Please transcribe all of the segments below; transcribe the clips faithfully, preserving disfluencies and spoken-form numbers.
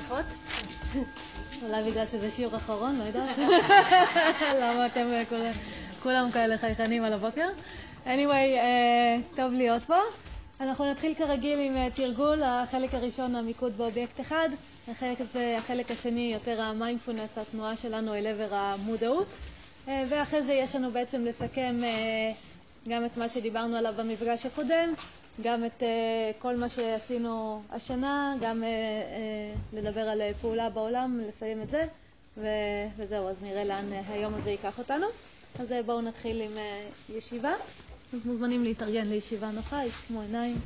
עייפות? אולי בגלל שזה שיעור אחרון, לא יודעת. למה אתם כולם, כולם כאלה חייכנים על הבוקר. anyway, uh, טוב להיות פה. אנחנו נתחיל כרגיל עם uh, תרגול. החלק הראשון, המיקוד באובייקט אחד. החלק, הזה, החלק השני, יותר המיינדפולנס, התנועה שלנו אל עבר המודעות. Uh, ואחרי זה יש לנו בעצם לסכם uh, גם את מה שדיברנו עליו במפגש הקודם, גם את uh, כל מה שעשינו השנה, גם uh, uh, לדבר על uh, פעולה בעולם, לסיים את זה, ו- וזהו, אז נראה לאן uh, היום הזה ייקח אותנו. אז uh, בואו נתחיל עם uh, ישיבה. אז מוזמנים להתארגן לישיבה נוחה, יצמו עיניים.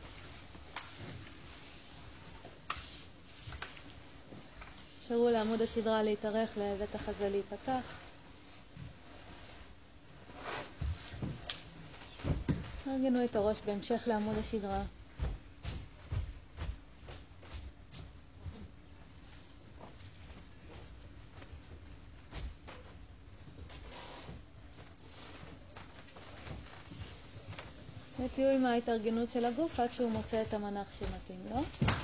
אפשרו לעמוד השדרה להתארך, לבית החזה להיפתח. ארגנו את הראש בהמשך לעמוד השדרה. ותהיו עם ההתארגנות של הגוף עד שהוא מוצא את המנח שמתאים לו.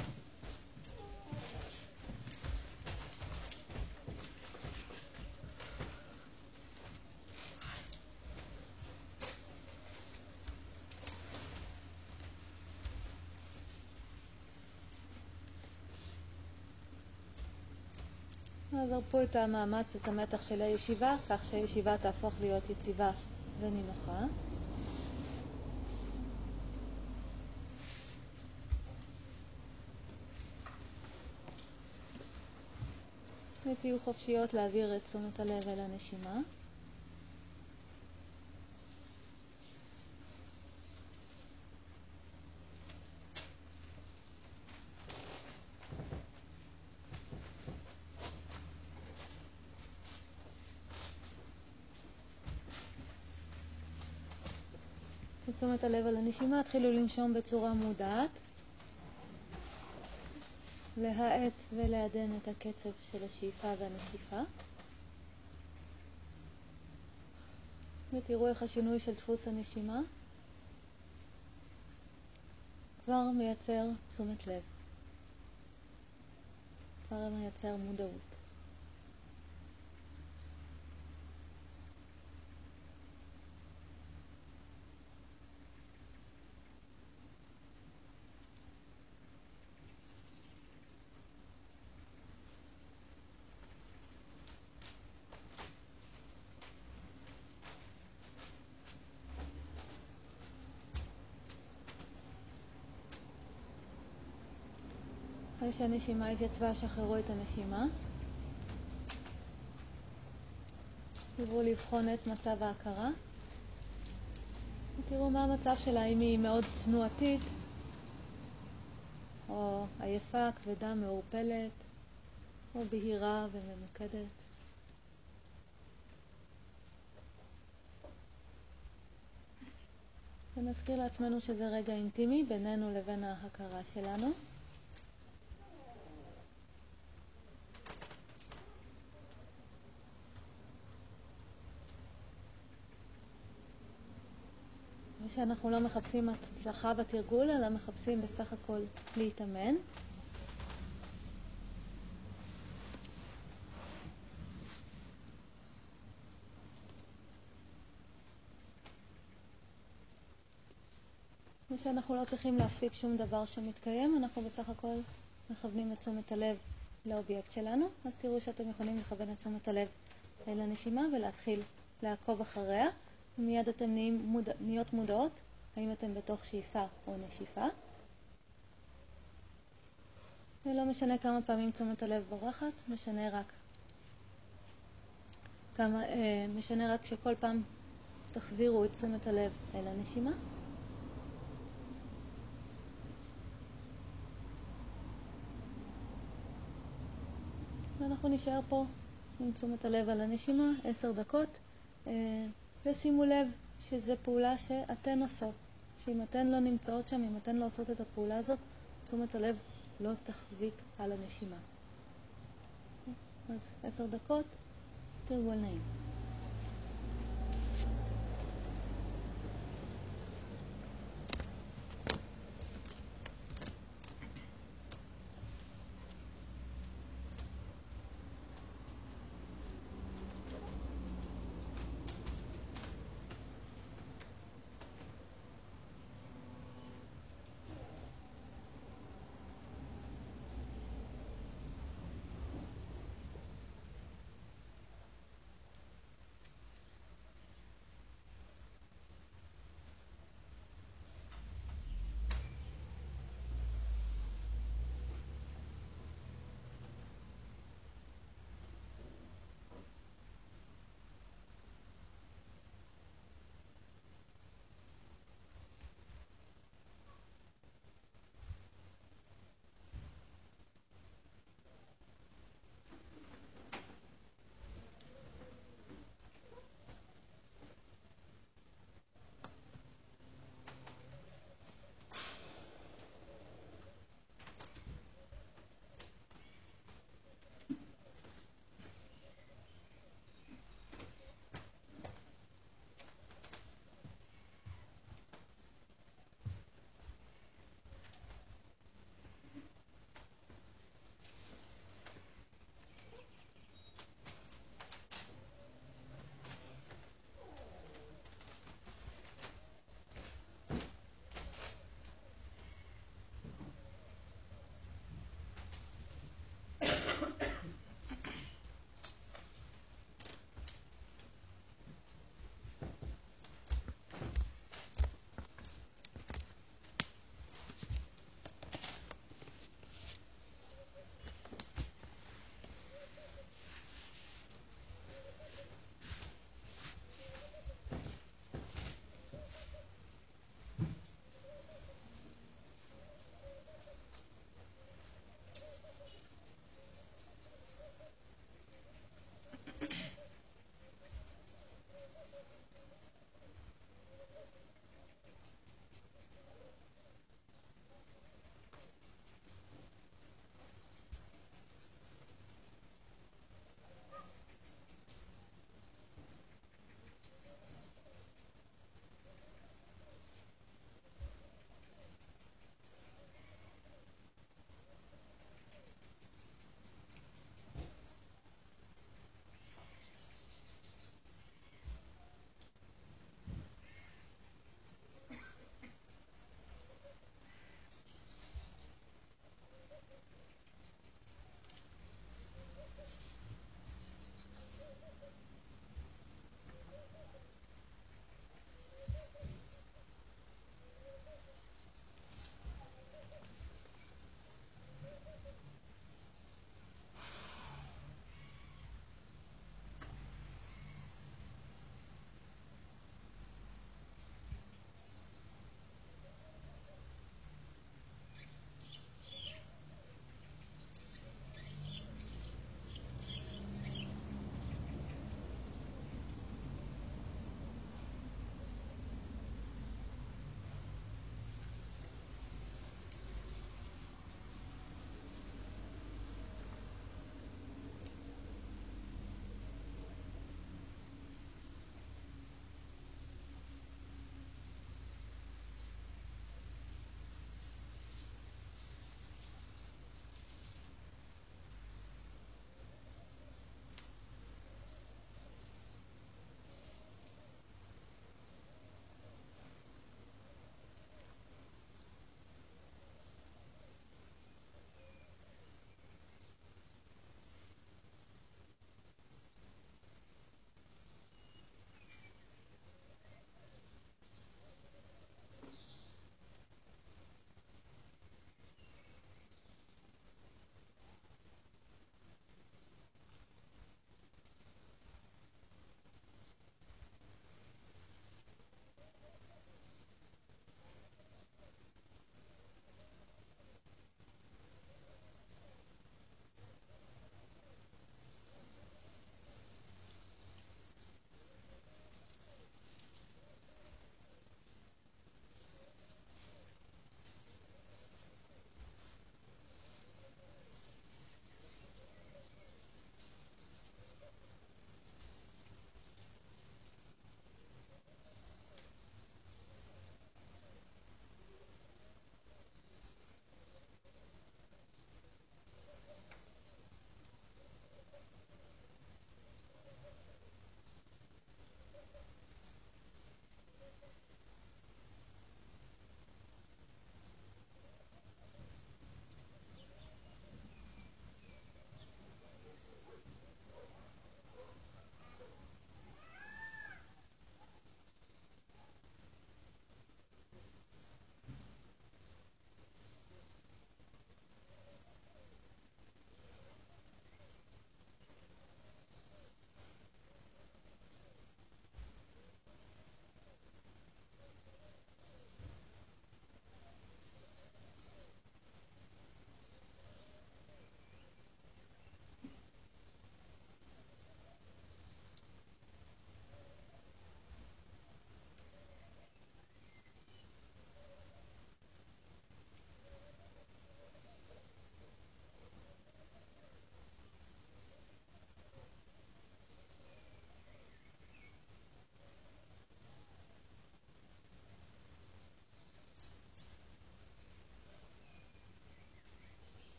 אז הרפו את המאמץ, את המתח של הישיבה, כך שהישיבה תהפוך להיות יציבה ונינוחה. ותהיו חופשיות להעביר את תשומת הלב אל הנשימה. תשומת הלב על הנשימה, התחילו לנשום בצורה מודעת. להאט ולעדן את הקצב של השאיפה והנשיפה. ותראו איך השינוי של דפוס הנשימה כבר מייצר תשומת לב. כבר מייצר מודעות. אחרי שהנשימה התייצבה, שחררו את הנשימה. תראו לבחון את מצב ההכרה. ותראו מה המצב שלה, אם היא מאוד תנועתית, או עייפה, כבדה, מעורפלת, או בהירה וממוקדת. ונזכיר לעצמנו שזה רגע אינטימי בינינו לבין ההכרה שלנו. ושאנחנו לא מחפשים הצלחה בתרגול, אלא מחפשים בסך הכל להתאמן. ושאנחנו לא צריכים להפסיק שום דבר שמתקיים, אנחנו בסך הכל מכוונים את תשומת הלב לאובייקט שלנו. אז תראו שאתם יכולים לכוון את תשומת הלב אל הנשימה ולהתחיל לעקוב אחריה. ומיד אתם נהיים מודע, נהיות מודעות, האם אתם בתוך שאיפה או נשיפה. ולא משנה כמה פעמים תשומת הלב בורחת, משנה רק כמה, אה, משנה רק שכל פעם תחזירו את תשומת הלב אל הנשימה. ואנחנו נשאר פה עם תשומת הלב על הנשימה עשר דקות, אה, ושימו לב שזו פעולה שאתן עושות, שאם אתן לא נמצאות שם, אם אתן לא עושות את הפעולה הזאת, תשומת הלב לא תחזיק על הנשימה. אז עשר דקות, תרגול נעים.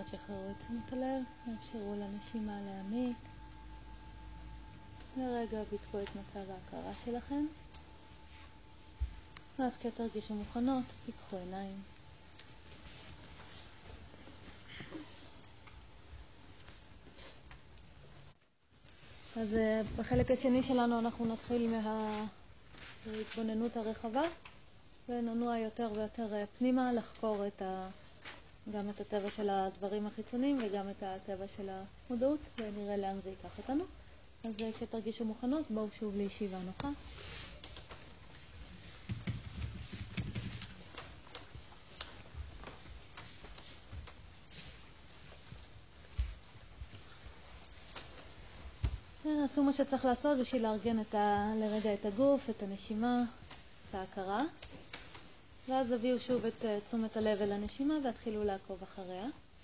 תשחררו את תשומת הלב, אפשרו לנשימה להעמיק. לרגע בדקו את מצב ההכרה שלכם. ואז כשתרגישו מוכנות, תיקחו עיניים. אז בחלק השני שלנו אנחנו נתחיל מההתבוננות הרחבה, וננוע יותר ויותר פנימה לחקור את ה... גם את הטבע של הדברים החיצוניים וגם את הטבע של המודעות, ונראה לאן זה ייקח אותנו. אז כשתרגישו מוכנות, בואו שוב לישיבה נוחה. עשו מה שצריך לעשות בשביל לארגן את ה... לרגע את הגוף, את הנשימה, את ההכרה. ואז הביאו שוב את תשומת הלב אל הנשימה והתחילו לעקוב אחריה.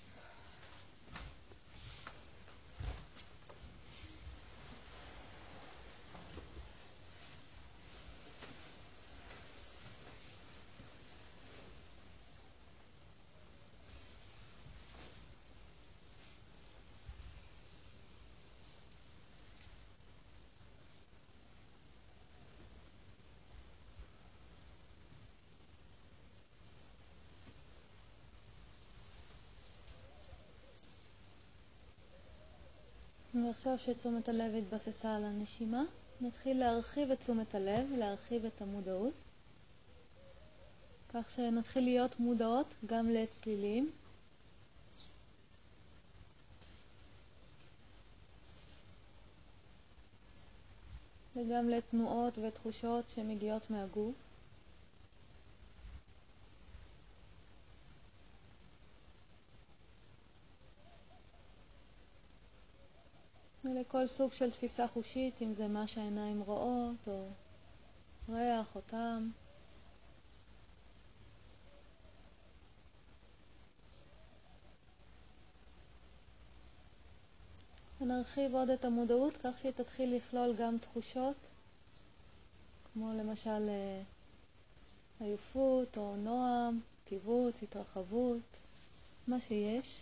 ועכשיו שתשומת הלב התבססה על הנשימה, נתחיל להרחיב את תשומת הלב, להרחיב את המודעות, כך שנתחיל להיות מודעות גם לצלילים. וגם לתנועות ותחושות שמגיעות מהגוף. ולכל סוג של תפיסה חושית, אם זה מה שהעיניים רואות, או ריח, או טעם. ונרחיב עוד את המודעות, כך שהיא תתחיל לכלול גם תחושות, כמו למשל עייפות, או נועם, קיבוץ, התרחבות, מה שיש.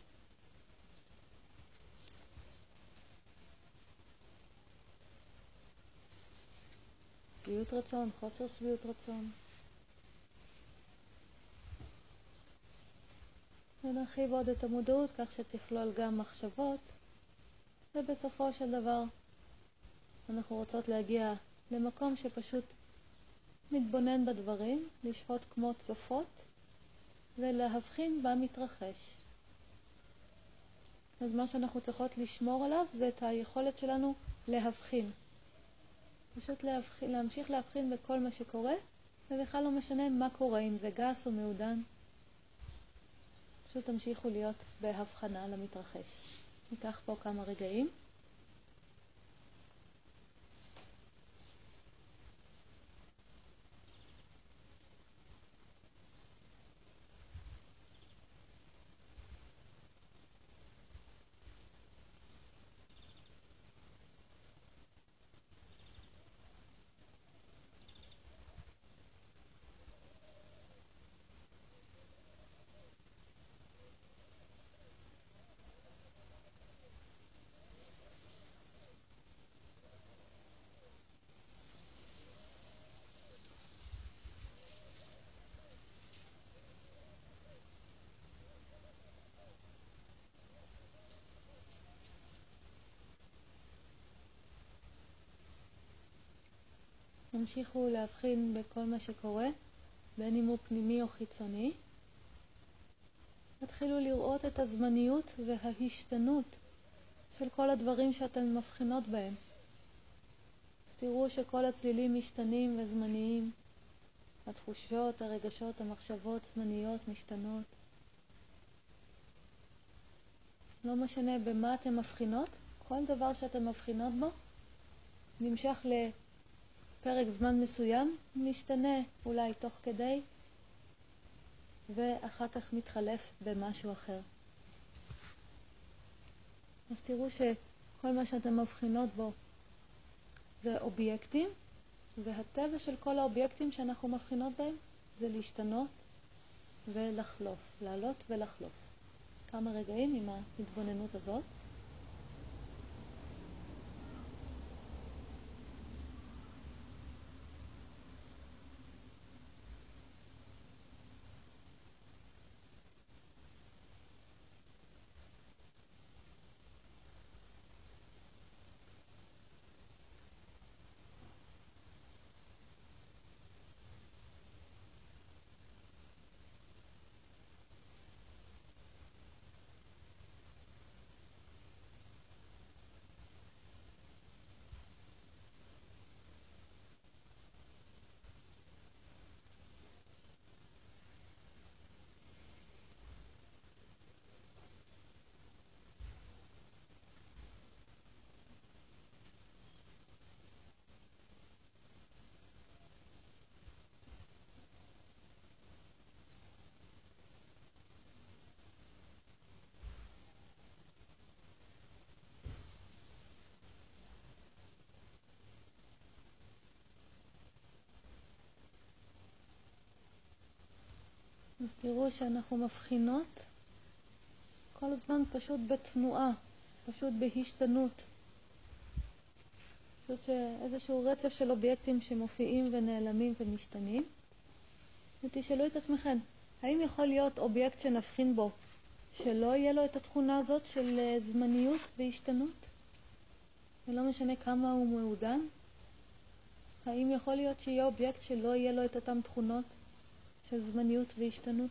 שביעות רצון, חוסר שביעות רצון. ונרחיב עוד את המודעות כך שתכלול גם מחשבות, ובסופו של דבר אנחנו רוצות להגיע למקום שפשוט מתבונן בדברים, לשפוט כמו צופות ולהבחין במתרחש. אז מה שאנחנו צריכות לשמור עליו זה את היכולת שלנו להבחין. פשוט להבחין, להמשיך להבחין בכל מה שקורה, ובכלל לא משנה מה קורה, אם זה גס או מעודן. פשוט תמשיכו להיות בהבחנה למתרחש. ניקח פה כמה רגעים. המשיכו להבחין בכל מה שקורה, בין אם הוא פנימי או חיצוני. התחילו לראות את הזמניות וההשתנות של כל הדברים שאתן מבחינות בהם. אז תראו שכל הצלילים משתנים וזמניים. התחושות, הרגשות, המחשבות זמניות משתנות. לא משנה במה אתן מבחינות, כל דבר שאתן מבחינות בו נמשך לפרק זמן מסוים, משתנה אולי תוך כדי, ואחר כך מתחלף במשהו אחר. אז תראו שכל מה שאתן מבחינות בו זה אובייקטים, והטבע של כל האובייקטים שאנחנו מבחינות בהם זה להשתנות ולחלוף, לעלות ולחלוף. כמה רגעים עם ההתבוננות הזאת. אז תראו שאנחנו מבחינות כל הזמן פשוט בתנועה, פשוט בהשתנות. פשוט איזשהו רצף של אובייקטים שמופיעים ונעלמים ומשתנים. ותשאלו את עצמכם, האם יכול להיות אובייקט שנבחין בו שלא יהיה לו את התכונה הזאת של זמניות והשתנות? ולא משנה כמה הוא מעודן? האם יכול להיות שיהיה אובייקט שלא יהיה לו את אותם תכונות של זמניות והשתנות?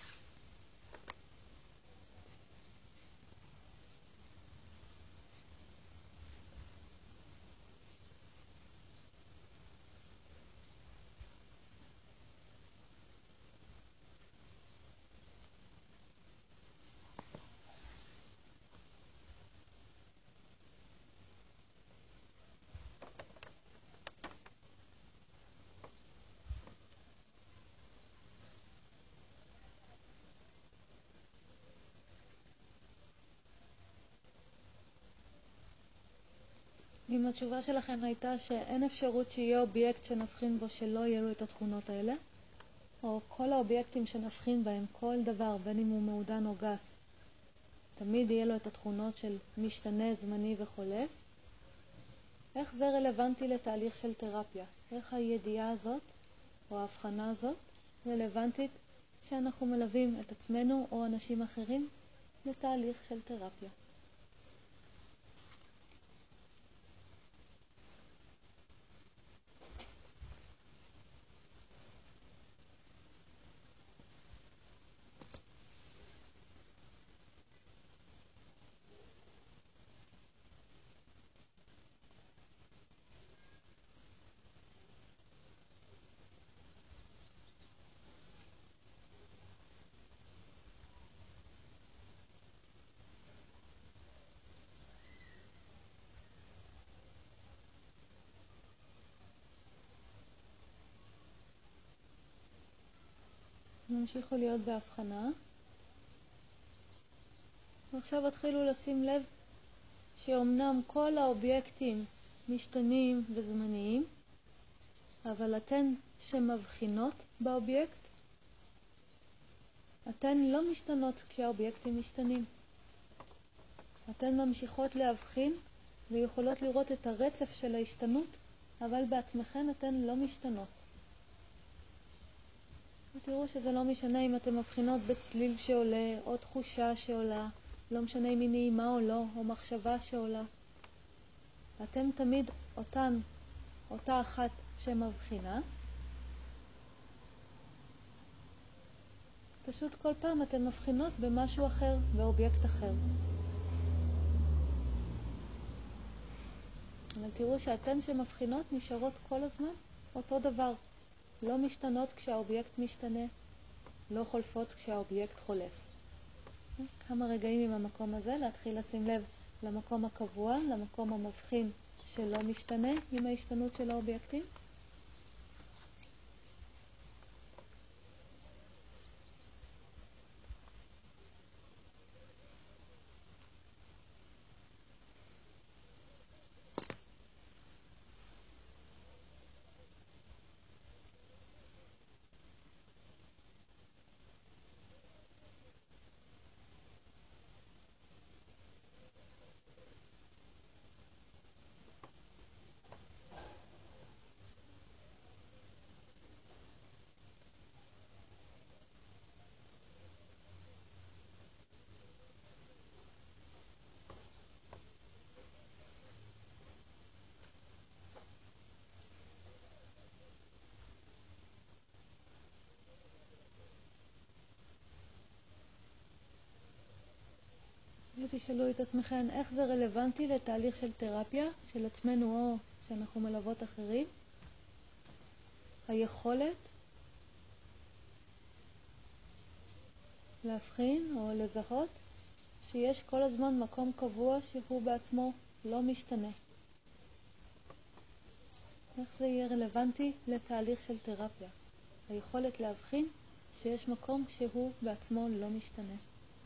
אם התשובה שלכם הייתה שאין אפשרות שיהיה אובייקט שנבחין בו שלא יהיו לו את התכונות האלה, או כל האובייקטים שנבחין בהם, כל דבר, בין אם הוא מעודן או גס, תמיד יהיה לו את התכונות של משתנה, זמני וחולף, איך זה רלוונטי לתהליך של תרפיה? איך הידיעה הזאת, או ההבחנה הזאת, רלוונטית שאנחנו מלווים את עצמנו או אנשים אחרים לתהליך של תרפיה? נמשיכו להיות בהבחנה. ועכשיו התחילו לשים לב שאומנם כל האובייקטים משתנים וזמניים, אבל אתן שמבחינות באובייקט, אתן לא משתנות כשהאובייקטים משתנים. אתן ממשיכות להבחין ויכולות לראות את הרצף של ההשתנות, אבל בעצמכן אתן לא משתנות. ותראו שזה לא משנה אם אתן מבחינות בצליל שעולה, או תחושה שעולה, לא משנה אם היא נעימה או לא, או מחשבה שעולה. אתן תמיד אותן, אותה אחת שמבחינה. פשוט כל פעם אתן מבחינות במשהו אחר, באובייקט אחר. אבל תראו שאתן שמבחינות נשארות כל הזמן אותו דבר. לא משתנות כשהאובייקט משתנה, לא חולפות כשהאובייקט חולף. כמה רגעים עם המקום הזה, להתחיל לשים לב למקום הקבוע, למקום המבחין שלא משתנה עם ההשתנות של האובייקטים. ותשאלו את עצמכם איך זה רלוונטי לתהליך של תרפיה של עצמנו או שאנחנו מלוות אחרים. היכולת להבחין או לזהות שיש כל הזמן מקום קבוע שהוא בעצמו לא משתנה. איך זה יהיה רלוונטי לתהליך של תרפיה? היכולת להבחין שיש מקום שהוא בעצמו לא משתנה.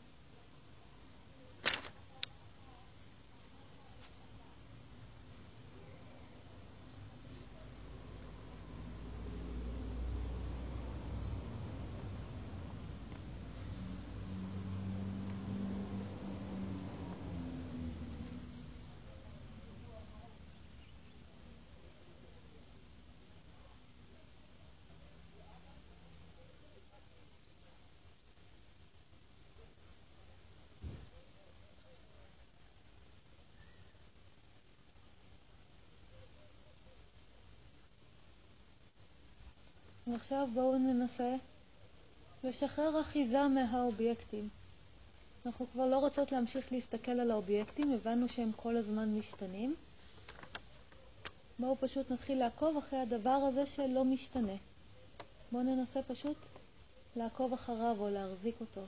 ועכשיו בואו ננסה לשחרר אחיזה מהאובייקטים. אנחנו כבר לא רוצות להמשיך להסתכל על האובייקטים, הבנו שהם כל הזמן משתנים. בואו פשוט נתחיל לעקוב אחרי הדבר הזה שלא משתנה. בואו ננסה פשוט לעקוב אחריו או להחזיק אותו.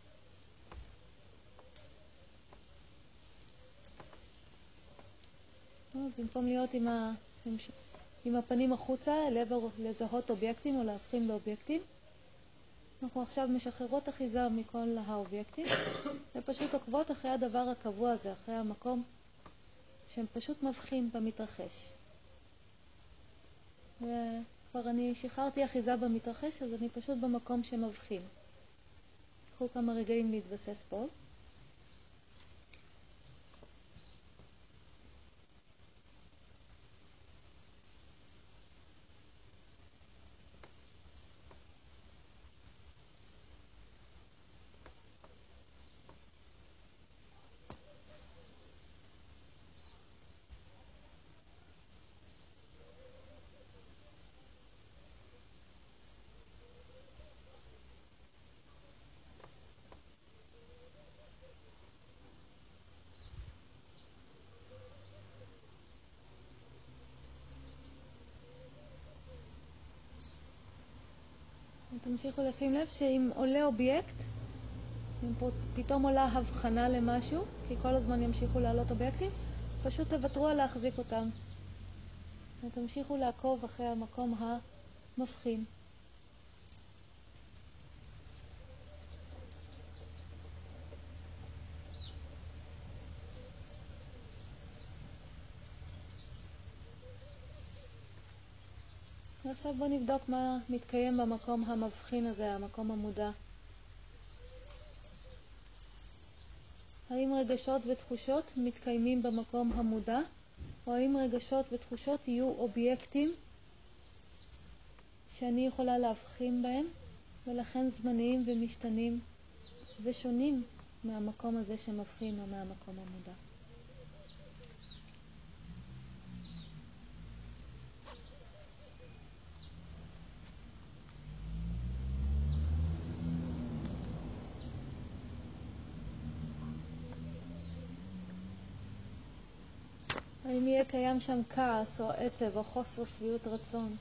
במקום להיות עם ה... עם הפנים החוצה, לעבר לזהות אובייקטים או להבחין באובייקטים. אנחנו עכשיו משחררות אחיזה מכל האובייקטים, ופשוט עוקבות אחרי הדבר הקבוע הזה, אחרי המקום שהם פשוט מבחין במתרחש. וכבר אני שחררתי אחיזה במתרחש, אז אני פשוט במקום שמבחין. קחו כמה רגעים להתבסס פה. תמשיכו לשים לב שאם עולה אובייקט, אם פתאום עולה הבחנה למשהו, כי כל הזמן ימשיכו לעלות אובייקטים, פשוט תוותרו על להחזיק אותם. ותמשיכו לעקוב אחרי המקום המבחין. ועכשיו בואו נבדוק מה מתקיים במקום המבחין הזה, המקום המודע. האם רגשות ותחושות מתקיימים במקום המודע, או האם רגשות ותחושות יהיו אובייקטים שאני יכולה להבחין בהם, ולכן זמניים ומשתנים ושונים מהמקום הזה שמבחין או מהמקום המודע. האם יהיה קיים שם כעס או עצב או חוסר שביעות רצון?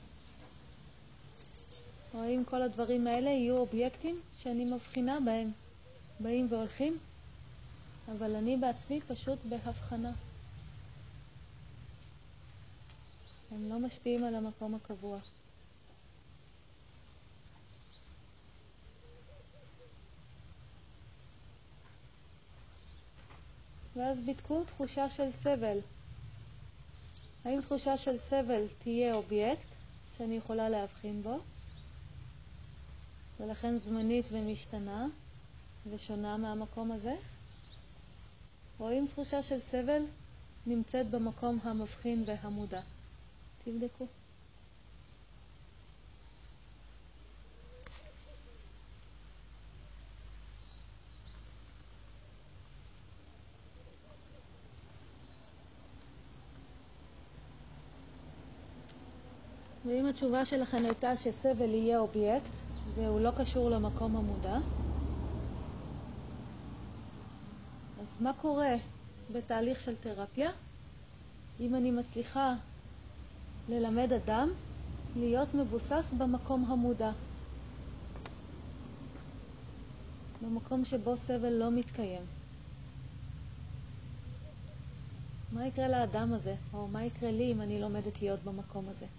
או האם כל הדברים האלה יהיו אובייקטים שאני מבחינה בהם, באים והולכים, אבל אני בעצמי פשוט בהבחנה. הם לא משפיעים על המקום הקבוע. ואז בדקו תחושה של סבל. האם תחושה של סבל תהיה אובייקט שאני יכולה להבחין בו, ולכן זמנית ומשתנה ושונה מהמקום הזה? או האם תחושה של סבל נמצאת במקום המבחין והמודע? תבדקו. ואם התשובה שלכם הייתה שסבל יהיה אובייקט והוא לא קשור למקום המודע, אז מה קורה בתהליך של תרפיה אם אני מצליחה ללמד אדם להיות מבוסס במקום המודע, במקום שבו סבל לא מתקיים? מה יקרה לאדם הזה, או מה יקרה לי אם אני לומדת להיות במקום הזה?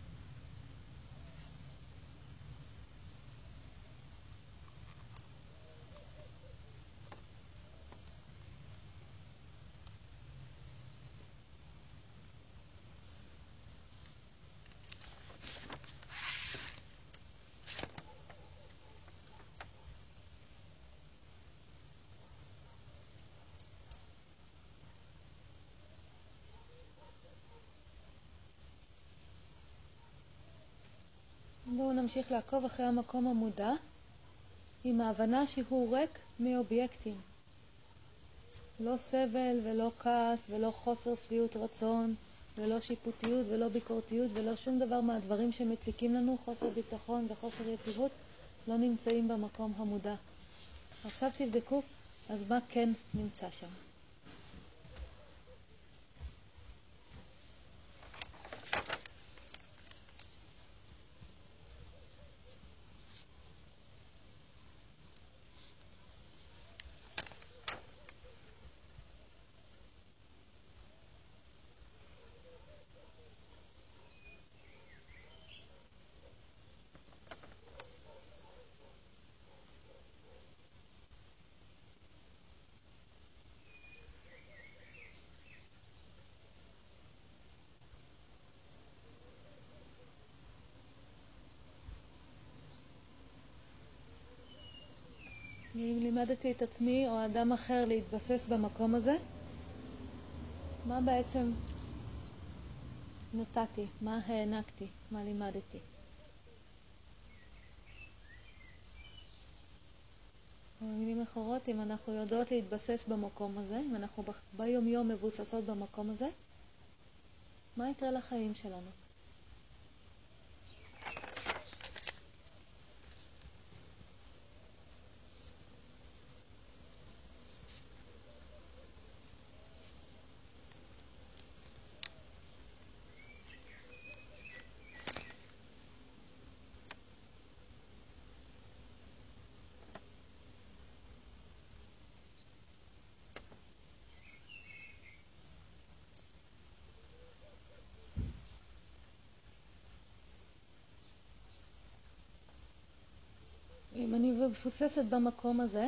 בואו נמשיך לעקוב אחרי המקום המודע עם ההבנה שהוא ריק מאובייקטים. לא סבל ולא כעס ולא חוסר שביעות רצון ולא שיפוטיות ולא ביקורתיות ולא שום דבר מהדברים שמציקים לנו, חוסר ביטחון וחוסר יציבות, לא נמצאים במקום המודע. עכשיו תבדקו, אז מה כן נמצא שם? אם לימדתי את עצמי או אדם אחר להתבסס במקום הזה, מה בעצם נתתי, מה הענקתי, מה לימדתי? במילים אחרות, אם אנחנו יודעות להתבסס במקום הזה, אם אנחנו ביום יום מבוססות במקום הזה, מה יקרה לחיים שלנו? אם אני מבוססת במקום הזה,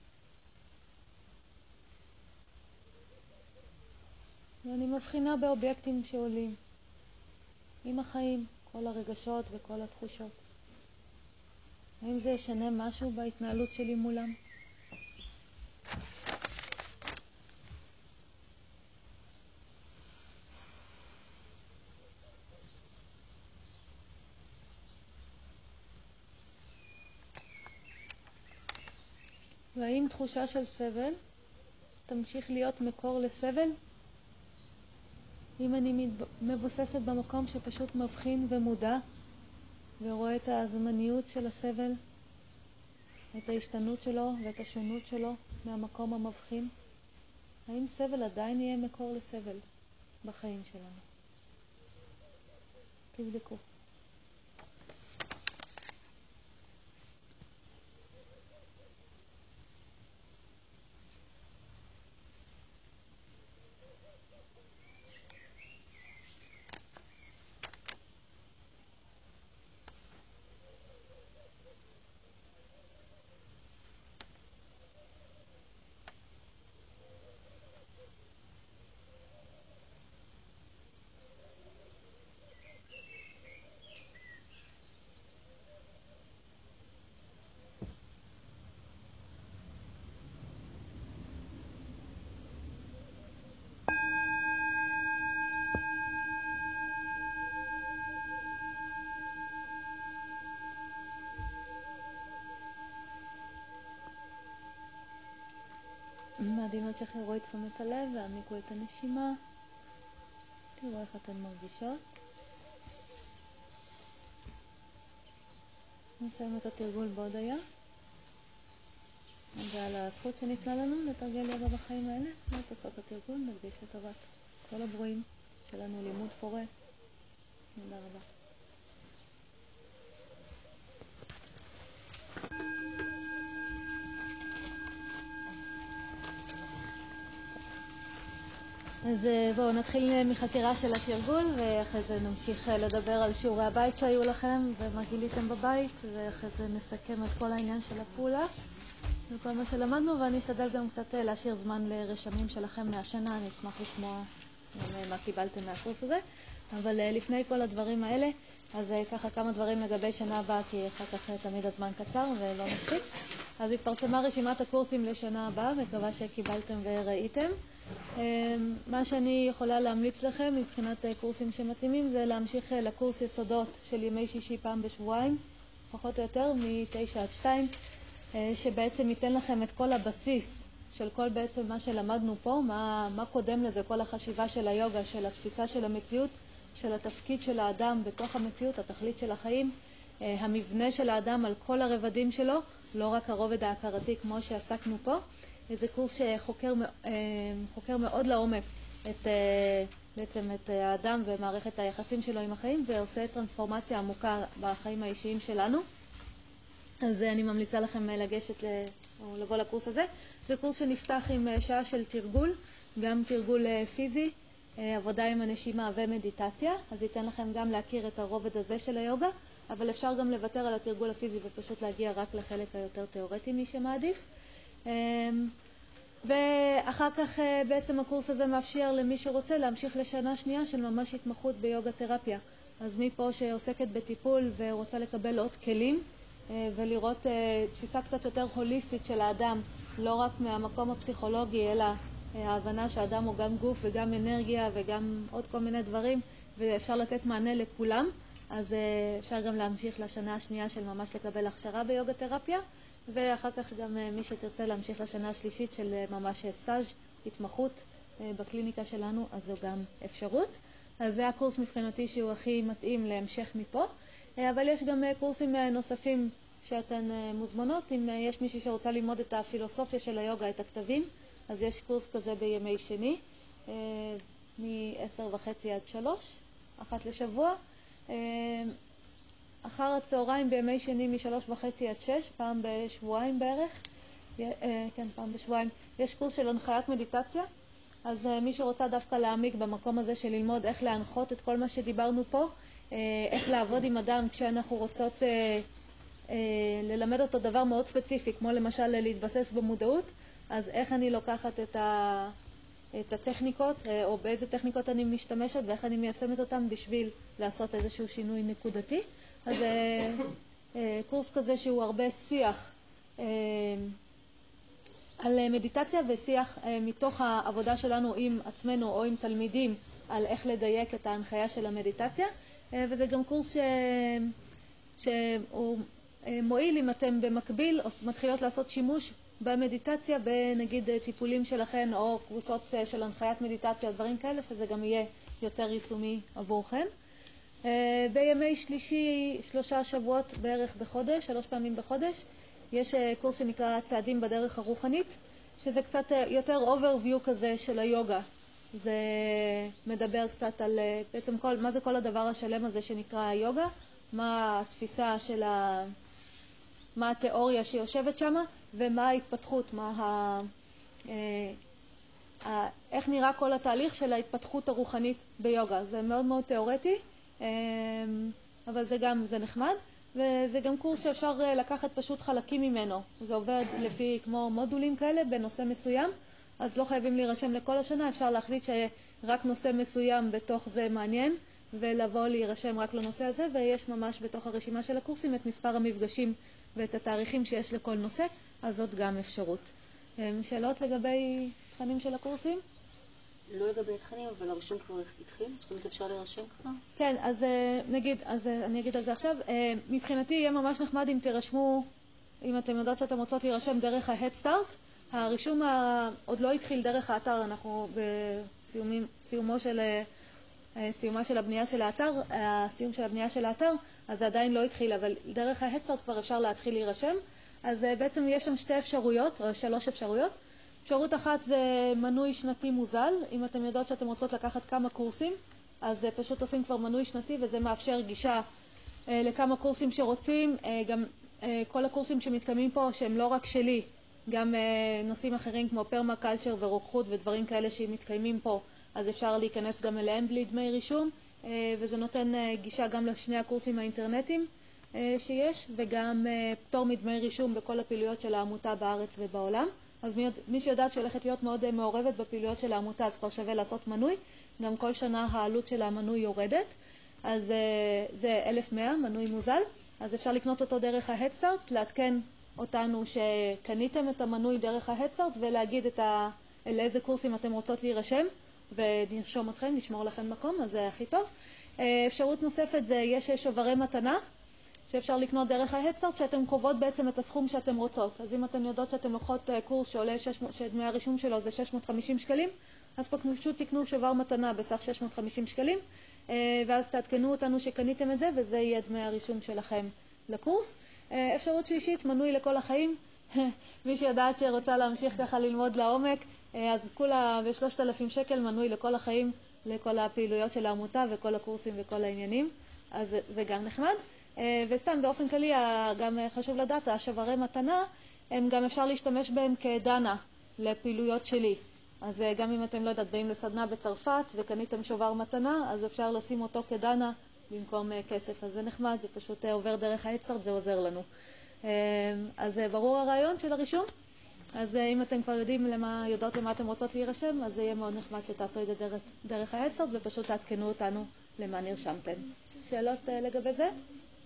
ואני מבחינה באובייקטים שעולים עם החיים, כל הרגשות וכל התחושות, האם זה ישנה משהו בהתנהלות שלי מולם? והאם תחושה של סבל תמשיך להיות מקור לסבל אם אני מבוססת במקום שפשוט מבחין ומודע ורואה את הזמניות של הסבל, את ההשתנות שלו ואת השונות שלו מהמקום המבחין? האם סבל עדיין יהיה מקור לסבל בחיים שלנו? תבדקו. מעדינות שחררו את תשומת הלב ועמיקו את הנשימה. תראו איך אתן מרגישות. נסיים את התרגול בהודיה. ועל הזכות שניתנה לנו לתרגל יוגה בחיים האלה, ותוצאות התרגול נקדיש לטובת כל הברואים שלנו לימוד פורה. תודה רבה. אז בואו נתחיל מחקירה של התרגול, ואחרי זה נמשיך לדבר על שיעורי הבית שהיו לכם ומה גיליתם בבית, ואחרי זה נסכם את כל העניין של הפעולה וכל מה שלמדנו, ואני אשתדל גם קצת להשאיר זמן לרשמים שלכם מהשנה, אני אשמח לשמוע מה קיבלתם מהקורס הזה. אבל לפני כל הדברים האלה, אז ככה כמה דברים לגבי שנה הבאה, כי אחר כך תמיד הזמן קצר ולא מספיק. אז התפרסמה רשימת הקורסים לשנה הבאה, מקווה שקיבלתם וראיתם. מה שאני יכולה להמליץ לכם מבחינת קורסים שמתאימים זה להמשיך לקורס יסודות של ימי שישי פעם בשבועיים, פחות או יותר, מ-תשע עד שתיים, שבעצם ייתן לכם את כל הבסיס של כל בעצם מה שלמדנו פה, מה, מה קודם לזה, כל החשיבה של היוגה, של התפיסה של המציאות, של התפקיד של האדם בתוך המציאות, התכלית של החיים, המבנה של האדם על כל הרבדים שלו, לא רק הרובד ההכרתי כמו שעסקנו פה. זה קורס שחוקר חוקר מאוד לעומק את, בעצם את האדם ומערכת היחסים שלו עם החיים, ועושה טרנספורמציה עמוקה בחיים האישיים שלנו. אז אני ממליצה לכם לגשת או לבוא לקורס הזה. זה קורס שנפתח עם שעה של תרגול, גם תרגול פיזי, עבודה עם הנשימה ומדיטציה, אז ייתן לכם גם להכיר את הרובד הזה של היוגה, אבל אפשר גם לוותר על התרגול הפיזי ופשוט להגיע רק לחלק היותר תיאורטי מי שמעדיף. ואחר כך בעצם הקורס הזה מאפשר למי שרוצה להמשיך לשנה שנייה של ממש התמחות ביוגה תרפיה. אז מפה שעוסקת בטיפול ורוצה לקבל עוד כלים ולראות תפיסה קצת יותר הוליסטית של האדם, לא רק מהמקום הפסיכולוגי, אלא ההבנה שהאדם הוא גם גוף וגם אנרגיה וגם עוד כל מיני דברים, ואפשר לתת מענה לכולם. אז אפשר גם להמשיך לשנה השנייה של ממש לקבל הכשרה ביוגה תרפיה, ואחר כך גם מי שתרצה להמשיך לשנה השלישית של ממש סטאז' התמחות בקליניקה שלנו, אז זו גם אפשרות. אז זה הקורס מבחינתי שהוא הכי מתאים להמשך מפה, אבל יש גם קורסים נוספים שאתן מוזמנות. אם יש מישהי שרוצה ללמוד את הפילוסופיה של היוגה, את הכתבים, אז יש קורס כזה בימי שני, מ-עשר וחצי עד שלוש, אחת לשבוע. אחר הצהריים בימי שני משלוש וחצי עד שש, פעם בשבועיים בערך, כן, פעם בשבועיים, יש קורס של הנחיית מדיטציה. אז מי שרוצה דווקא להעמיק במקום הזה של ללמוד איך להנחות את כל מה שדיברנו פה, איך לעבוד עם אדם כשאנחנו רוצות ללמד אותו דבר מאוד ספציפי, כמו למשל להתבסס במודעות, אז איך אני לוקחת את ה... את הטכניקות, או באיזה טכניקות אני משתמשת ואיך אני מיישמת אותן בשביל לעשות איזשהו שינוי נקודתי. אז קורס כזה שהוא הרבה שיח על מדיטציה ושיח מתוך העבודה שלנו עם עצמנו או עם תלמידים על איך לדייק את ההנחיה של המדיטציה. וזה גם קורס ש... שהוא מועיל אם אתם במקביל או מתחילות לעשות שימוש במדיטציה בנגיד טיפולים שלכם או קבוצות של הנחיית מדיטציה או דברים כאלה, שזה גם יהיה יותר יישומי עבורכם. בימי שלישי, שלושה שבועות בערך בחודש, שלוש פעמים בחודש, יש קורס שנקרא צעדים בדרך הרוחנית, שזה קצת יותר overview כזה של היוגה. זה מדבר קצת על בעצם כל, מה זה כל הדבר השלם הזה שנקרא היוגה, מה התפיסה של ה... מה התיאוריה שיושבת שם, ומה ההתפתחות, מה ה... ה... איך נראה כל התהליך של ההתפתחות הרוחנית ביוגה. זה מאוד מאוד תיאורטי, אבל זה גם, זה נחמד, וזה גם קורס שאפשר לקחת פשוט חלקים ממנו. זה עובד לפי כמו מודולים כאלה בנושא מסוים, אז לא חייבים להירשם לכל השנה, אפשר להחליט שרק נושא מסוים בתוך זה מעניין, ולבוא להירשם רק לנושא הזה, ויש ממש בתוך הרשימה של הקורסים את מספר המפגשים ואת התאריכים שיש לכל נושא, אז זאת גם אפשרות. שאלות לגבי תכנים של הקורסים? לא לגבי תכנים, אבל הראשון כבר התחיל? זאת אומרת, אפשר להירשם כבר? כן, אז נגיד, אז אני אגיד על זה עכשיו. מבחינתי יהיה ממש נחמד אם תירשמו, אם אתם יודעות שאתם רוצות להירשם דרך ה-Head Start. הרישום עוד לא התחיל דרך האתר, אנחנו בסיומו של... סיומה של הבנייה של האתר, הסיום של הבנייה של האתר, אז זה עדיין לא התחיל, אבל דרך ה-Head Start כבר אפשר להתחיל להירשם. אז בעצם יש שם שתי אפשרויות, או שלוש אפשרויות. אפשרות אחת זה מנוי שנתי מוזל. אם אתם יודעות שאתם רוצות לקחת כמה קורסים, אז פשוט עושים כבר מנוי שנתי, וזה מאפשר גישה לכמה קורסים שרוצים. גם כל הקורסים שמתקיימים פה, שהם לא רק שלי, גם נושאים אחרים כמו פרמה-קלצ'ר ורוקחות ודברים כאלה שמתקיימים פה, אז אפשר להיכנס גם אליהם בלי דמי רישום, וזה נותן גישה גם לשני הקורסים האינטרנטיים שיש, וגם פטור מדמי רישום בכל הפעילויות של העמותה בארץ ובעולם. אז מי, מי שיודעת שהולכת להיות מאוד מעורבת בפעילויות של העמותה, אז כבר שווה לעשות מנוי. גם כל שנה העלות של המנוי יורדת. אז זה אלף ומאה, מנוי מוזל. אז אפשר לקנות אותו דרך ההדסטארט, לעדכן אותנו שקניתם את המנוי דרך ההדסטארט, ולהגיד את ה... לאיזה קורסים אתם רוצות להירשם, ונרשום אתכם, נשמור לכם מקום, אז זה הכי טוב. אפשרות נוספת זה, יש שוברי מתנה, שאפשר לקנות דרך ההדסטארט, שאתם קובעות בעצם את הסכום שאתם רוצות. אז אם אתן יודעות שאתם לוקחות קורס שעולה שש מאות, שדמי הרישום שלו זה שש מאות וחמישים שקלים, אז פשוט תקנו שובר מתנה בסך שש מאות וחמישים שקלים, ואז תעדכנו אותנו שקניתם את זה, וזה יהיה דמי הרישום שלכם לקורס. אפשרות שלישית, מנוי לכל החיים. מי שיודעת שרוצה להמשיך ככה ללמוד לעומק, אז כולה ב-שלושת אלפים שקל מנוי לכל החיים, לכל הפעילויות של העמותה וכל הקורסים וכל העניינים. אז זה גם נחמד. וסתם באופן כללי, גם חשוב לדעת, השוברי מתנה, הם גם אפשר להשתמש בהם כדנה לפעילויות שלי. אז גם אם אתם לא יודעת, באים לסדנה בצרפת וקניתם שובר מתנה, אז אפשר לשים אותו כדנה במקום כסף. אז זה נחמד, זה פשוט עובר דרך ההדסטארט, זה עוזר לנו. אז ברור הרעיון של הרישום. אז אם אתם כבר יודעים למה, יודעות למה אתם רוצות להירשם, אז זה יהיה מאוד נחמד שתעשו את זה דרך, דרך ההדסטארט, ופשוט תעדכנו אותנו למה נרשמתם. שאלות לגבי זה?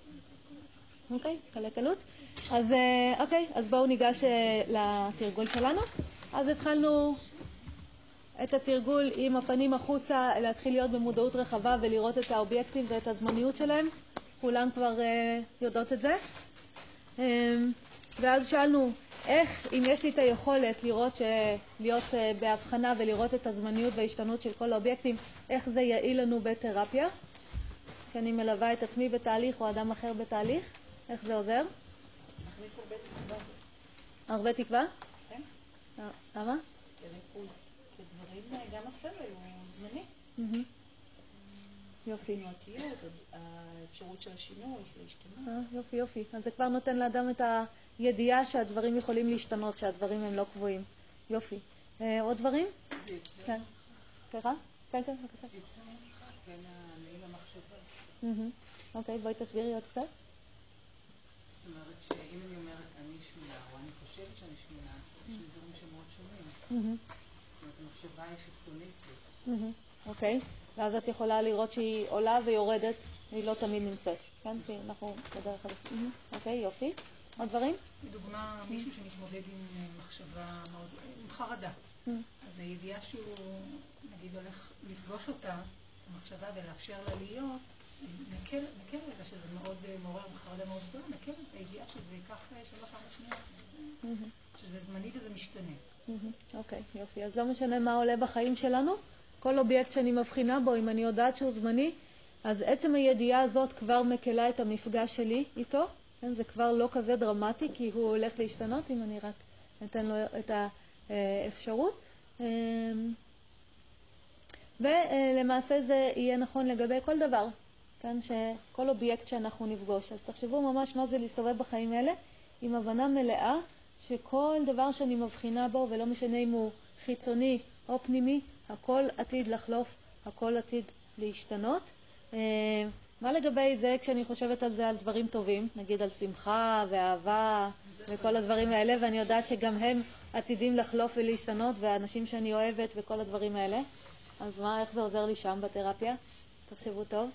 אוקיי, קלה קלות. אז אוקיי, אז בואו ניגש לתרגול שלנו. אז התחלנו את התרגול עם הפנים החוצה, להתחיל להיות במודעות רחבה ולראות את האובייקטים ואת הזמניות שלהם. כולן כבר יודעות את זה. ואז שאלנו איך, אם יש לי את היכולת לראות, להיות בהבחנה ולראות את הזמניות וההשתנות של כל האובייקטים, איך זה יעיל לנו בתרפיה? כשאני מלווה את עצמי בתהליך או אדם אחר בתהליך, איך זה עוזר? מכניס הרבה תקווה. הרבה תקווה? כן. למה? כי דברים, גם הסבל הוא זמני. יופי. תנועתיות, האפשרות של השינוי, של ההשתנות. יופי, יופי. אז זה כבר נותן לאדם את הידיעה שהדברים יכולים להשתנות, שהדברים הם לא קבועים. יופי. עוד דברים? זה יוצר. כן. קרה? כן, כן, בבקשה. יוצר מרחק בין הנעיל למחשבה. אוקיי, בואי תסבירי עוד קצת. זאת אומרת שאם אני אומרת אני שמינה, או אני חושבת שאני שמינה, יש לי דברים שמאוד שונים. זאת אומרת, המחשבה היא חיצונית. אוקיי, ואז את יכולה לראות שהיא עולה ויורדת, והיא לא תמיד נמצאת. כן, כי אנחנו בדרך כלל. אוקיי, יופי. עוד דברים? לדוגמה, מישהו שמתמודד עם מחשבה מאוד, עם חרדה. אז הידיעה שהוא, נגיד, הולך לפגוש אותה, את המחשבה, ולאפשר לה להיות, נקל, נקל על זה שזה מאוד מעורר בחרדה מאוד גדולה, נקל על זה, הידיעה שזה ייקח שלוש ארבע שניות, שזה זמני וזה משתנה. אוקיי, יופי. אז לא משנה מה עולה בחיים שלנו, כל אובייקט שאני מבחינה בו, אם אני יודעת שהוא זמני, אז עצם הידיעה הזאת כבר מקלה את המפגש שלי איתו, כן? זה כבר לא כזה דרמטי, כי הוא הולך להשתנות, אם אני רק נתן לו את האפשרות. ולמעשה זה יהיה נכון לגבי כל דבר, כן? שכל אובייקט שאנחנו נפגוש. אז תחשבו ממש מה זה להסתובב בחיים האלה, עם הבנה מלאה שכל דבר שאני מבחינה בו, ולא משנה אם הוא חיצוני או פנימי, הכל עתיד לחלוף, הכל עתיד להשתנות. מה לגבי זה כשאני חושבת על זה על דברים טובים, נגיד על שמחה ואהבה וכל הדברים האלה, ואני יודעת שגם הם עתידים לחלוף ולהשתנות, והאנשים שאני אוהבת וכל הדברים האלה, אז מה, איך זה עוזר לי שם בתרפיה? תחשבו טוב.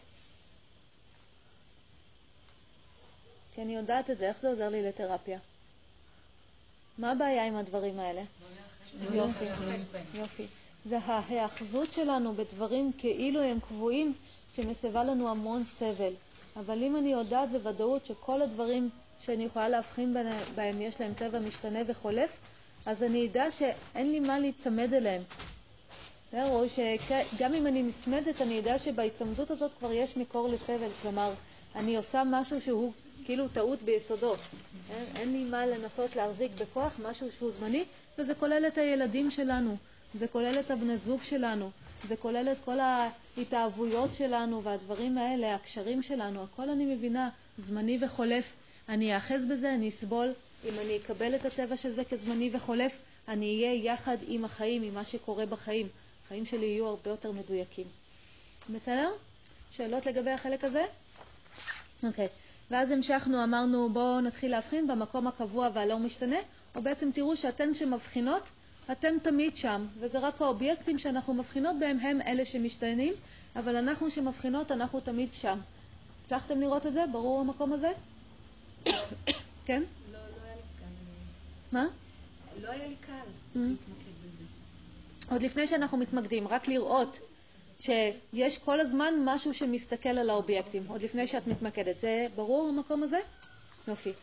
כי אני יודעת את זה, איך זה עוזר לי לתרפיה? מה הבעיה עם הדברים האלה? יופי, יופי. זה ההאחזות שלנו בדברים כאילו הם קבועים, שמסבה לנו המון סבל. אבל אם אני יודעת בוודאות שכל הדברים שאני יכולה להבחין בהם יש להם טבע משתנה וחולף, אז אני אדע שאין לי מה להצמד אליהם. או שגם אם אני נצמדת, אני אדע שבהצמדות הזאת כבר יש מקור לסבל. כלומר, אני עושה משהו שהוא כאילו טעות ביסודו. אין, אין לי מה לנסות להחזיק בכוח משהו שהוא זמני, וזה כולל את הילדים שלנו, זה כולל את הבני זוג שלנו, זה כולל את כל ההתאהבויות שלנו והדברים האלה, הקשרים שלנו, הכל אני מבינה זמני וחולף. אני אאחז בזה, אני אסבול. אם אני אקבל את הטבע של זה כזמני וחולף, אני אהיה יחד עם החיים, עם מה שקורה בחיים. החיים שלי יהיו הרבה יותר מדויקים. בסדר? שאלות לגבי החלק הזה? אוקיי. ואז המשכנו, אמרנו בואו נתחיל להבחין במקום הקבוע והלא משתנה, או בעצם תראו שאתן שמבחינות, אתם תמיד שם, וזה רק האובייקטים שאנחנו מבחינות בהם הם אלה שמשתנים, אבל אנחנו שמבחינות אנחנו תמיד שם. הצלחתם לראות את זה? ברור המקום הזה? כן? לא, לא היה לי קל. מה? לא היה לי קל להתמקד בזה. עוד לפני שאנחנו מתמקדים, רק לראות שיש כל הזמן משהו שמסתכל על האובייקטים, עוד לפני שאת מתמקדת. זה ברור המקום הזה? יופי.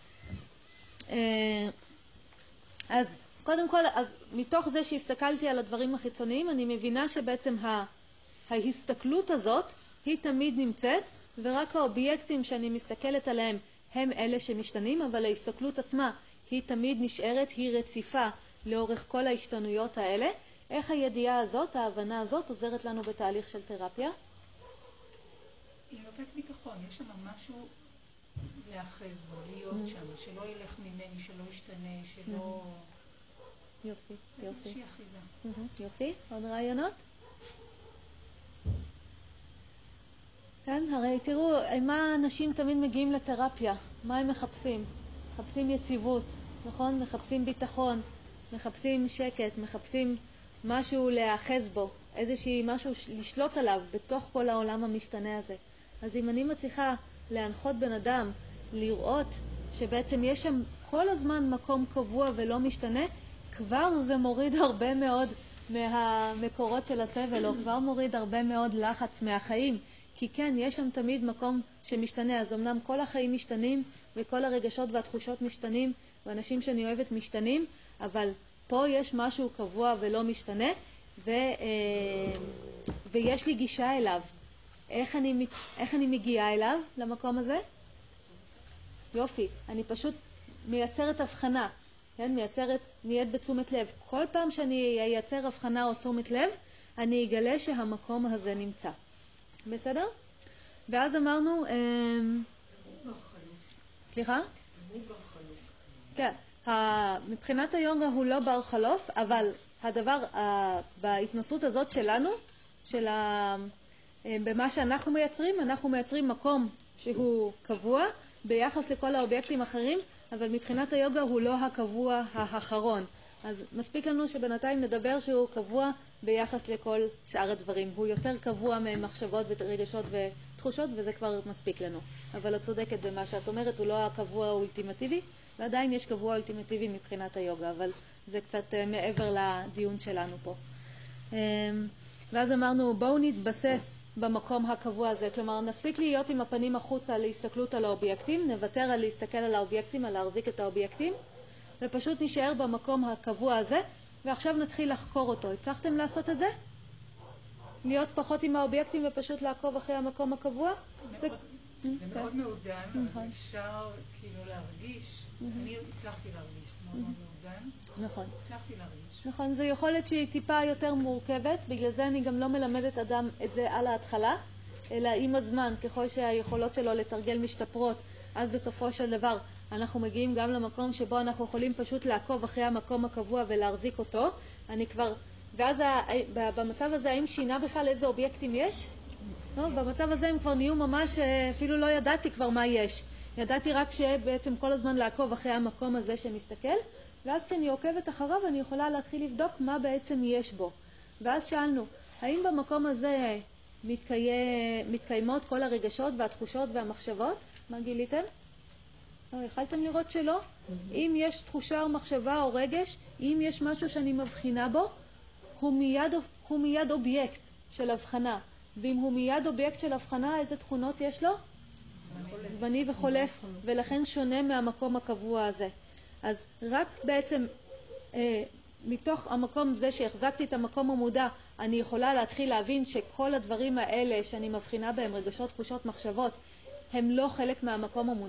אז קודם כל, אז מתוך זה שהסתכלתי על הדברים החיצוניים, אני מבינה שבעצם ההסתכלות הזאת היא תמיד נמצאת, ורק האובייקטים שאני מסתכלת עליהם הם אלה שמשתנים, אבל ההסתכלות עצמה היא תמיד נשארת, היא רציפה לאורך כל ההשתנויות האלה. איך הידיעה הזאת, ההבנה הזאת, עוזרת לנו בתהליך של תרפיה? היא נותנת ביטחון, יש שם משהו להאחז בו, להיות שם, שלא ילך ממני, שלא ישתנה, שלא... יופי, יופי. איזושהי אחיזה. יופי, עוד רעיונות? כן, הרי תראו, מה אנשים תמיד מגיעים לתרפיה? מה הם מחפשים? מחפשים יציבות, נכון? מחפשים ביטחון, מחפשים שקט, מחפשים משהו להאחז בו, איזושהי משהו לשלוט עליו בתוך כל העולם המשתנה הזה. אז אם אני מצליחה להנחות בן אדם, לראות שבעצם יש שם כל הזמן מקום קבוע ולא משתנה, כבר זה מוריד הרבה מאוד מהמקורות של הסבל, או כבר מוריד הרבה מאוד לחץ מהחיים. כי כן, יש שם תמיד מקום שמשתנה, אז אמנם כל החיים משתנים, וכל הרגשות והתחושות משתנים, ואנשים שאני אוהבת משתנים, אבל פה יש משהו קבוע ולא משתנה, ו, ויש לי גישה אליו. איך אני, איך אני מגיעה אליו, למקום הזה? יופי, אני פשוט מייצרת הבחנה, כן? מייצרת, נהיית בתשומת לב. כל פעם שאני אייצר הבחנה או תשומת לב, אני אגלה שהמקום הזה נמצא. בסדר? ואז אמרנו... סליחה? הוא בר חלוף. כן. מבחינת היוגה הוא לא בר חלוף, אבל הדבר, בהתנסות הזאת שלנו, של ה... במה שאנחנו מייצרים, אנחנו מייצרים מקום שהוא קבוע ביחס לכל האובייקטים האחרים, אבל מבחינת היוגה הוא לא הקבוע האחרון. אז מספיק לנו שבינתיים נדבר שהוא קבוע ביחס לכל שאר הדברים. הוא יותר קבוע ממחשבות ורגשות ותחושות, וזה כבר מספיק לנו. אבל את צודקת במה שאת אומרת, הוא לא הקבוע האולטימטיבי, ועדיין יש קבוע אולטימטיבי מבחינת היוגה, אבל זה קצת מעבר לדיון שלנו פה. ואז אמרנו, בואו נתבסס במקום הקבוע הזה, כלומר נפסיק להיות עם הפנים החוצה להסתכלות על האובייקטים, נוותר על להסתכל על האובייקטים, על להחזיק את האובייקטים, ופשוט נשאר במקום הקבוע הזה, ועכשיו נתחיל לחקור אותו. הצלחתם לעשות את זה? להיות פחות עם האובייקטים ופשוט לעקוב אחרי המקום הקבוע? מאוד, זה מאוד מעודן, אבל אפשר כאילו להרגיש, אני הצלחתי להרגיש מאוד מאוד מעודן. נכון. הצלחתי להרגיש. נכון, זו יכולת שהיא טיפה יותר מורכבת, בגלל זה אני גם לא מלמדת אדם את זה על ההתחלה, אלא עם הזמן, ככל שהיכולות שלו לתרגל משתפרות, אז בסופו של דבר אנחנו מגיעים גם למקום שבו אנחנו יכולים פשוט לעקוב אחרי המקום הקבוע ולהחזיק אותו. אני כבר, ואז במצב הזה, האם שינה בכלל איזה אובייקטים יש? לא, במצב הזה הם כבר נהיו ממש, אפילו לא ידעתי כבר מה יש. ידעתי רק שבעצם כל הזמן לעקוב אחרי המקום הזה שמסתכל, ואז כשאני עוקבת אחריו אני יכולה להתחיל לבדוק מה בעצם יש בו. ואז שאלנו, האם במקום הזה מתקיים, מתקיימות כל הרגשות והתחושות והמחשבות? מה גיליתם? לא, יכלתם לראות שלא? Mm-hmm. אם יש תחושה או מחשבה או רגש, אם יש משהו שאני מבחינה בו, הוא מיד, הוא מיד אובייקט של הבחנה. ואם הוא מיד אובייקט של הבחנה, איזה תכונות יש לו? זמני וחולף, ולכן שונה מהמקום הקבוע הזה. אז רק בעצם אה, מתוך המקום זה שהחזקתי את המקום המודע, אני יכולה להתחיל להבין שכל הדברים האלה שאני מבחינה בהם, רגשות, תחושות, מחשבות, הם לא חלק מהמקום המודע,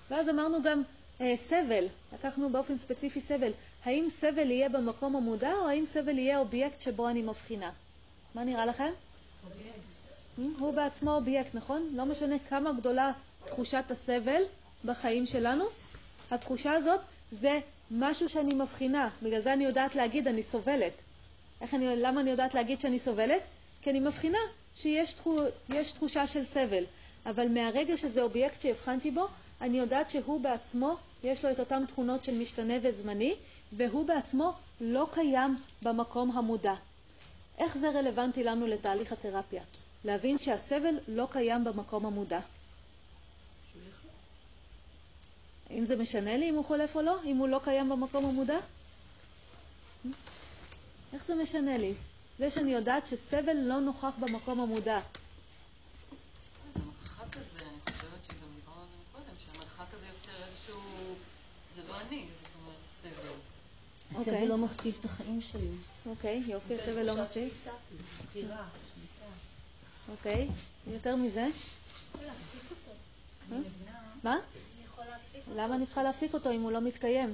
ואז אמרנו גם אה, סבל, לקחנו באופן ספציפי סבל. האם סבל יהיה במקום המודע, או האם סבל יהיה אובייקט שבו אני מבחינה? מה נראה לכם? אובייקט. הוא בעצמו אובייקט, נכון? לא משנה כמה גדולה תחושת הסבל בחיים שלנו. התחושה הזאת זה משהו שאני מבחינה. בגלל זה אני יודעת להגיד אני סובלת. איך אני, למה אני יודעת להגיד שאני סובלת? כי אני מבחינה שיש תחוש, יש תחושה של סבל. אבל מהרגע שזה אובייקט שהבחנתי בו, אני יודעת שהוא בעצמו, יש לו את אותן תכונות של משתנה וזמני, והוא בעצמו לא קיים במקום המודע. איך זה רלוונטי לנו לתהליך התרפיה? להבין שהסבל לא קיים במקום המודע. אם זה משנה לי אם הוא חולף או לא? אם הוא לא קיים במקום המודע? איך זה משנה לי? זה שאני יודעת שסבל לא נוכח במקום המודע. המרחק הזה, אני חושבת שגם דיברנו על זה מקודם, שהמרחק הזה יוצר איזשהו... זה לא אני, זאת אומרת, סבל. הסבל לא מכתיב את החיים שלי. אוקיי, יופי, הסבל לא מכתיב. בחירה, אוקיי, יותר מזה? אני מבינה... מה? אני יכול להפסיק אותו. למה אני צריכה להפסיק אותו אם הוא לא מתקיים?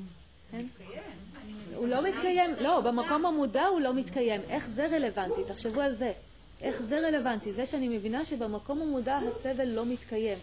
מתקיים. הוא לא מתקיים, לא, במקום המודע הוא לא מתקיים. איך זה רלוונטי? תחשבו על זה. איך זה רלוונטי? זה שאני מבינה שבמקום המודע הסבל לא מתקיים.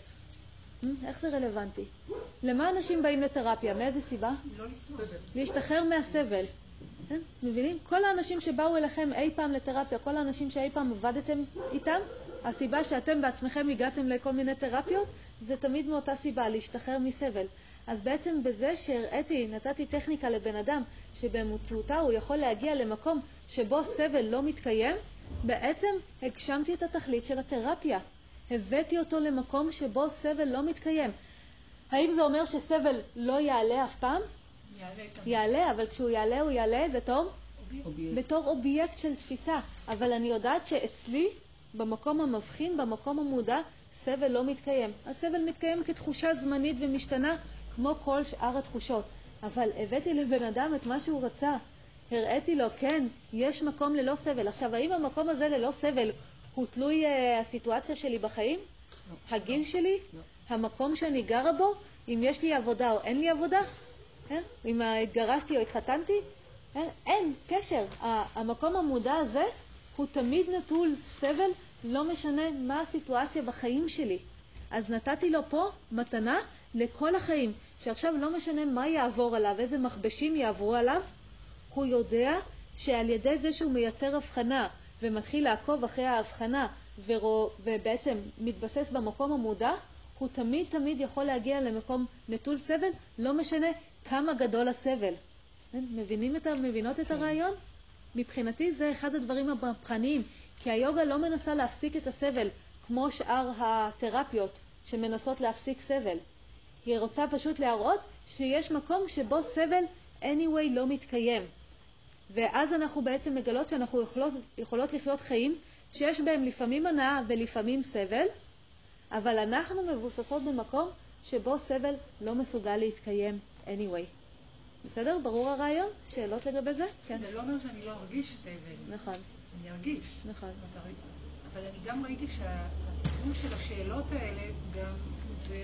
איך זה רלוונטי? למה אנשים באים לתרפיה? מאיזה סיבה? לא לסבול. להשתחרר מהסבל. כן? מבינים? כל האנשים שבאו אליכם אי פעם לתרפיה, כל האנשים שאי פעם עבדתם איתם, הסיבה שאתם בעצמכם הגעתם לכל מיני תרפיות, זה תמיד מאותה סיבה, להשתחרר מסבל. אז בעצם בזה שהראיתי, נתתי טכניקה לבן אדם, שבמוצאותה הוא יכול להגיע למקום שבו סבל לא מתקיים, בעצם הגשמתי את התכלית של התרפיה. הבאתי אותו למקום שבו סבל לא מתקיים. האם זה אומר שסבל לא יעלה אף פעם? יעלה. יעלה, אבל כשהוא יעלה, הוא יעלה בתור? אובייקט. בתור אובייקט של תפיסה. אבל אני יודעת שאצלי, במקום המבחין, במקום המודע, סבל לא מתקיים. הסבל מתקיים כתחושה זמנית ומשתנה, כמו כל שאר התחושות. אבל הבאתי לבן אדם את מה שהוא רצה. הראיתי לו, כן, יש מקום ללא סבל. עכשיו, האם המקום הזה ללא סבל הוא תלוי uh, הסיטואציה שלי בחיים? לא. הגיל שלי? לא. המקום שאני גרה בו? אם יש לי עבודה או אין לי עבודה? כן? אם התגרשתי או התחתנתי? אין, אין קשר. המקום המודע הזה הוא תמיד נטול סבל, לא משנה מה הסיטואציה בחיים שלי. אז נתתי לו פה מתנה לכל החיים, שעכשיו לא משנה מה יעבור עליו, איזה מחבשים יעברו עליו, הוא יודע שעל ידי זה שהוא מייצר הבחנה ומתחיל לעקוב אחרי ההבחנה ורוא, ובעצם מתבסס במקום המודע, הוא תמיד תמיד יכול להגיע למקום נטול סבל, לא משנה כמה גדול הסבל. מבינים את, מבינות את הרעיון? מבחינתי זה אחד הדברים המהפכניים, כי היוגה לא מנסה להפסיק את הסבל כמו שאר התרפיות שמנסות להפסיק סבל. היא רוצה פשוט להראות שיש מקום שבו סבל anyway לא מתקיים. ואז אנחנו בעצם מגלות שאנחנו יכולות, יכולות לחיות חיים שיש בהם לפעמים הנאה ולפעמים סבל, אבל אנחנו מבוססות במקום שבו סבל לא מסוגל להתקיים anyway. בסדר? ברור הרעיון? שאלות לגבי זה? כן. זה לא אומר שאני לא ארגיש סבל. נכון. אני ארגיש. נכון. אבל אני גם ראיתי שהטיפול של השאלות האלה גם עוזר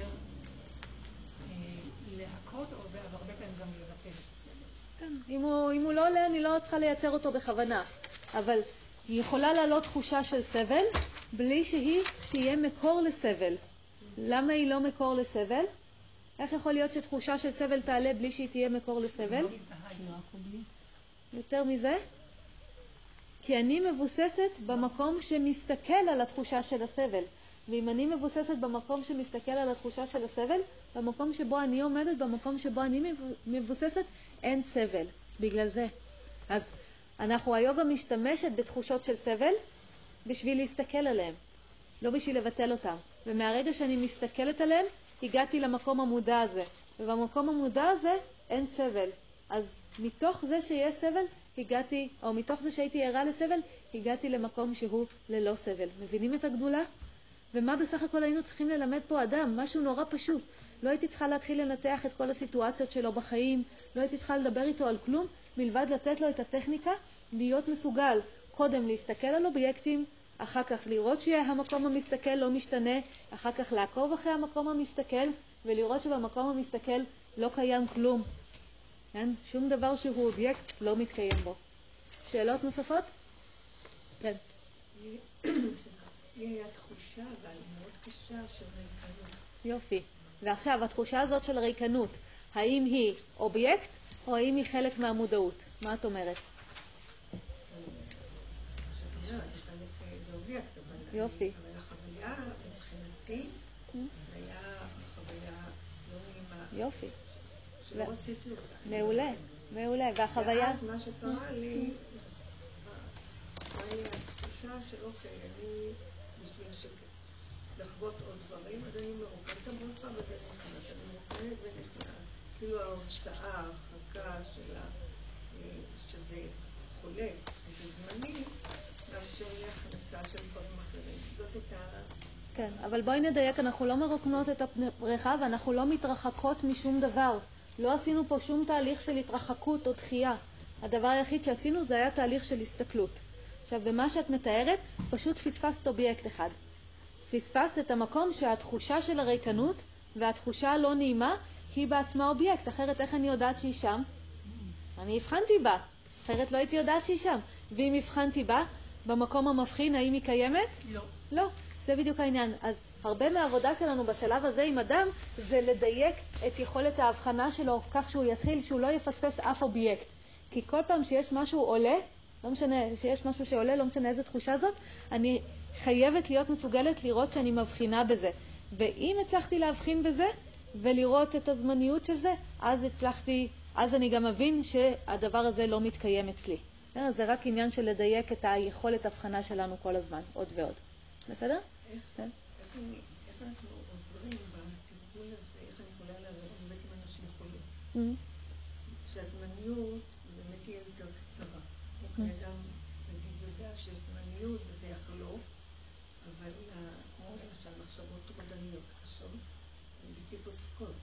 אה, להכות, או הרבה פעמים גם לבטל את הסבל. כן. אם הוא, אם הוא לא עולה, אני לא צריכה לייצר אותו בכוונה. אבל היא יכולה לעלות תחושה של סבל, בלי שהיא תהיה מקור לסבל. למה היא לא מקור לסבל? איך יכול להיות שתחושה של סבל תעלה בלי שהיא תהיה מקור לסבל? יותר מזה? כי אני מבוססת במקום שמסתכל על התחושה של הסבל. ואם אני מבוססת במקום שמסתכל על התחושה של הסבל, במקום שבו אני עומדת, במקום שבו אני מבוססת, אין סבל. בגלל זה. אז אנחנו היוגה משתמשת בתחושות של סבל בשביל להסתכל עליהם, לא בשביל לבטל אותם. ומהרגע שאני מסתכלת עליהם, הגעתי למקום המודע הזה. ובמקום המודע הזה אין סבל. אז מתוך זה שיש סבל, הגעתי, או מתוך זה שהייתי ערה לסבל, הגעתי למקום שהוא ללא סבל. מבינים את הגדולה? ומה בסך הכל היינו צריכים ללמד פה אדם? משהו נורא פשוט. לא הייתי צריכה להתחיל לנתח את כל הסיטואציות שלו בחיים, לא הייתי צריכה לדבר איתו על כלום, מלבד לתת לו את הטכניקה להיות מסוגל קודם להסתכל על אובייקטים, אחר כך לראות שהמקום המסתכל לא משתנה, אחר כך לעקוב אחרי המקום המסתכל, ולראות שבמקום המסתכל לא קיים כלום. כן? שום דבר שהוא אובייקט לא מתקיים בו. שאלות נוספות? כן. לי היה תחושה, אבל מאוד קשה, של ריקנות. יופי. ועכשיו, התחושה הזאת של ריקנות, האם היא אובייקט או האם היא חלק מהמודעות? מה את אומרת? זה אובייקט, אבל יופי. החוויה מבחינתי, זה היה חוויה לא נעימה. יופי. שלא רציתי אותה. מעולה, מעולה. והחוויה... ואז מה שקרה לי, היה לי התחושה של אוקיי, אני בשביל לחוות עוד דברים, אז אני מרוקנת הברכה וזה נכנס. אני מרוקנת ונכנס. כאילו ההוצאה, ההרחקה שלה, שזה חולף, זה זמני, מאפשר לי הכנסה של דברים אחרים. זאת הייתה... כן, אבל בואי נדייק, אנחנו לא מרוקנות את הבריכה ואנחנו לא מתרחקות משום דבר. לא עשינו פה שום תהליך של התרחקות או דחייה. הדבר היחיד שעשינו זה היה תהליך של הסתכלות. עכשיו, במה שאת מתארת, פשוט פספסת אובייקט אחד. פספסת את המקום שהתחושה של הריקנות והתחושה הלא נעימה היא בעצמה אובייקט. אחרת איך אני יודעת שהיא שם? אני הבחנתי בה. אחרת לא הייתי יודעת שהיא שם. ואם הבחנתי בה, במקום המבחין, האם היא קיימת? לא. לא. זה בדיוק העניין. אז הרבה מהעבודה שלנו בשלב הזה עם אדם זה לדייק את יכולת ההבחנה שלו כך שהוא יתחיל, שהוא לא יפספס אף אובייקט. כי כל פעם שיש משהו עולה, לא משנה, שיש משהו שעולה, לא משנה איזה תחושה זאת, אני חייבת להיות מסוגלת לראות שאני מבחינה בזה. ואם הצלחתי להבחין בזה ולראות את הזמניות של זה, אז הצלחתי, אז אני גם מבין שהדבר הזה לא מתקיים אצלי. זה רק עניין של לדייק את היכולת הבחנה שלנו כל הזמן, עוד ועוד. בסדר? איך אנחנו עוזרים בטיפול הזה, איך אני יכולה לעבוד עם אנשים חולים? שהזמניות באמת תהיה יותר קצרה. אוקיי, אדם נגיד יודע שיש זמניות וזה יחלוף, אבל כמו למשל מחשבות טורדניות קשות, הן בלתי פוסקות.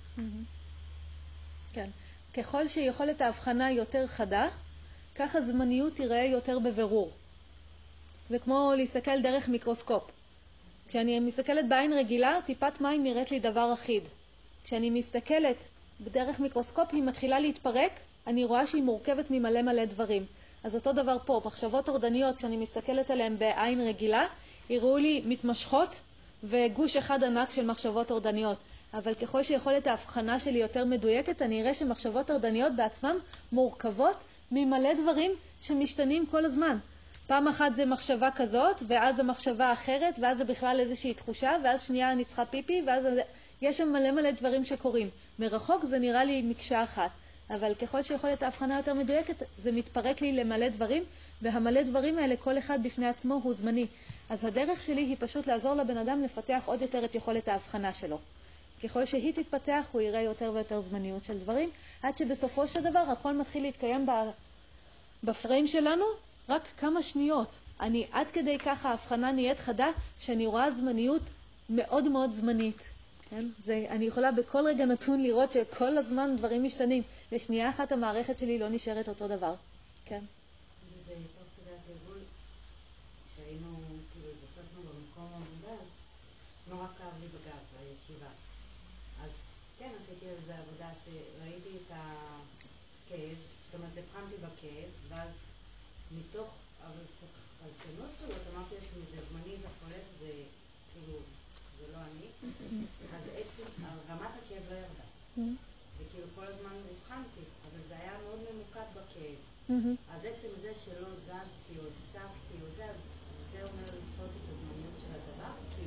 כן. ככל שיכולת ההבחנה יותר חדה, כך הזמניות תיראה יותר בבירור. זה כמו להסתכל דרך מיקרוסקופ. כשאני מסתכלת בעין רגילה, טיפת מים נראית לי דבר אחיד. כשאני מסתכלת בדרך מיקרוסקופ, היא מתחילה להתפרק, אני רואה שהיא מורכבת ממלא מלא דברים. אז אותו דבר פה, מחשבות טורדניות, כשאני מסתכלת עליהן בעין רגילה, יראו לי מתמשכות וגוש אחד ענק של מחשבות טורדניות. אבל ככל שיכולת ההבחנה שלי יותר מדויקת, אני אראה שמחשבות טורדניות בעצמם מורכבות ממלא דברים שמשתנים כל הזמן. פעם אחת זה מחשבה כזאת, ואז זה מחשבה אחרת, ואז זה בכלל איזושהי תחושה, ואז שנייה אני צריכה פיפי, ואז יש שם מלא מלא דברים שקורים. מרחוק זה נראה לי מקשה אחת, אבל ככל שיכולת ההבחנה יותר מדויקת, זה מתפרק לי למלא דברים, והמלא דברים האלה, כל אחד בפני עצמו הוא זמני. אז הדרך שלי היא פשוט לעזור לבן אדם לפתח עוד יותר את יכולת ההבחנה שלו. ככל שהיא תתפתח, הוא יראה יותר ויותר זמניות של דברים, עד שבסופו של דבר הכל מתחיל להתקיים בפריים שלנו, רק כמה שניות. אני עד כדי ככה ההבחנה נהיית חדה, שאני רואה זמניות מאוד מאוד זמנית. כן? זה, אני יכולה בכל רגע נתון לראות שכל הזמן דברים משתנים. לשנייה אחת המערכת שלי לא נשארת אותו דבר. כן? ובתוך כדי התרגול, שהיינו, כאילו, התבססנו במקום העבודה, אז נורא כאב לי בגב, בישיבה. אז כן, עשיתי על זה עבודה שראיתי את הכאב, זאת אומרת, הבחנתי בכאב, ואז מתוך החלטנות כזאת, אמרתי לעצמי, זה זמני וחולף, זה כאילו, זה לא אני. אז עצם, רמת הכאב לא ירדה. וכאילו כל הזמן הבחנתי, אבל זה היה מאוד ממוקד בכאב. אז עצם זה שלא זזתי או הפסקתי או זה, אז זה אומר לתפוס את הזמניות של הדבר. כי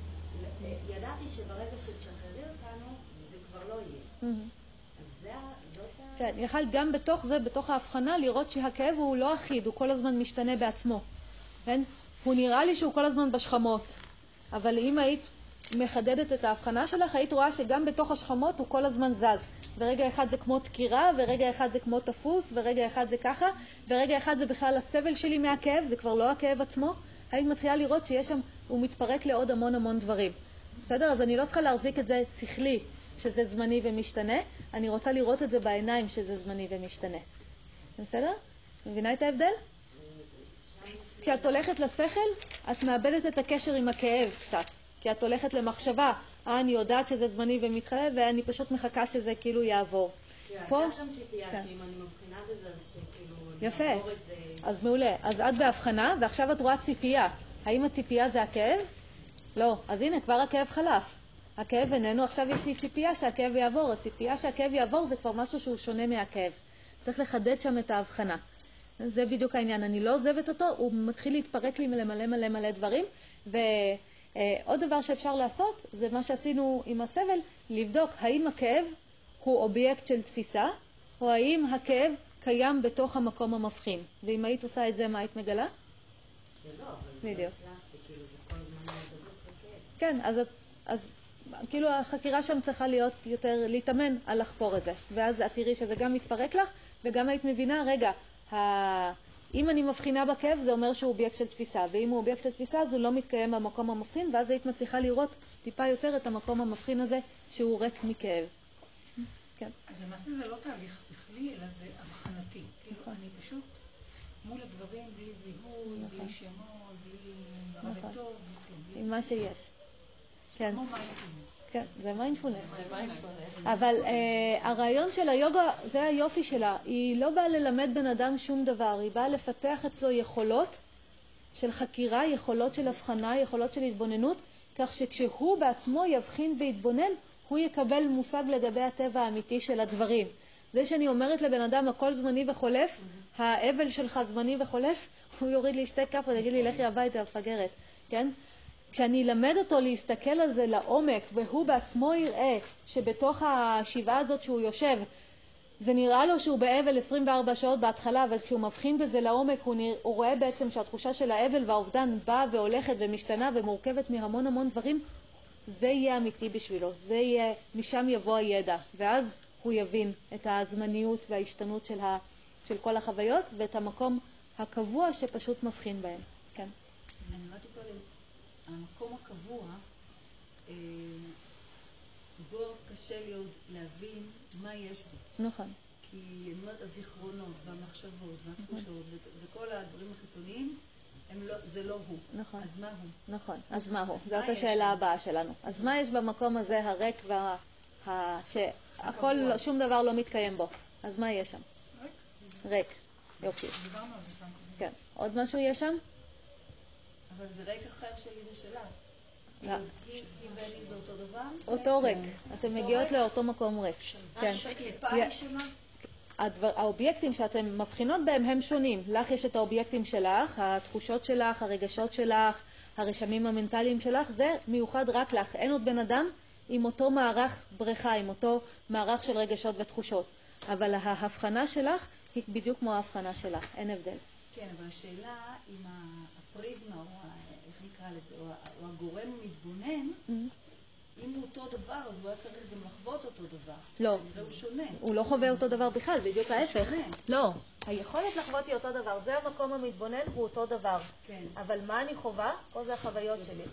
ידעתי שברגע שתשחררי אותנו, זה כבר לא יהיה. אז זה, זאת ה... כן, יכלת גם בתוך זה, בתוך ההבחנה, לראות שהכאב הוא לא אחיד, הוא כל הזמן משתנה בעצמו. כן? הוא נראה לי שהוא כל הזמן בשכמות. אבל אם היית מחדדת את ההבחנה שלך, היית רואה שגם בתוך השכמות הוא כל הזמן זז. ורגע אחד זה כמו תקירה, ורגע אחד זה כמו תפוס, ורגע אחד זה ככה, ורגע אחד זה בכלל הסבל שלי מהכאב, זה כבר לא הכאב עצמו. היית מתחילה לראות שיש שם, הוא מתפרק לעוד המון המון דברים. בסדר? אז אני לא צריכה להחזיק את זה שכלי, שזה זמני ומשתנה. אני רוצה לראות את זה בעיניים שזה זמני ומשתנה. בסדר? מבינה את ההבדל? כשאת הולכת לשכל, את מאבדת את הקשר עם הכאב קצת. כי את הולכת למחשבה, אה, אני יודעת שזה זמני ומתחלף, ואני פשוט מחכה שזה כאילו יעבור. פה? הייתה שם ציפייה שאם אני מבחינה בזה, אז שכאילו אני יפה. אעבור את זה... אז מעולה. אז את בהבחנה, ועכשיו את רואה ציפייה. האם הציפייה זה הכאב? לא. אז הנה, כבר הכאב חלף. הכאב איננו, עכשיו יש לי ציפייה שהכאב יעבור. הציפייה שהכאב יעבור זה כבר משהו שהוא שונה מהכאב. צריך לחדד שם את ההבחנה. זה בדיוק העניין. אני לא עוזבת אותו, הוא מתחיל להתפרק לי למלא מלא מלא דברים. ועוד דבר שאפשר לעשות, זה מה שעשינו עם הסבל, לבדוק האם הכאב הוא אובייקט של תפיסה, או האם הכאב קיים בתוך המקום המבחין. ואם היית עושה את זה, מה היית מגלה? שלא, אבל בדיוק. לא הצלחתי, כאילו זה כל הזמן לדבוק לכאב. כן, אז, אז כאילו החקירה שם צריכה להיות יותר להתאמן על לחקור את זה. ואז את תראי שזה גם מתפרק לך, וגם היית מבינה, רגע, ה... אם אני מבחינה בכאב, זה אומר שהוא אובייקט של תפיסה, ואם הוא אובייקט של תפיסה, אז הוא לא מתקיים במקום המבחין, ואז היית מצליחה לראות טיפה יותר את המקום המבחין הזה, שהוא ריק מכאב. כן. אז למעשה זה לא תהליך שכלי, אלא זה הבחנתי. כאילו, אני פשוט מול הדברים בלי זיהוי, בלי שמות, בלי רבי טוב, בלי עם מה שיש. כן. כמו מיינדפולנס. כן, זה מיינדפולנס. זה מיינדפולנס. אבל אה, הרעיון של היוגה, זה היופי שלה, היא לא באה ללמד בן אדם שום דבר, היא באה לפתח אצלו יכולות של חקירה, יכולות של הבחנה, יכולות של התבוננות, כך שכשהוא בעצמו יבחין ויתבונן, הוא יקבל מושג לגבי הטבע האמיתי של הדברים. זה שאני אומרת לבן אדם, הכל זמני וחולף, האבל שלך זמני וחולף, הוא יוריד לי שתי כף ויגיד לי, לכי הביתה, מפגרת. כן? כשאני אלמד אותו להסתכל על זה לעומק, והוא בעצמו יראה שבתוך השבעה הזאת שהוא יושב, זה נראה לו שהוא באבל עשרים וארבע שעות בהתחלה, אבל כשהוא מבחין בזה לעומק, הוא, נרא, הוא רואה בעצם שהתחושה של האבל והאובדן באה והולכת ומשתנה ומורכבת מהמון המון דברים, זה יהיה אמיתי בשבילו, זה יהיה, משם יבוא הידע, ואז הוא יבין את הזמניות וההשתנות של, ה, של כל החוויות, ואת המקום הקבוע שפשוט מבחין בהם. כן. אני אמרתי קודם, המקום הקבוע, אה, בו קשה לי עוד להבין מה יש בו. נכון. כי אני אומרת, הזיכרונות והמחשבות והתחושות וכל הדברים החיצוניים, הם לא, זה לא הוא. נכון. אז מה הוא? נכון. אז מה הוא? זאת יש השאלה שם? הבאה שלנו. אז מה יש במקום הזה הריק וה... ה... שהכל, לא- שום דבר לא מתקיים בו. אז מה יש שם? ריק. ריק. יופי. דיברנו על זה פעם קודם. כן. עוד משהו יש שם? אבל זה ריק אחר שלי ושלה. לא. אז היא היא ואני זה אותו דבר? אותו ריק. אתם אותו מגיעות ריק? לאותו מקום ריק. כן. הקליפה י- היא שונה? הדבר, האובייקטים שאתם מבחינות בהם הם שונים. לך יש את האובייקטים שלך, התחושות שלך, הרגשות שלך, הרשמים המנטליים שלך, זה מיוחד רק לך. אין עוד בן אדם עם אותו מערך בריכה, עם אותו מערך של רגשות ותחושות. אבל ההבחנה שלך היא בדיוק כמו ההבחנה שלך, אין הבדל. כן, אבל השאלה אם הפריזמה, או ה- איך נקרא לזה, או ה- או הגורם המתבונן, אם הוא אותו דבר, אז הוא היה צריך גם לחוות אותו דבר. לא. כנראה הוא שונה. הוא לא חווה אותו דבר בכלל, בדיוק ההפך. שונה. לא. היכולת לחוות היא אותו דבר, זה המקום המתבונן, הוא אותו דבר. כן. אבל מה אני חווה? פה זה החוויות שלי.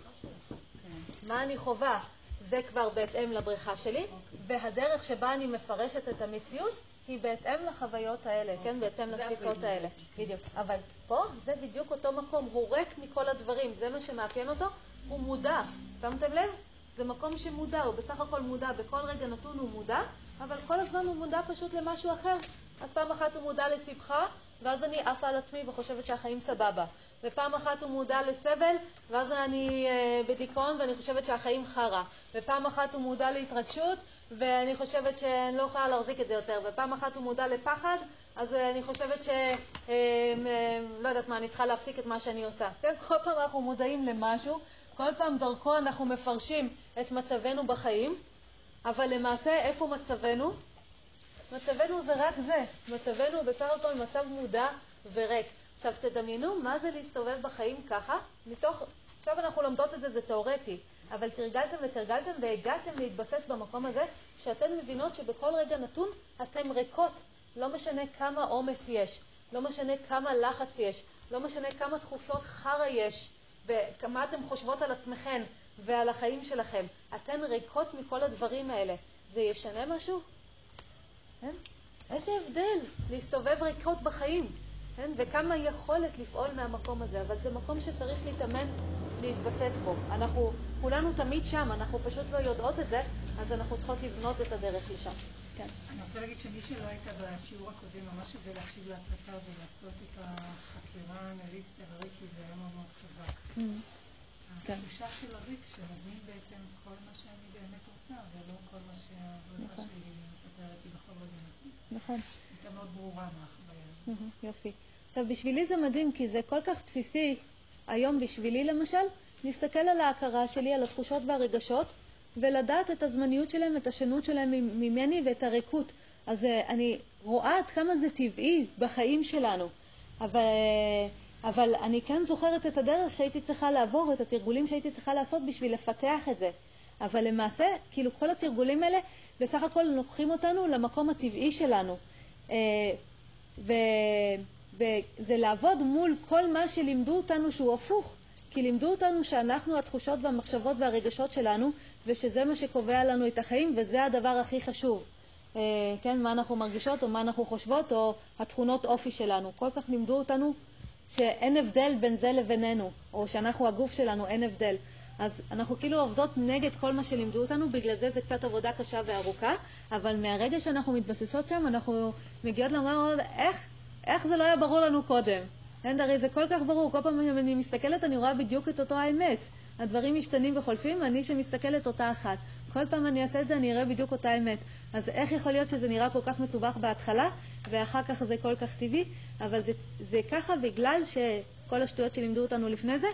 כן. מה אני חווה? זה כבר בהתאם לבריכה שלי, והדרך שבה אני מפרשת את המציאות היא בהתאם לחוויות האלה, כן? בהתאם זה לתפיסות הפריזמה. האלה. בדיוק. אבל פה זה בדיוק אותו מקום, הוא ריק מכל הדברים, זה מה שמאפיין אותו, הוא מודע. שמתם לב? זה מקום שמודע, הוא בסך הכל מודע, בכל רגע נתון הוא מודע, אבל כל הזמן הוא מודע פשוט למשהו אחר. אז פעם אחת הוא מודע לשמחה, ואז אני עפה על עצמי וחושבת שהחיים סבבה. ופעם אחת הוא מודע לסבל, ואז אני אה, בדיכאון ואני חושבת שהחיים חרה. ופעם אחת הוא מודע להתרגשות, ואני חושבת שאני לא יכולה להחזיק את זה יותר. ופעם אחת הוא מודע לפחד, אז אה, אני חושבת ש... אה, אה, לא יודעת מה, אני צריכה להפסיק את מה שאני עושה. כן? כל פעם אנחנו מודעים למשהו, כל פעם דרכו אנחנו מפרשים את מצבנו בחיים, אבל למעשה איפה מצבנו? מצבנו זה רק זה. מצבנו בסך הכל מצב מודע וריק. עכשיו תדמיינו מה זה להסתובב בחיים ככה, מתוך, עכשיו אנחנו לומדות את זה, זה תיאורטי, אבל תרגלתם ותרגלתם והגעתם להתבסס במקום הזה, שאתן מבינות שבכל רגע נתון אתם ריקות, לא משנה כמה עומס יש, לא משנה כמה לחץ יש, לא משנה כמה תחושות חרה יש, וכמה אתם חושבות על עצמכם ועל החיים שלכם. אתן ריקות מכל הדברים האלה. זה ישנה משהו? כן? איזה הבדל להסתובב ריקות בחיים. כן? וכמה יכולת לפעול מהמקום הזה. אבל זה מקום שצריך להתאמן, להתבסס בו. אנחנו כולנו תמיד שם, אנחנו פשוט לא יודעות את זה, אז אנחנו צריכות לבנות את הדרך לשם. כן. אני רוצה להגיד שמי שלא הייתה בשיעור הקודם, ממש שווה להקשיב להקלטה ולעשות את החקירה האנליטית על הריק, כי זה היה מאוד מאוד חזק. התחושה של הריק שמזמין בעצם כל מה שאני באמת רוצה, ולא כל מה שהעבודה שלי מספרת לי בכל רגע נתון. נכון. הייתה מאוד ברורה מהחוויה הזאת. יופי. עכשיו, בשבילי זה מדהים, כי זה כל כך בסיסי היום בשבילי למשל, להסתכל על ההכרה שלי, על התחושות והרגשות, ולדעת את הזמניות שלהם, את השונות שלהם ממני ואת הריקות. אז אני רואה עד כמה זה טבעי בחיים שלנו. אבל, אבל אני כן זוכרת את הדרך שהייתי צריכה לעבור, את התרגולים שהייתי צריכה לעשות בשביל לפתח את זה. אבל למעשה, כאילו כל התרגולים האלה בסך הכל לוקחים אותנו למקום הטבעי שלנו. ו... וזה לעבוד מול כל מה שלימדו אותנו שהוא הפוך. כי לימדו אותנו שאנחנו התחושות והמחשבות והרגשות שלנו, ושזה מה שקובע לנו את החיים, וזה הדבר הכי חשוב. כן, מה אנחנו מרגישות או מה אנחנו חושבות, או התכונות אופי שלנו. כל כך לימדו אותנו שאין הבדל בין זה לבינינו, או שאנחנו הגוף שלנו, אין הבדל. אז אנחנו כאילו עובדות נגד כל מה שלימדו אותנו, בגלל זה זה קצת עבודה קשה וארוכה, אבל מהרגע שאנחנו מתבססות שם, אנחנו מגיעות לומר, איך, איך זה לא היה ברור לנו קודם? אין, הרי זה כל כך ברור, כל פעם אני מסתכלת, אני רואה בדיוק את אותו האמת. הדברים משתנים וחולפים, אני שמסתכלת אותה אחת. כל פעם אני אעשה את זה, אני אראה בדיוק אותה אמת. אז איך יכול להיות שזה נראה כל כך מסובך בהתחלה, ואחר כך זה כל כך טבעי? אבל זה, זה ככה בגלל שכל השטויות שלימדו אותנו לפני זה,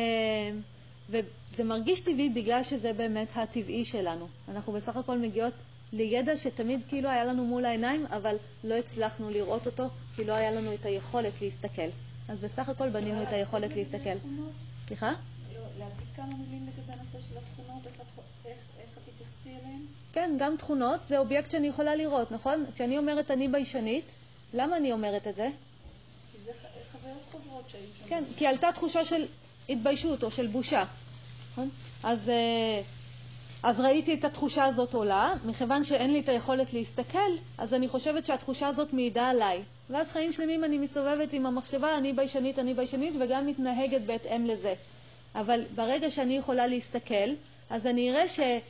וזה מרגיש טבעי בגלל שזה באמת הטבעי שלנו. אנחנו בסך הכל מגיעות לידע שתמיד כאילו היה לנו מול העיניים, אבל לא הצלחנו לראות אותו, כי לא היה לנו את היכולת להסתכל. אז בסך הכל בנינו את היכולת להסתכל. סליחה? להגיד כמה מילים לגבי הנושא של התכונות, איך, איך, איך את תתייחסי אליהן? כן, גם תכונות, זה אובייקט שאני יכולה לראות, נכון? כשאני אומרת אני ביישנית, למה אני אומרת את זה? כי זה חוויות חוזרות שהיו שם. כן, כי עלתה תחושה של התביישות או של בושה. נכון? אז, אז ראיתי את התחושה הזאת עולה, מכיוון שאין לי את היכולת להסתכל, אז אני חושבת שהתחושה הזאת מעידה עליי. ואז חיים שלמים אני מסובבת עם המחשבה, אני ביישנית, אני ביישנית, וגם מתנהגת בהתאם לזה. אבל ברגע שאני יכולה להסתכל, אז אני אראה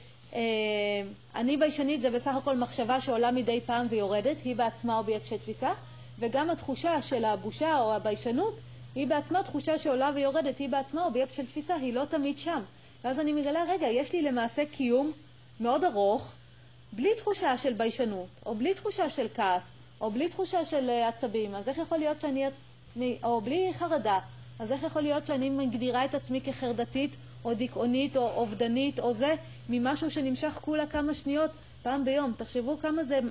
שאני ביישנית זה בסך הכל מחשבה שעולה מדי פעם ויורדת, היא בעצמה אובייקט של תפיסה, וגם התחושה של הבושה או הביישנות, היא בעצמה תחושה שעולה ויורדת, היא בעצמה אובייקט של תפיסה, היא לא תמיד שם. ואז אני מגלה, רגע, יש לי למעשה קיום מאוד ארוך, בלי תחושה של ביישנות, או בלי תחושה של כעס, או בלי תחושה של עצבים. אז איך יכול להיות שאני, או בלי חרדה, אז איך יכול להיות שאני מגדירה את עצמי כחרדתית, או דיכאונית, או אובדנית, או זה, ממשהו שנמשך כולה כמה שניות, פעם ביום. תחשבו כמה זה,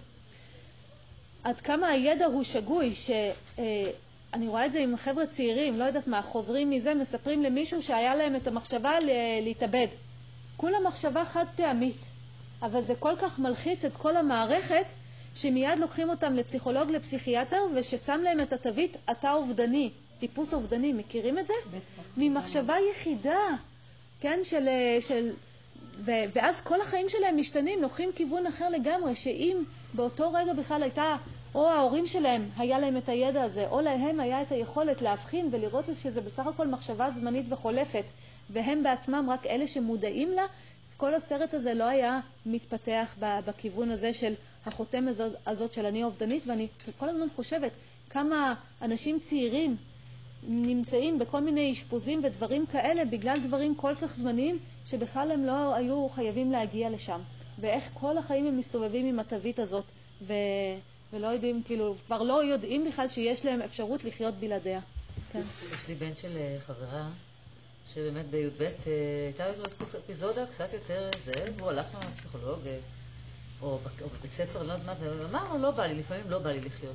עד כמה הידע הוא שגוי, שאני רואה את זה עם חבר'ה צעירים, לא יודעת מה, חוזרים מזה, מספרים למישהו שהיה להם את המחשבה להתאבד. כולה מחשבה חד פעמית, אבל זה כל כך מלחיץ את כל המערכת, שמיד לוקחים אותם לפסיכולוג, לפסיכיאטר, וששם להם את התווית, אתה אובדני, טיפוס אובדני, מכירים את זה? ממחשבה יחידה, כן, של, של, ו, ואז כל החיים שלהם משתנים, לוקחים כיוון אחר לגמרי, שאם באותו רגע בכלל הייתה, או ההורים שלהם היה להם את הידע הזה, או להם היה את היכולת להבחין ולראות שזה בסך הכל מחשבה זמנית וחולפת, והם בעצמם רק אלה שמודעים לה, כל הסרט הזה לא היה מתפתח בכיוון הזה של החותם הזאת, הזאת של אני אובדנית, ואני כל הזמן חושבת כמה אנשים צעירים נמצאים בכל מיני אשפוזים ודברים כאלה בגלל דברים כל כך זמניים שבכלל הם לא היו חייבים להגיע לשם. ואיך כל החיים הם מסתובבים עם התווית הזאת ו... ולא יודעים, כאילו, כבר לא יודעים בכלל שיש להם אפשרות לחיות בלעדיה. כן. יש לי בן של חברה שבאמת בי"ב הייתה לו אפיזודה קצת יותר זה, והוא הלך שם לפסיכולוג או בבית ספר, לא יודעת מה, ואמר, לא בא לי, לפעמים לא בא לי לחיות.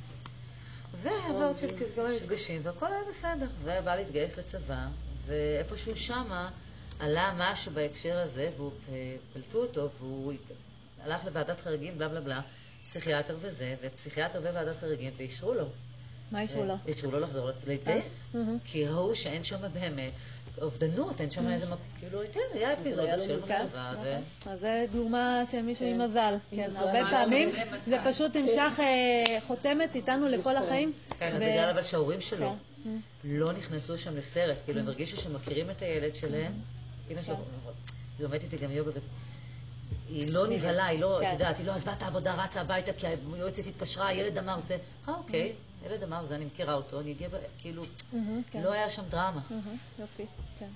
ועבר של כמה מפגשים, והכל היה בסדר. ובא להתגייס לצבא, ואיפשהו שמה עלה משהו בהקשר הזה, והוא פלטו אותו, והוא הלך לוועדת חריגים, בלה בלה בלה, פסיכיאטר וזה, ופסיכיאטר וועדת חריגים, ואישרו לו. מה אישרו לו? אישרו לו לחזור להתגייס. כי ראו שאין שם באמת אובדנות, אין שם איזה, כאילו, כן, היה אפיזודה של מחשבה. אז זה דוגמה שמישהו עם מזל. כן, הרבה פעמים זה פשוט נמשך חותמת איתנו לכל החיים. כן, בגלל אבל שההורים שלו לא נכנסו שם לסרט, כאילו הם הרגישו שמכירים את הילד שלהם, אמא שלו, היא לומדת איתי גם יוגה, היא לא נבהלה, היא לא, את יודעת, היא לא עזבה את העבודה, רצה הביתה, כי היועצת התקשרה, הילד אמר זה, אה, אוקיי, ילד אמר זה, אני מכירה אותו, אני אגיע, כאילו, לא היה שם דרמה. יופי, כן.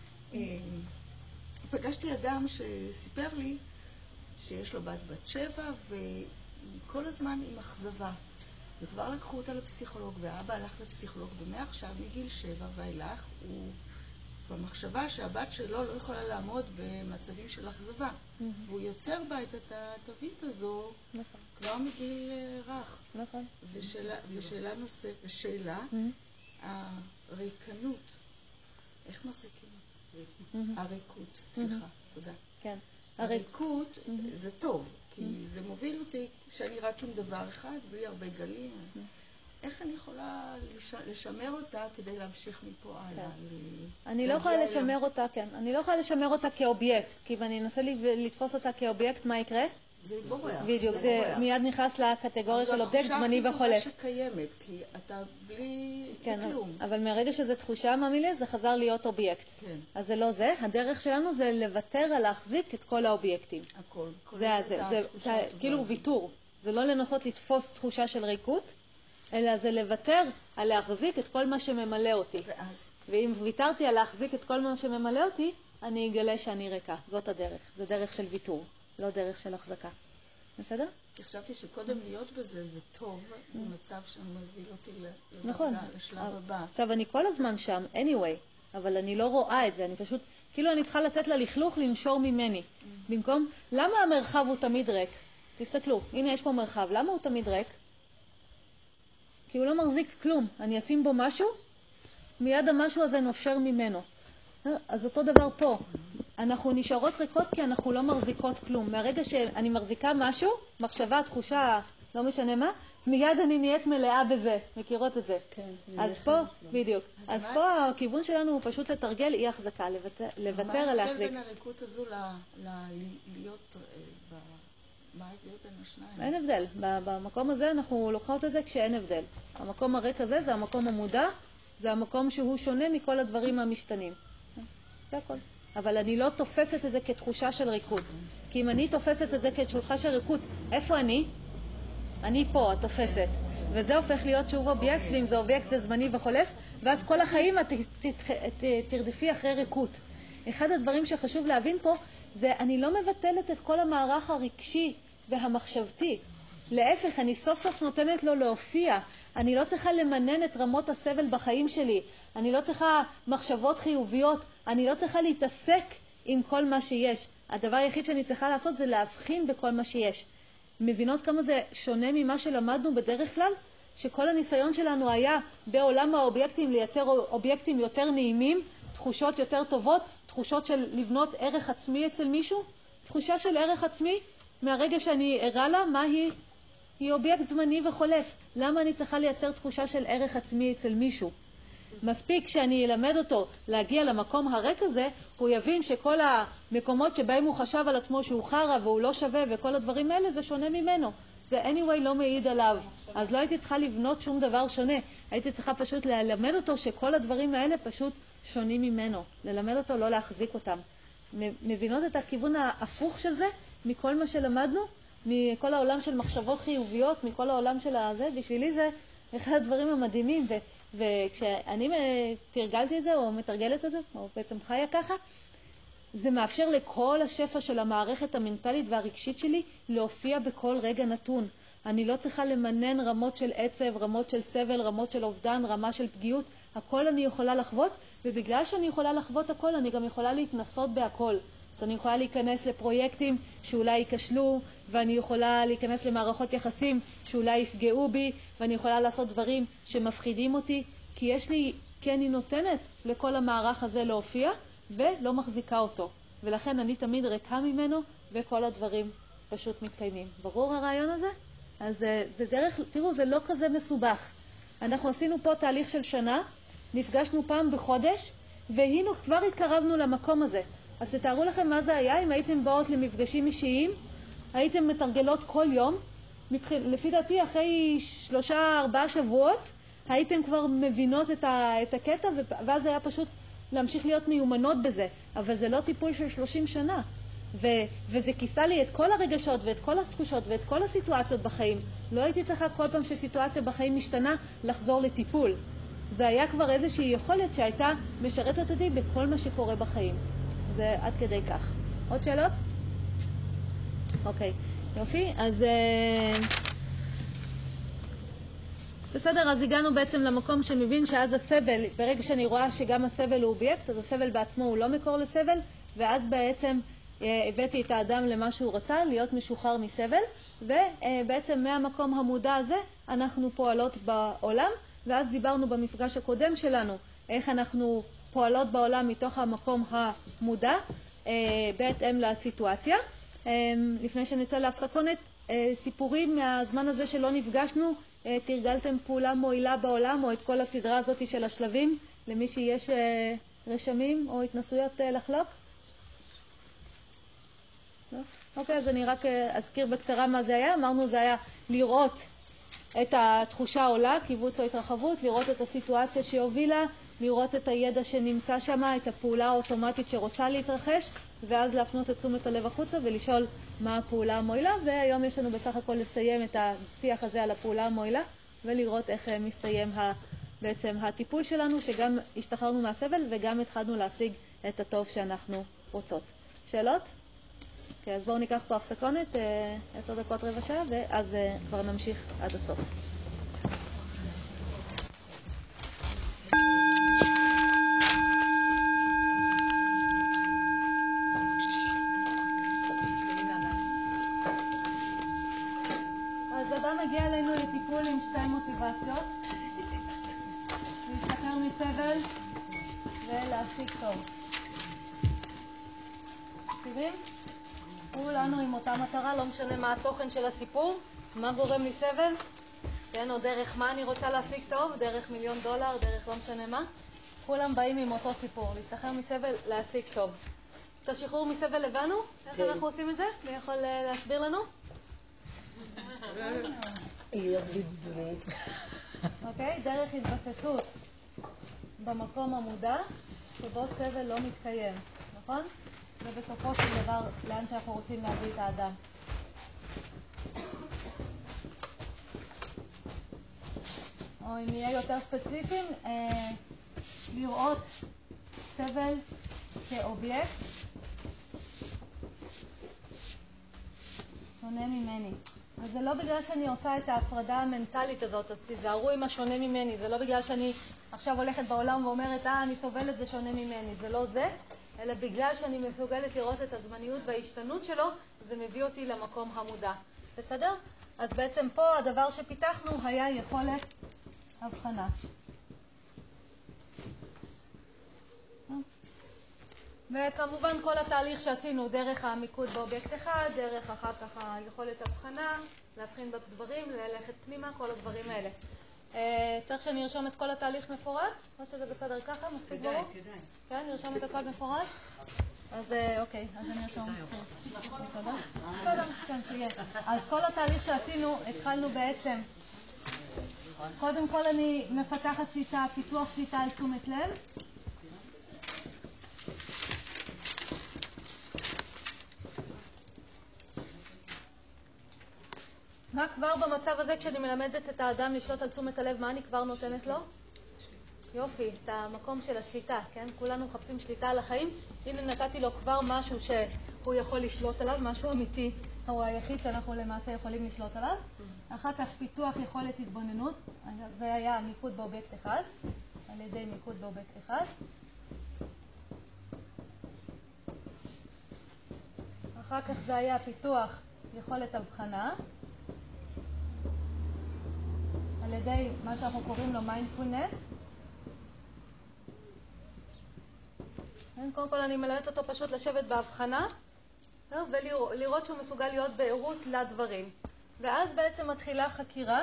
פגשתי אדם שסיפר לי שיש לו בת בת שבע, והיא כל הזמן עם אכזבה. וכבר לקחו אותה לפסיכולוג, והאבא הלך לפסיכולוג, ומעכשיו מגיל שבע ואילך, הוא במחשבה שהבת שלו לא יכולה לעמוד במצבים של אכזבה. והוא יוצר בה את התווית הזו כבר מגיל רך. נכון. ושאלה נוספת, ושאלה, הריקנות. איך מחזיקים אותה? הריקות, סליחה, תודה. כן. הריקות זה טוב, כי זה מוביל אותי שאני רק עם דבר אחד, בלי הרבה גלים. איך אני יכולה לשמר אותה כדי להמשיך מפה הלאה? אני לא יכולה לשמר אותה, כן. אני לא יכולה לשמר אותה כאובייקט, כי אם אני אנסה לתפוס אותה כאובייקט, מה יקרה? זה בורח. בדיוק, זה מיד נכנס לקטגוריה של אובייקט זמני וחולף. זו התחושה שקיימת, כי אתה בלי כלום. אבל מהרגע שזו תחושה מאמילה, זה חזר להיות אובייקט. אז זה לא זה. הדרך שלנו זה לוותר על להחזיק את כל האובייקטים. הכל. זה כאילו ויתור. זה לא לנסות לתפוס תחושה של ריקות, אלא זה לוותר על להחזיק את כל מה שממלא אותי. ואם ויתרתי על להחזיק את כל מה שממלא אותי, אני אגלה שאני ריקה. זאת הדרך. זה דרך של ויתור. לא דרך של החזקה. בסדר? כי חשבתי שקודם להיות בזה זה טוב, זה מצב שמוביל אותי נכון. לשלב הבא. עכשיו, אני כל הזמן שם, anyway, אבל אני לא רואה את זה, אני פשוט, כאילו אני צריכה לתת לה לכלוך לנשור ממני. במקום, למה המרחב הוא תמיד ריק? תסתכלו, הנה יש פה מרחב, למה הוא תמיד ריק? כי הוא לא מחזיק כלום. אני אשים בו משהו, מיד המשהו הזה נושר ממנו. אז אותו דבר פה. אנחנו נשארות ריקות כי אנחנו לא מחזיקות כלום. מהרגע שאני מחזיקה משהו, מחשבה, תחושה, לא משנה מה, מיד אני נהיית מלאה בזה. מכירות את זה? כן. אז פה, בדיוק. אז פה הכיוון שלנו הוא פשוט לתרגל אי החזקה, לוותר על להחזיק. מה ההבדל בין הריקות הזו להיות... מה ההבדל בין השניים? אין הבדל. במקום הזה אנחנו לוקחות את זה כשאין הבדל. המקום הריק הזה זה המקום המודע, זה המקום שהוא שונה מכל הדברים המשתנים. זה הכל. אבל אני לא תופסת את זה כתחושה של ריקות. כי אם אני תופסת את זה כתחושה של ריקות, איפה אני? אני פה, את תופסת. וזה הופך להיות שוב אובייקט, ואם זה אובייקט זה זמני וחולף, ואז כל החיים את תרדפי אחרי ריקות. אחד הדברים שחשוב להבין פה, זה אני לא מבטלת את כל המערך הרגשי והמחשבתי. להפך, אני סוף סוף נותנת לו להופיע. אני לא צריכה למנן את רמות הסבל בחיים שלי. אני לא צריכה מחשבות חיוביות. אני לא צריכה להתעסק עם כל מה שיש. הדבר היחיד שאני צריכה לעשות זה להבחין בכל מה שיש. מבינות כמה זה שונה ממה שלמדנו בדרך כלל? שכל הניסיון שלנו היה בעולם האובייקטים לייצר אובייקטים יותר נעימים, תחושות יותר טובות, תחושות של לבנות ערך עצמי אצל מישהו. תחושה של ערך עצמי, מהרגע שאני ערה לה, מה היא? היא אובייקט זמני וחולף. למה אני צריכה לייצר תחושה של ערך עצמי אצל מישהו? מספיק שאני אלמד אותו להגיע למקום הריק הזה, הוא יבין שכל המקומות שבהם הוא חשב על עצמו שהוא חרה והוא לא שווה וכל הדברים האלה זה שונה ממנו. זה anyway לא מעיד עליו. אז לא הייתי צריכה לבנות שום דבר שונה. הייתי צריכה פשוט ללמד אותו שכל הדברים האלה פשוט שונים ממנו. ללמד אותו לא להחזיק אותם. מבינות את הכיוון ההפוך של זה? מכל מה שלמדנו? מכל העולם של מחשבות חיוביות, מכל העולם של הזה? בשבילי זה אחד הדברים המדהימים. ו- וכשאני תרגלתי את זה או מתרגלת את זה, או בעצם חיה ככה, זה מאפשר לכל השפע של המערכת המנטלית והרגשית שלי להופיע בכל רגע נתון. אני לא צריכה למנן רמות של עצב, רמות של סבל, רמות של אובדן, רמה של פגיעות. הכל אני יכולה לחוות, ובגלל שאני יכולה לחוות הכל, אני גם יכולה להתנסות בהכל. אז אני יכולה להיכנס לפרויקטים שאולי ייכשלו, ואני יכולה להיכנס למערכות יחסים שאולי יפגעו בי, ואני יכולה לעשות דברים שמפחידים אותי, כי יש לי, כי אני נותנת לכל המערך הזה להופיע, ולא מחזיקה אותו. ולכן אני תמיד ריקה ממנו, וכל הדברים פשוט מתקיימים. ברור הרעיון הזה? אז זה דרך, תראו, זה לא כזה מסובך. אנחנו עשינו פה תהליך של שנה, נפגשנו פעם בחודש, והיינו כבר התקרבנו למקום הזה. אז תתארו לכם מה זה היה אם הייתם באות למפגשים אישיים, הייתם מתרגלות כל יום, לפי דעתי אחרי שלושה ארבעה שבועות, הייתם כבר מבינות את, ה, את הקטע, ואז היה פשוט להמשיך להיות מיומנות בזה, אבל זה לא טיפול של שלושים שנה. ו- וזה כיסה לי את כל הרגשות ואת כל התחושות ואת כל הסיטואציות בחיים. לא הייתי צריכה כל פעם שסיטואציה בחיים משתנה לחזור לטיפול. זה היה כבר איזושהי יכולת שהייתה משרתת אותי בכל מה שקורה בחיים. זה עד כדי כך. עוד שאלות? אוקיי, יופי. אז בסדר, אז הגענו בעצם למקום שמבין שאז הסבל, ברגע שאני רואה שגם הסבל הוא אובייקט, אז הסבל בעצמו הוא לא מקור לסבל, ואז בעצם הבאתי את האדם למה שהוא רצה, להיות משוחרר מסבל, ובעצם מהמקום המודע הזה אנחנו פועלות בעולם, ואז דיברנו במפגש הקודם שלנו איך אנחנו פועלות בעולם מתוך המקום המודע, בהתאם לסיטואציה. לפני שנצא להפסקונת, סיפורים מהזמן הזה שלא נפגשנו, תרגלתם פעולה מועילה בעולם, או את כל הסדרה הזאת של השלבים, למי שיש רשמים או התנסויות לחלוק? לא? אוקיי, אז אני רק אזכיר בקצרה מה זה היה. אמרנו זה היה לראות את התחושה עולה, קיבוץ או התרחבות, לראות את הסיטואציה שהובילה, לראות את הידע שנמצא שם, את הפעולה האוטומטית שרוצה להתרחש, ואז להפנות את תשומת הלב החוצה ולשאול מה הפעולה המועילה. והיום יש לנו בסך הכל לסיים את השיח הזה על הפעולה המועילה, ולראות איך מסתיים בעצם הטיפול שלנו, שגם השתחררנו מהסבל וגם התחלנו להשיג את הטוב שאנחנו רוצות. שאלות? Okay, אז בואו ניקח פה הפסקונת, עשר דקות רבע שעה, ואז כבר נמשיך עד הסוף. אז אדם מגיע אלינו לטיפול עם שתי מוטיבציות, להשתחרר מסבל ולהשיג טוב. מסכימים? כולנו עם אותה מטרה, לא משנה מה התוכן של הסיפור, מה גורם לי סבל, כן, או דרך מה אני רוצה להשיג טוב, דרך מיליון דולר, דרך לא משנה מה. כולם באים עם אותו סיפור, להשתחרר מסבל, להשיג טוב. את השחרור מסבל הבנו? איך אנחנו עושים את זה? מי יכול להסביר לנו? להיות בדידונית. אוקיי, דרך התבססות במקום המודע שבו סבל לא מתקיים, נכון? ובסופו של דבר, לאן שאנחנו רוצים להביא את האדם. או אם נהיה יותר ספציפיים, אה, לראות סבל כאובייקט שונה ממני. אז זה לא בגלל שאני עושה את ההפרדה המנטלית הזאת, אז תיזהרו עם השונה ממני. זה לא בגלל שאני עכשיו הולכת בעולם ואומרת, אה, אני סובלת, זה שונה ממני. זה לא זה. אלא בגלל שאני מסוגלת לראות את הזמניות וההשתנות שלו, זה מביא אותי למקום המודע. בסדר? אז בעצם פה הדבר שפיתחנו היה יכולת הבחנה. וכמובן כל התהליך שעשינו דרך המיקוד באובייקט אחד, דרך אחר כך היכולת הבחנה, להבחין בדברים, ללכת פנימה, כל הדברים האלה. צריך שאני ארשום את כל התהליך מפורט? או שזה בסדר ככה? מספיק ברור? כדאי, כדאי. כן, נרשום את הכל מפורט? אז אוקיי, אז אני ארשום. כן, שיהיה. אז כל התהליך שעשינו, התחלנו בעצם. קודם כל אני מפתחת שיטה, פיתוח שיטה על תשומת לב. מה כבר במצב הזה כשאני מלמדת את האדם לשלוט על תשומת הלב, מה אני כבר נותנת לו? יופי, את המקום של השליטה, כן? כולנו מחפשים שליטה על החיים. הנה נתתי לו כבר משהו שהוא יכול לשלוט עליו, משהו אמיתי, הוא היחיד שאנחנו למעשה יכולים לשלוט עליו. אחר כך פיתוח יכולת התבוננות, והיה מיקוד באובייקט אחד, על ידי מיקוד באובייקט אחד. אחר כך זה היה פיתוח יכולת הבחנה, על ידי מה שאנחנו קוראים לו מיינדפולנס. קודם כל אני מלמדת אותו פשוט לשבת בהבחנה ולראות שהוא מסוגל להיות בעירות לדברים. ואז בעצם מתחילה חקירה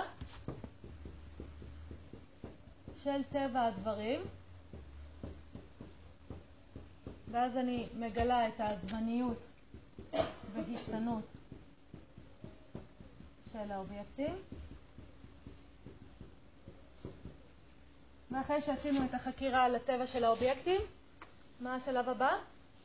של טבע הדברים, ואז אני מגלה את הזמניות והשתנות של האובייקטים. ואחרי שעשינו את החקירה על הטבע של האובייקטים, מה השלב הבא?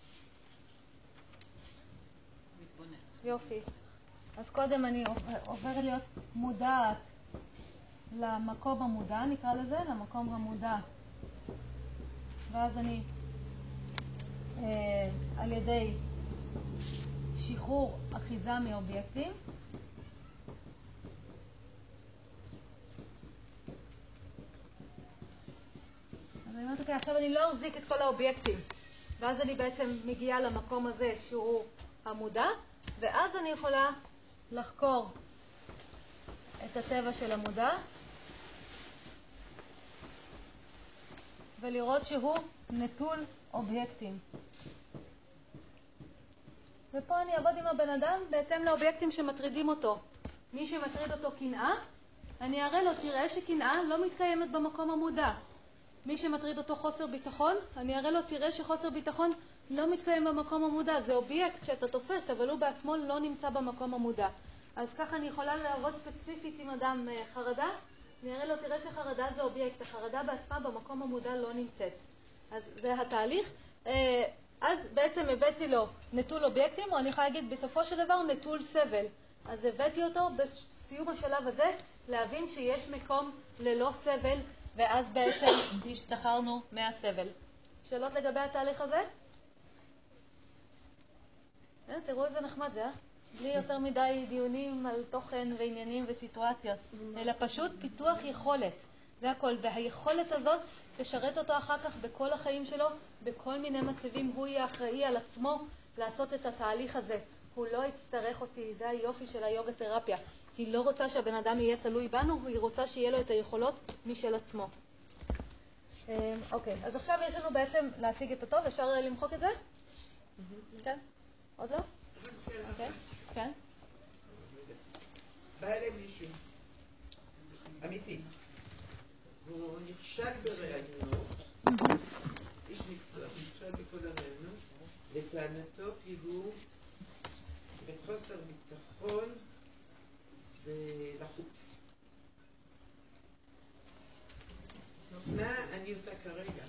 מתבונן. יופי. אז קודם אני עוברת להיות מודעת למקום המודע, נקרא לזה, למקום המודע. ואז אני, אה, על ידי שחרור אחיזה מאובייקטים, אז אני אומרת, אוקיי, עכשיו אני לא אחזיק את כל האובייקטים, ואז אני בעצם מגיעה למקום הזה שהוא המודע, ואז אני יכולה לחקור את הטבע של המודע, ולראות שהוא נטול אובייקטים. ופה אני אעבוד עם הבן אדם בהתאם לאובייקטים שמטרידים אותו. מי שמטריד אותו קנאה, אני אראה לו, תראה שקנאה לא מתקיימת במקום המודע. מי שמטריד אותו חוסר ביטחון, אני אראה לו, תראה שחוסר ביטחון לא מתקיים במקום המודע. זה אובייקט שאתה תופס, אבל הוא בעצמו לא נמצא במקום המודע. אז ככה אני יכולה לעבוד ספציפית עם אדם חרדה, אני אראה לו, תראה שחרדה זה אובייקט, החרדה בעצמה במקום המודע לא נמצאת. אז זה התהליך. אז בעצם הבאתי לו נטול אובייקטים, או אני יכולה להגיד בסופו של דבר נטול סבל. אז הבאתי אותו בסיום השלב הזה להבין שיש מקום ללא סבל, ואז בעצם השתחררנו מהסבל. שאלות לגבי התהליך הזה? תראו איזה נחמד זה, אה? בלי יותר מדי דיונים על תוכן ועניינים וסיטואציות, אלא פשוט פיתוח יכולת. זה הכל. והיכולת הזאת תשרת אותו אחר כך בכל החיים שלו, בכל מיני מצבים. הוא יהיה אחראי על עצמו לעשות את התהליך הזה. הוא לא יצטרך אותי. זה היופי של היוגה תרפיה. היא לא רוצה שהבן אדם יהיה תלוי בנו, היא רוצה שיהיה לו את היכולות משל עצמו. אוקיי, אז עכשיו יש לנו בעצם להשיג את הטוב. אפשר למחוק את זה? כן? עוד לא? כן? כן? בא אליי מישהו, אמיתי, והוא נכשל בראיונות, איש מקצוע, נכשל בכל הראיונות, לטענתו כי הוא בחוסר ביטחון ולחוץ. מה אני עושה כרגע?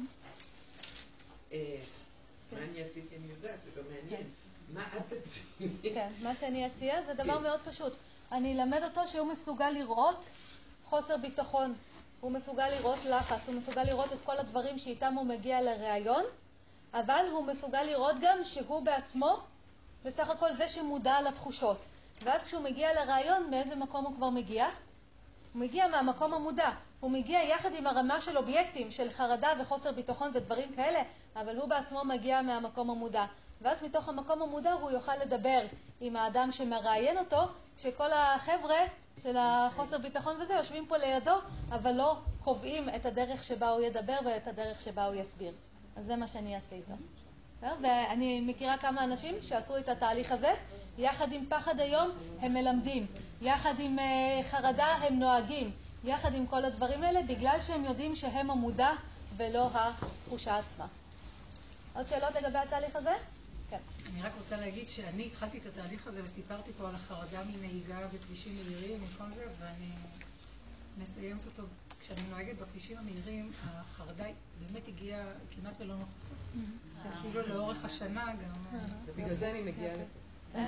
מה אני עשיתי אני יודעת, זה גם מעניין. מה את תציעי? כן, מה שאני אציע זה דבר מאוד פשוט. אני אלמד אותו שהוא מסוגל לראות חוסר ביטחון, הוא מסוגל לראות לחץ, הוא מסוגל לראות את כל הדברים שאיתם הוא מגיע לראיון, אבל הוא מסוגל לראות גם שהוא בעצמו בסך הכל זה שמודע לתחושות. ואז כשהוא מגיע לראיון, מאיזה מקום הוא כבר מגיע? הוא מגיע מהמקום המודע. הוא מגיע יחד עם הרמה של אובייקטים, של חרדה וחוסר ביטחון ודברים כאלה, אבל הוא בעצמו מגיע מהמקום המודע. ואז מתוך המקום המודע הוא יוכל לדבר עם האדם שמראיין אותו, שכל החבר'ה של החוסר ביטחון וזה יושבים פה לידו, אבל לא קובעים את הדרך שבה הוא ידבר ואת הדרך שבה הוא יסביר. אז זה מה שאני אעשה איתו. ואני מכירה כמה אנשים שעשו את התהליך הזה, יחד עם פחד היום הם מלמדים, יחד עם חרדה הם נוהגים, יחד עם כל הדברים האלה, בגלל שהם יודעים שהם המודע ולא התחושה עצמה. עוד שאלות לגבי התהליך הזה? כן. אני רק רוצה להגיד שאני התחלתי את התהליך הזה וסיפרתי פה על החרדה מנהיגה בכבישים מהירים וכל זה, ואני מסיימת אותו. כשאני נוהגת בכבישים המהירים, החרדה באמת הגיעה כמעט ולא נוכחת. אפילו לאורך השנה גם... בגלל זה אני מגיעה לפה.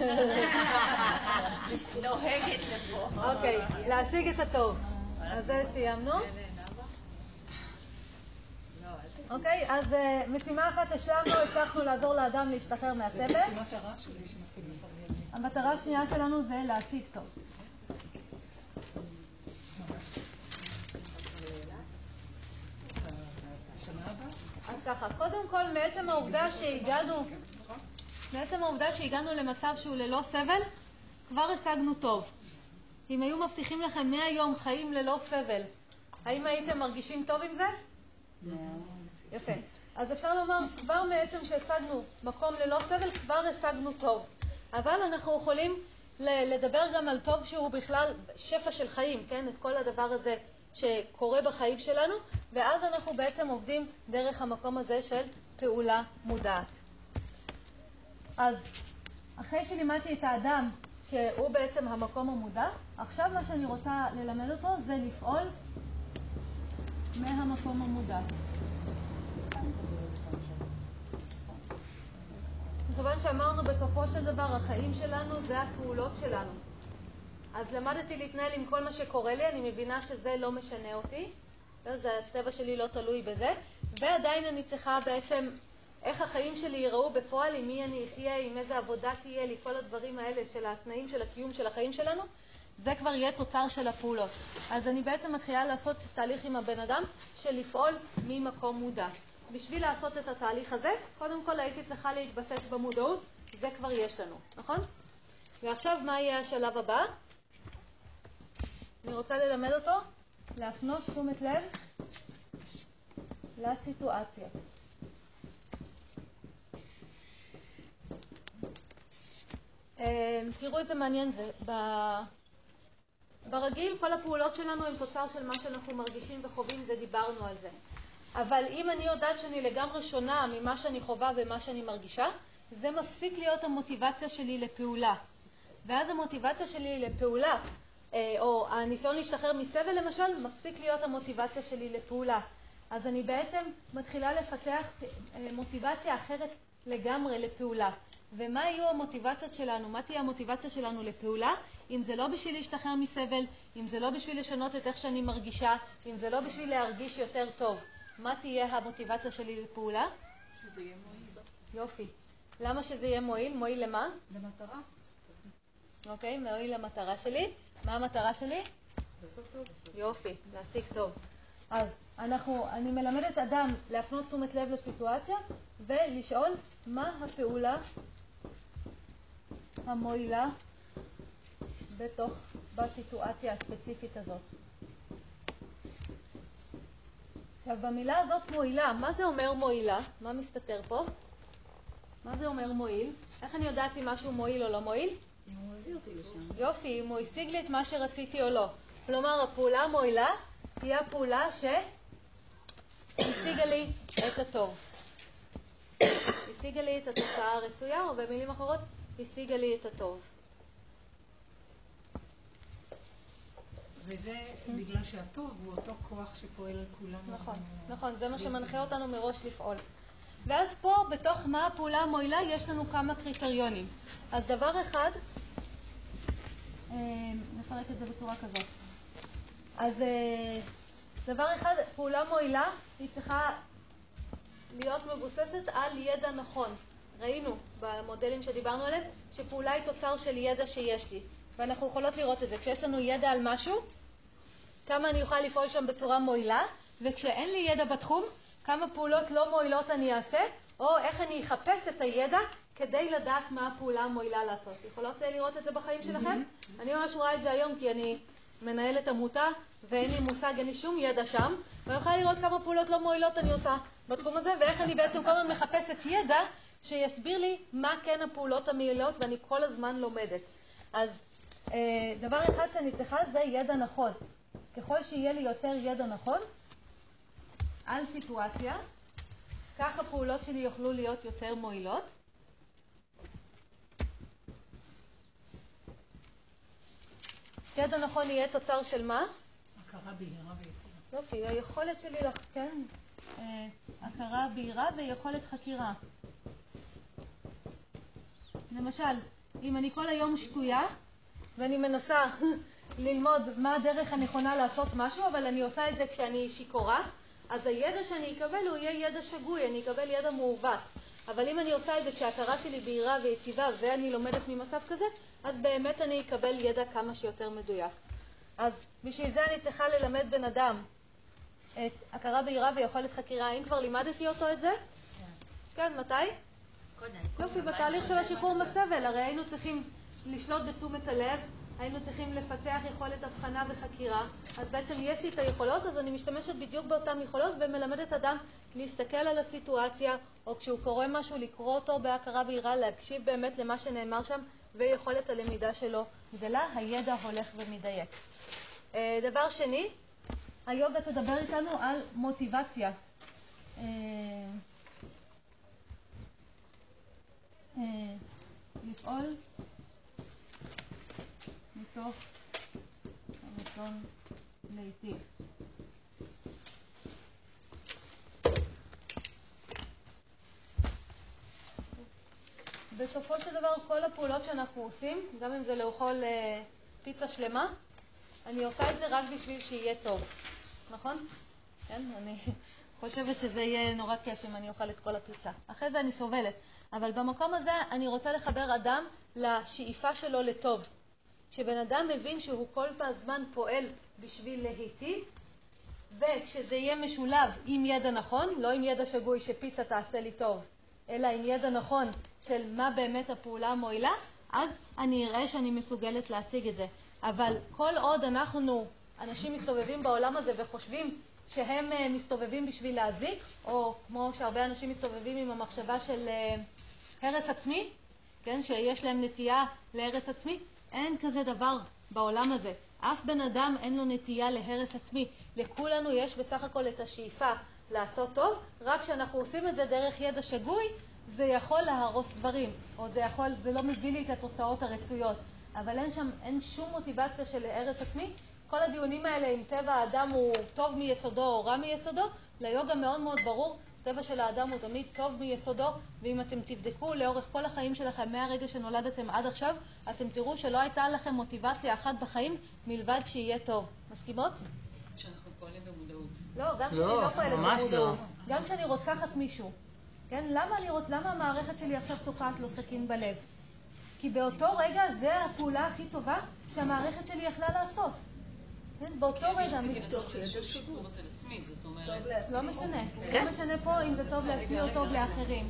נוהגת לפה. אוקיי, להשיג את הטוב. אז זה סיימנו. אוקיי, אז משימה אחת השלמנו, הצלחנו לעזור לאדם להשתחרר מהסבל. המטרה השנייה שלנו זה להשיג טוב. אז ככה, קודם כל, מעצם העובדה שהגענו, מעצם העובדה שהגענו למצב שהוא ללא סבל, כבר השגנו טוב. אם היו מבטיחים לכם מאה יום חיים ללא סבל, האם הייתם מרגישים טוב עם זה? לא. יפה. אז אפשר לומר, כבר מעצם שהשגנו מקום ללא סבל, כבר השגנו טוב. אבל אנחנו יכולים לדבר גם על טוב שהוא בכלל שפע של חיים, כן? את כל הדבר הזה שקורה בחיים שלנו, ואז אנחנו בעצם עובדים דרך המקום הזה של פעולה מודעת. אז אחרי שלימדתי את האדם שהוא בעצם המקום המודע, עכשיו מה שאני רוצה ללמד אותו זה לפעול מהמקום המודע. מכיוון שאמרנו בסופו של דבר החיים שלנו זה הפעולות שלנו. אז למדתי להתנהל עם כל מה שקורה לי, אני מבינה שזה לא משנה אותי, זה הטבע שלי לא תלוי בזה, ועדיין אני צריכה בעצם איך החיים שלי ייראו בפועל, עם מי אני אחיה, עם איזה עבודה תהיה לי, כל הדברים האלה של התנאים של הקיום של החיים שלנו, זה כבר יהיה תוצר של הפעולות. אז אני בעצם מתחילה לעשות תהליך עם הבן אדם של לפעול ממקום מודע. בשביל לעשות את התהליך הזה, קודם כל הייתי צריכה להתבסס במודעות, זה כבר יש לנו, נכון? ועכשיו מה יהיה השלב הבא? אני רוצה ללמד אותו להפנות תשומת לב לסיטואציה. תראו איזה מעניין זה. ברגיל כל הפעולות שלנו הן תוצר של מה שאנחנו מרגישים וחווים, זה דיברנו על זה. אבל אם אני יודעת שאני לגמרי שונה ממה שאני חווה ומה שאני מרגישה, זה מפסיק להיות המוטיבציה שלי לפעולה. ואז המוטיבציה שלי לפעולה, או הניסיון להשתחרר מסבל למשל, מפסיק להיות המוטיבציה שלי לפעולה. אז אני בעצם מתחילה לפתח מוטיבציה אחרת לגמרי לפעולה. ומה יהיו המוטיבציות שלנו? מה תהיה המוטיבציה שלנו לפעולה? אם זה לא בשביל להשתחרר מסבל, אם זה לא בשביל לשנות את איך שאני מרגישה, אם זה לא בשביל להרגיש יותר טוב. מה תהיה המוטיבציה שלי לפעולה? שזה יהיה מועיל. יופי. למה שזה יהיה מועיל? מועיל למה? למטרה. אוקיי, מועיל למטרה שלי. מה המטרה שלי? לעשות טוב. יופי, להשיג טוב. אז אנחנו, אני מלמדת אדם להפנות תשומת לב לסיטואציה ולשאול מה הפעולה המועילה בתוך, בסיטואציה הספציפית הזאת. עכשיו, במילה הזאת מועילה, מה זה אומר מועילה? מה מסתתר פה? מה זה אומר מועיל? איך אני יודעת אם משהו מועיל או לא מועיל? אם הוא הביא אותי לשם. יופי, אם הוא השיג לי את מה שרציתי או לא. כלומר, הפעולה המועילה תהיה הפעולה שהשיגה לי את הטוב. השיגה לי את התוצאה הרצויה, או במילים אחרות, השיגה לי את הטוב. וזה בגלל שהטוב הוא אותו כוח שפועל על כולם. נכון, נכון, זה מה שמנחה אותנו מראש לפעול. ואז פה, בתוך מה הפעולה המועילה, יש לנו כמה קריטריונים. אז דבר אחד, נפרק את זה בצורה כזאת. אז דבר אחד, פעולה מועילה, היא צריכה להיות מבוססת על ידע נכון. ראינו במודלים שדיברנו עליהם, שפעולה היא תוצר של ידע שיש לי. ואנחנו יכולות לראות את זה. כשיש לנו ידע על משהו, כמה אני אוכל לפעול שם בצורה מועילה, וכשאין לי ידע בתחום, כמה פעולות לא מועילות אני אעשה, או איך אני אחפש את הידע כדי לדעת מה הפעולה המועילה לעשות. יכולות לראות את זה בחיים שלכם? אני ממש רואה את זה היום, כי אני מנהלת עמותה, ואין לי מושג, אין לי שום ידע שם, ואני יכולה לראות כמה פעולות לא מועילות אני עושה בתחום הזה, ואיך אני בעצם כל הזמן מחפשת ידע שיסביר לי מה כן הפעולות המועילות, ואני כל הזמן לומדת. אז דבר אחד שאני צריכה זה ידע נכון. ככל שיהיה לי יותר ידע נכון על סיטואציה, כך הפעולות שלי יוכלו להיות יותר מועילות. ידע נכון יהיה תוצר של מה? הכרה בהירה ויצירה. יופי, היכולת שלי, לח... כן, אה, הכרה בהירה ויכולת חקירה. למשל, אם אני כל היום שטויה, ואני מנסה ללמוד מה הדרך הנכונה לעשות משהו, אבל אני עושה את זה כשאני שיקורה, אז הידע שאני אקבל הוא יהיה ידע שגוי, אני אקבל ידע מעוות. אבל אם אני עושה את זה כשההכרה שלי בהירה ויציבה ואני לומדת ממצב כזה, אז באמת אני אקבל ידע כמה שיותר מדויק. אז בשביל זה אני צריכה ללמד בן אדם את הכרה בהירה ויכולת חקירה. אם כבר לימדתי אותו את זה? כן, מתי? קודם. יופי, בתהליך של השחרור מסבל. הרי היינו צריכים לשלוט בתשומת הלב, היינו צריכים לפתח יכולת הבחנה וחקירה. אז בעצם יש לי את היכולות, אז אני משתמשת בדיוק באותן יכולות ומלמדת אדם להסתכל על הסיטואציה, או כשהוא קורא משהו, לקרוא אותו בהכרה בהירה, להקשיב באמת למה שנאמר שם, ויכולת הלמידה שלו גדלה, הידע הולך ומדייק. דבר שני, היוגה תדבר איתנו על מוטיבציה. לפעול מתוך הרצון להיטיב. בסופו של דבר כל הפעולות שאנחנו עושים, גם אם זה לאכול אה, פיצה שלמה, אני עושה את זה רק בשביל שיהיה טוב, נכון? כן, אני חושבת שזה יהיה נורא כיף אם אני אוכל את כל הפיצה. אחרי זה אני סובלת. אבל במקום הזה אני רוצה לחבר אדם לשאיפה שלו לטוב. כשבן אדם מבין שהוא כל הזמן פועל בשביל להיטיב, וכשזה יהיה משולב עם ידע נכון, לא עם ידע שגוי שפיצה תעשה לי טוב, אלא עם ידע נכון של מה באמת הפעולה המועילה, אז אני אראה שאני מסוגלת להשיג את זה. אבל כל עוד אנחנו, אנשים מסתובבים בעולם הזה וחושבים שהם מסתובבים בשביל להזיק, או כמו שהרבה אנשים מסתובבים עם המחשבה של הרס עצמי, כן, שיש להם נטייה להרס עצמי, אין כזה דבר בעולם הזה. אף בן אדם אין לו נטייה להרס עצמי. לכולנו יש בסך הכל את השאיפה לעשות טוב, רק שאנחנו עושים את זה דרך ידע שגוי, זה יכול להרוס דברים, או זה יכול, זה לא מביא לי את התוצאות הרצויות. אבל אין שם, אין שום מוטיבציה של הרס עצמי. כל הדיונים האלה אם טבע האדם הוא טוב מיסודו או רע מיסודו, ליוגה מאוד מאוד ברור, טבע של האדם הוא תמיד טוב מיסודו, ואם אתם תבדקו לאורך כל החיים שלכם, מהרגע שנולדתם עד עכשיו, אתם תראו שלא הייתה לכם מוטיבציה אחת בחיים מלבד שיהיה טוב. מסכימות? כשאנחנו פועלים במודעות. לא, גם כשאני לא פועלת במודעות. גם כשאני רוצחת מישהו. כן? למה אני רוצ... למה המערכת שלי עכשיו תוקעת לו סכין בלב? כי באותו רגע זה הפעולה הכי טובה שהמערכת שלי יכלה לעשות. כן? באותו רגע... כי אני רציתי לעשות איזשהו שיפור אצל עצמי, זאת אומרת... לא משנה. לא משנה פה אם זה טוב לעצמי או טוב לאחרים.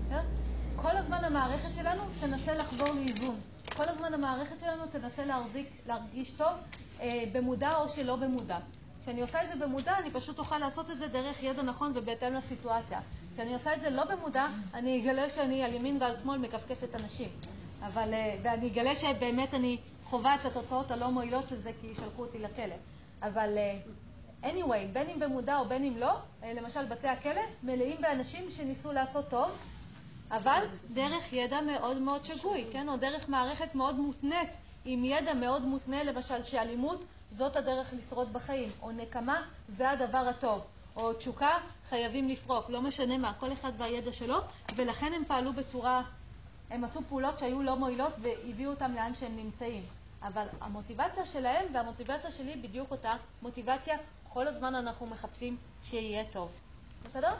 כל הזמן המערכת שלנו תנסה לחזור לאיזון. כל הזמן המערכת שלנו תנסה להרזיק, להרגיש טוב, אה, במודע או שלא במודע. כשאני עושה את זה במודע, אני פשוט אוכל לעשות את זה דרך ידע נכון ובהתאם לסיטואציה. כשאני עושה את זה לא במודע, אני אגלה שאני על ימין ועל שמאל מקפקפת אנשים. אבל, ואני אגלה שבאמת אני חווה את התוצאות הלא מועילות של זה כי שלחו אותי לכלא. אבל anyway, בין אם במודע או בין אם לא, למשל בתי הכלא מלאים באנשים שניסו לעשות טוב, אבל דרך ידע מאוד מאוד שגוי, כן? או דרך מערכת מאוד מותנית, עם ידע מאוד מותנה, למשל שאלימות זאת הדרך לשרוד בחיים, או נקמה זה הדבר הטוב, או תשוקה חייבים לפרוק, לא משנה מה, כל אחד והידע שלו, ולכן הם פעלו בצורה, הם עשו פעולות שהיו לא מועילות והביאו אותם לאן שהם נמצאים. אבל המוטיבציה שלהם והמוטיבציה שלי בדיוק אותה מוטיבציה, כל הזמן אנחנו מחפשים שיהיה טוב. בסדר?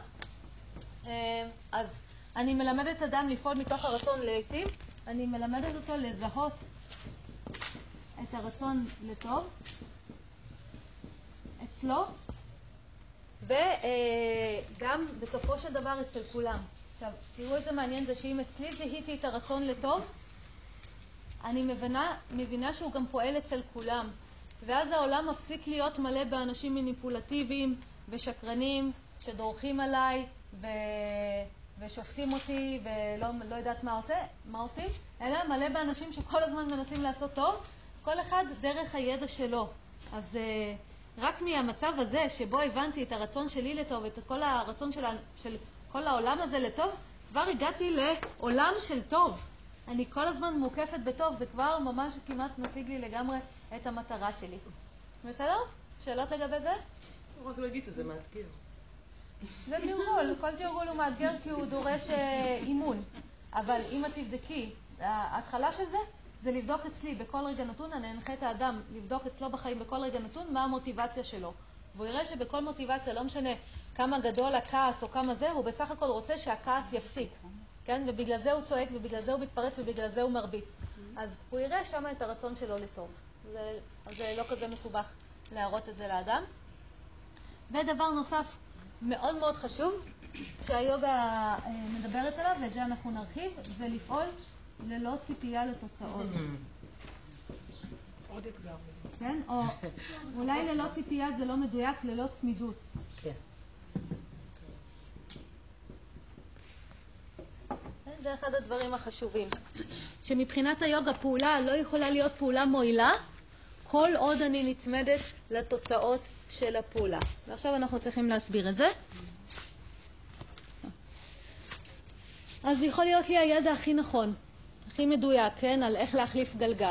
אז אני מלמדת את אדם לפעול מתוך הרצון להיטיב, אני מלמדת אותו לזהות את הרצון לטוב אצלו, וגם בסופו של דבר אצל כולם. עכשיו, תראו איזה מעניין זה שאם אצלי זיהיתי את הרצון לטוב, אני מבינה, מבינה שהוא גם פועל אצל כולם. ואז העולם מפסיק להיות מלא באנשים מניפולטיביים ושקרנים שדורכים עליי ו... ושופטים אותי ולא לא יודעת מה, עושה, מה עושים, אלא מלא באנשים שכל הזמן מנסים לעשות טוב, כל אחד דרך הידע שלו. אז רק מהמצב הזה שבו הבנתי את הרצון שלי לטוב, את כל הרצון של, של כל העולם הזה לטוב, כבר הגעתי לעולם של טוב. אני כל הזמן מוקפת בטוב, זה כבר ממש כמעט משיג לי לגמרי את המטרה שלי. בסדר? שאלות לגבי זה? רק להגיד שזה מאתגר. זה תרגול, כל תרגול הוא מאתגר כי הוא דורש אימון. אבל אם את תבדקי, ההתחלה של זה, זה לבדוק אצלי בכל רגע נתון, אני אנחה את האדם לבדוק אצלו בחיים בכל רגע נתון מה המוטיבציה שלו. והוא יראה שבכל מוטיבציה, לא משנה כמה גדול הכעס או כמה זה, הוא בסך הכל רוצה שהכעס יפסיק. כן? ובגלל זה הוא צועק, ובגלל זה הוא מתפרץ, ובגלל זה הוא מרביץ. אז הוא יראה שם את הרצון שלו לטוב. זה, זה לא כזה מסובך להראות את זה לאדם. ודבר נוסף מאוד מאוד חשוב, שהיוגה מדברת עליו, ואת זה אנחנו נרחיב, זה לפעול ללא ציפייה לתוצאות. עוד אתגר. כן? או אולי ללא ציפייה זה לא מדויק, ללא צמידות. כן. זה אחד הדברים החשובים. שמבחינת היוגה פעולה לא יכולה להיות פעולה מועילה, כל עוד אני נצמדת לתוצאות של הפעולה. ועכשיו אנחנו צריכים להסביר את זה. אז יכול להיות לי הידע הכי נכון, הכי מדויק, כן, על איך להחליף גלגל.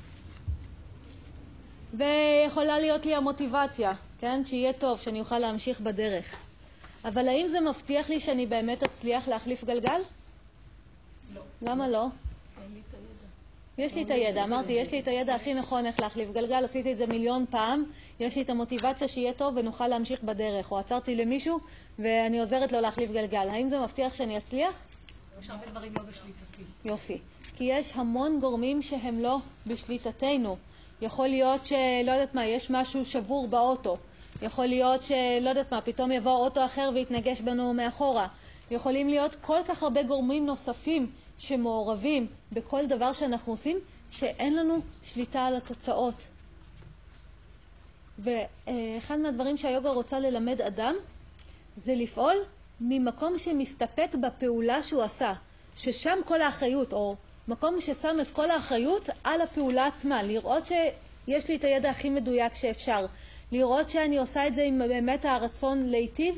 ויכולה להיות לי המוטיבציה, כן, שיהיה טוב, שאני אוכל להמשיך בדרך. אבל האם זה מבטיח לי שאני באמת אצליח להחליף גלגל? לא. למה לא? אין לי את הידע. יש לי את הידע, אמרתי, יש לי את הידע הכי נכון איך להחליף גלגל, עשיתי את זה מיליון פעם, יש לי את המוטיבציה שיהיה טוב ונוכל להמשיך בדרך, או עצרתי למישהו ואני עוזרת לו להחליף גלגל. האם זה מבטיח שאני אצליח? יש הרבה דברים לא בשליטתי. יופי. כי יש המון גורמים שהם לא בשליטתנו. יכול להיות שלא יודעת מה, יש משהו שבור באוטו. יכול להיות שלא יודעת מה, פתאום יבוא אוטו אחר ויתנגש בנו מאחורה. יכולים להיות כל כך הרבה גורמים נוספים שמעורבים בכל דבר שאנחנו עושים, שאין לנו שליטה על התוצאות. ואחד מהדברים שהיוגה רוצה ללמד אדם, זה לפעול ממקום שמסתפק בפעולה שהוא עשה, ששם כל האחריות, או מקום ששם את כל האחריות על הפעולה עצמה, לראות שיש לי את הידע הכי מדויק שאפשר, לראות שאני עושה את זה עם באמת הרצון להיטיב,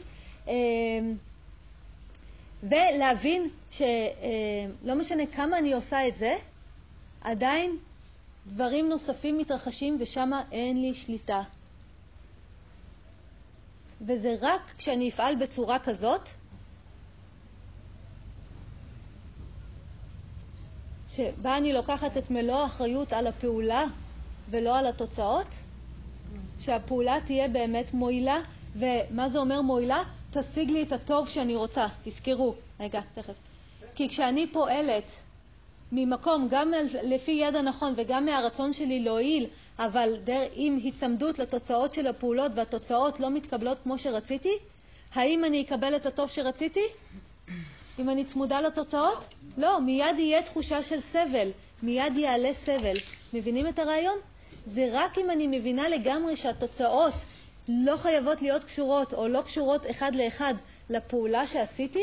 ולהבין שלא משנה כמה אני עושה את זה, עדיין דברים נוספים מתרחשים ושם אין לי שליטה. וזה רק כשאני אפעל בצורה כזאת, שבה אני לוקחת את מלוא האחריות על הפעולה ולא על התוצאות, שהפעולה תהיה באמת מועילה. ומה זה אומר מועילה? תשיג לי את הטוב שאני רוצה. תזכרו, רגע, תכף. כי כשאני פועלת ממקום, גם לפי ידע נכון וגם מהרצון שלי להועיל, אבל דר, עם הצמדות לתוצאות של הפעולות והתוצאות לא מתקבלות כמו שרציתי, האם אני אקבל את הטוב שרציתי? אם אני צמודה לתוצאות? לא, מיד יהיה תחושה של סבל, מיד יעלה סבל. מבינים את הרעיון? זה רק אם אני מבינה לגמרי שהתוצאות לא חייבות להיות קשורות או לא קשורות אחד לאחד לפעולה שעשיתי,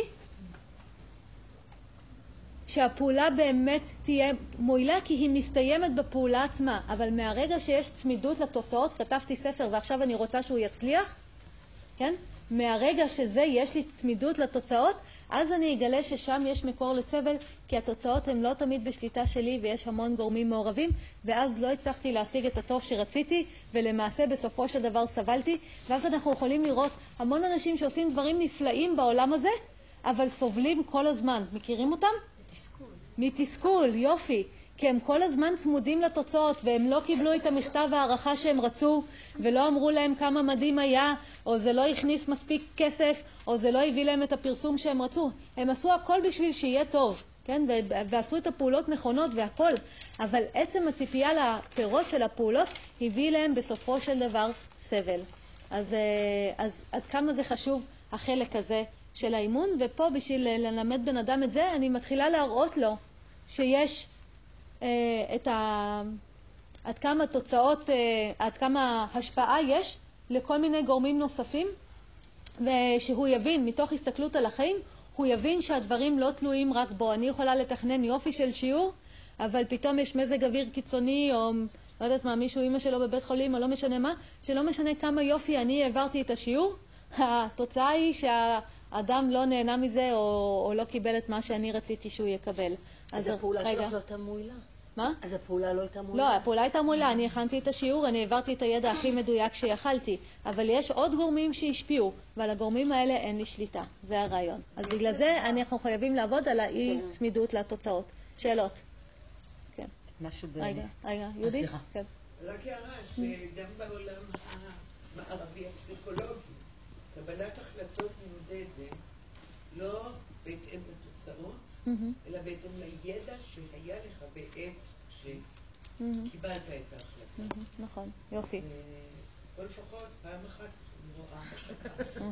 שהפעולה באמת תהיה מועילה כי היא מסתיימת בפעולה עצמה. אבל מהרגע שיש צמידות לתוצאות, כתבתי ספר ועכשיו אני רוצה שהוא יצליח, כן? מהרגע שזה יש לי צמידות לתוצאות, אז אני אגלה ששם יש מקור לסבל, כי התוצאות הן לא תמיד בשליטה שלי ויש המון גורמים מעורבים, ואז לא הצלחתי להשיג את הטוב שרציתי, ולמעשה בסופו של דבר סבלתי. ואז אנחנו יכולים לראות המון אנשים שעושים דברים נפלאים בעולם הזה, אבל סובלים כל הזמן. מכירים אותם? מתסכול. מתסכול, יופי. כי הם כל הזמן צמודים לתוצאות, והם לא קיבלו את המכתב הערכה שהם רצו, ולא אמרו להם כמה מדהים היה, או זה לא הכניס מספיק כסף, או זה לא הביא להם את הפרסום שהם רצו. הם עשו הכל בשביל שיהיה טוב, כן? ועשו את הפעולות נכונות והכל. אבל עצם הציפייה לפירות של הפעולות הביא להם בסופו של דבר סבל. אז, אז עד כמה זה חשוב החלק הזה של האימון, ופה בשביל ללמד בן אדם את זה, אני מתחילה להראות לו שיש את ה... עד כמה תוצאות, עד כמה השפעה יש לכל מיני גורמים נוספים, ושהוא יבין, מתוך הסתכלות על החיים, הוא יבין שהדברים לא תלויים רק בו. אני יכולה לתכנן יופי של שיעור, אבל פתאום יש מזג אוויר קיצוני, או לא יודעת מה, מישהו, אמא שלו בבית חולים, או לא משנה מה, שלא משנה כמה יופי אני העברתי את השיעור, התוצאה היא שהאדם לא נהנה מזה, או, או לא קיבל את מה שאני רציתי שהוא יקבל. אז, אז הפעולה רגע. שלך לא הייתה מועילה. מה? אז הפעולה לא הייתה מועילה? לא, הפעולה הייתה מועילה. אני הכנתי את השיעור, אני העברתי את הידע הכי מדויק שיכלתי. אבל יש עוד גורמים שהשפיעו, ועל הגורמים האלה אין לי שליטה. זה הרעיון. אז בגלל זה אנחנו חייבים לעבוד על האי צמידות לתוצאות. שאלות? כן. משהו ב... רגע, רגע. יהודית? כן. רק הערה שגם בעולם המערבי הפסיכולוגי, קבלת החלטות נמדדת לא בהתאם לתוצאות, אלא בהתאם לידע שהיה לך בעת שקיבלת את ההחלטה. נכון, יופי. כל לפחות פעם אחת אני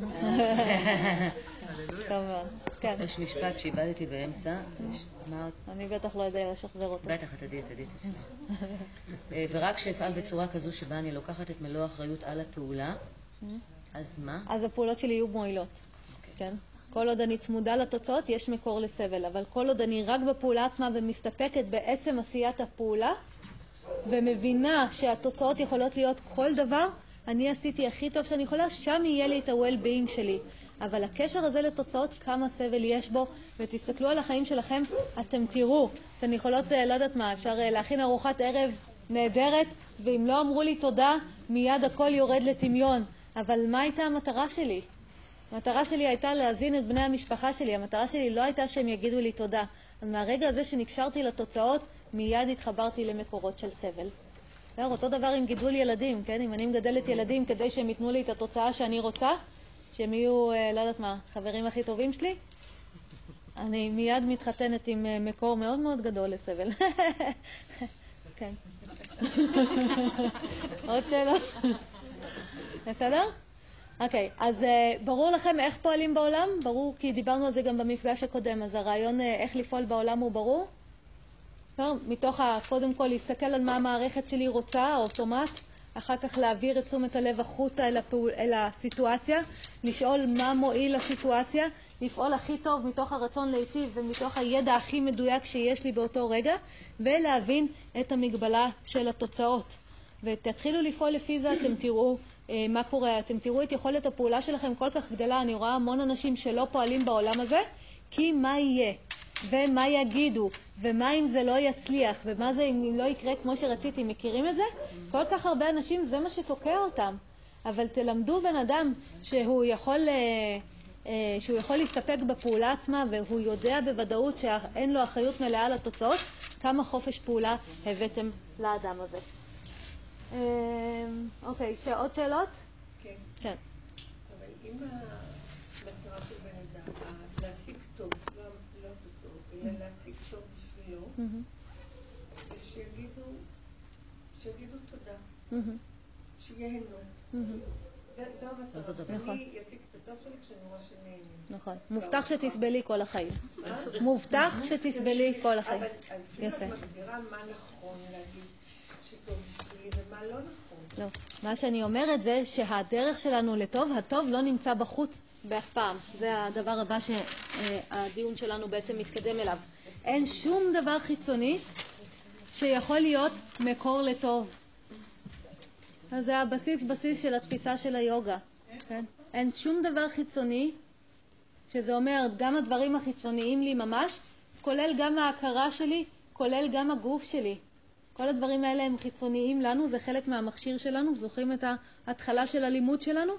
רואה השקה. יש משפט שאיבדתי באמצע. אני בטח לא יודע לשחזר אותו. בטח, תדעי, תדעי, תצליח. ורק שאפעל בצורה כזו שבה אני לוקחת את מלוא האחריות על הפעולה, אז מה? אז הפעולות שלי יהיו מועילות. כן? כל עוד אני צמודה לתוצאות, יש מקור לסבל. אבל כל עוד אני רק בפעולה עצמה ומסתפקת בעצם עשיית הפעולה, ומבינה שהתוצאות יכולות להיות כל דבר, אני עשיתי הכי טוב שאני יכולה, שם יהיה לי את ה-well-being שלי. אבל הקשר הזה לתוצאות, כמה סבל יש בו, ותסתכלו על החיים שלכם, אתם תראו. אתן יכולות, לא יודעת מה, אפשר להכין ארוחת ערב נהדרת, ואם לא אמרו לי תודה, מיד הכל יורד לטמיון. אבל מה הייתה המטרה שלי? המטרה שלי הייתה להזין את בני המשפחה שלי. המטרה שלי לא הייתה שהם יגידו לי תודה. אז מהרגע הזה שנקשרתי לתוצאות, מיד התחברתי למקורות של סבל. אותו דבר עם גידול ילדים, כן? אם אני מגדלת ילדים כדי שהם ייתנו לי את התוצאה שאני רוצה, שהם יהיו, לא יודעת מה, חברים הכי טובים שלי, אני מיד מתחתנת עם מקור מאוד מאוד גדול לסבל. כן. עוד שאלות? בסדר? אוקיי, אז ברור לכם איך פועלים בעולם? ברור, כי דיברנו על זה גם במפגש הקודם, אז הרעיון איך לפעול בעולם הוא ברור? מתוך ה, קודם כל להסתכל על מה המערכת שלי רוצה, האוטומט, אחר כך להעביר את תשומת הלב החוצה אל, הפעול, אל הסיטואציה, לשאול מה מועיל לסיטואציה, לפעול הכי טוב מתוך הרצון להיטיב ומתוך הידע הכי מדויק שיש לי באותו רגע, ולהבין את המגבלה של התוצאות. ותתחילו לפעול לפי זה, אתם תראו אה, מה קורה, אתם תראו את יכולת הפעולה שלכם כל כך גדלה. אני רואה המון אנשים שלא פועלים בעולם הזה, כי מה יהיה? ומה יגידו, ומה אם זה לא יצליח, ומה זה אם לא יקרה כמו שרציתי, מכירים את זה? כל כך הרבה אנשים, זה מה שתוקע אותם. אבל תלמדו בן אדם שהוא יכול, שהוא יכול להסתפק בפעולה עצמה, והוא יודע בוודאות שאין לו אחריות מלאה לתוצאות, כמה חופש פעולה הבאתם לאדם הזה. אוקיי, עוד שאלות? כן. כן. אבל אם המטרה של בן אדם, להשיג טוב, לא תוצאות, אלא להשיג טוב בשבילו, זה שיגידו, שיגידו תודה, שיהנו. זו המטרה. אני אשיג את הטוב שלי כשאני רואה שנהנים. נכון. מובטח שתסבלי כל החיים. מובטח שתסבלי כל החיים. אבל כאילו את מגדירה מה נכון להגיד שטוב בשבילי ומה לא נכון. לא. מה שאני אומרת זה שהדרך שלנו לטוב, הטוב לא נמצא בחוץ באף פעם. זה הדבר הבא שהדיון שלנו בעצם מתקדם אליו. אין שום דבר חיצוני שיכול להיות מקור לטוב. אז זה הבסיס, בסיס של התפיסה של היוגה. כן? אין שום דבר חיצוני, שזה אומר גם הדברים החיצוניים לי ממש, כולל גם ההכרה שלי, כולל גם הגוף שלי. כל הדברים האלה הם חיצוניים לנו, זה חלק מהמכשיר שלנו, זוכרים את ההתחלה של הלימוד שלנו?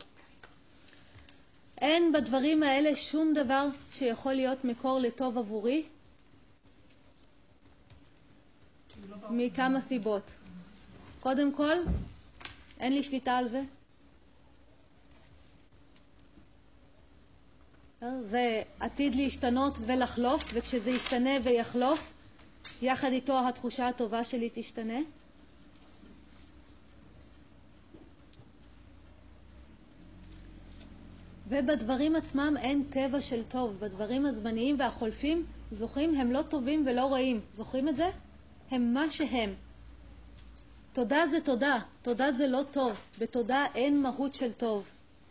אין בדברים האלה שום דבר שיכול להיות מקור לטוב עבורי, מכמה סיבות. קודם כל, אין לי שליטה על זה. זה עתיד להשתנות ולחלוף, וכשזה ישתנה ויחלוף, יחד איתו התחושה הטובה שלי תשתנה. ובדברים עצמם אין טבע של טוב. בדברים הזמניים והחולפים, זוכרים, הם לא טובים ולא רעים. זוכרים את זה? הם מה שהם. תודה זה תודה. תודה זה לא טוב. בתודה אין מהות של טוב.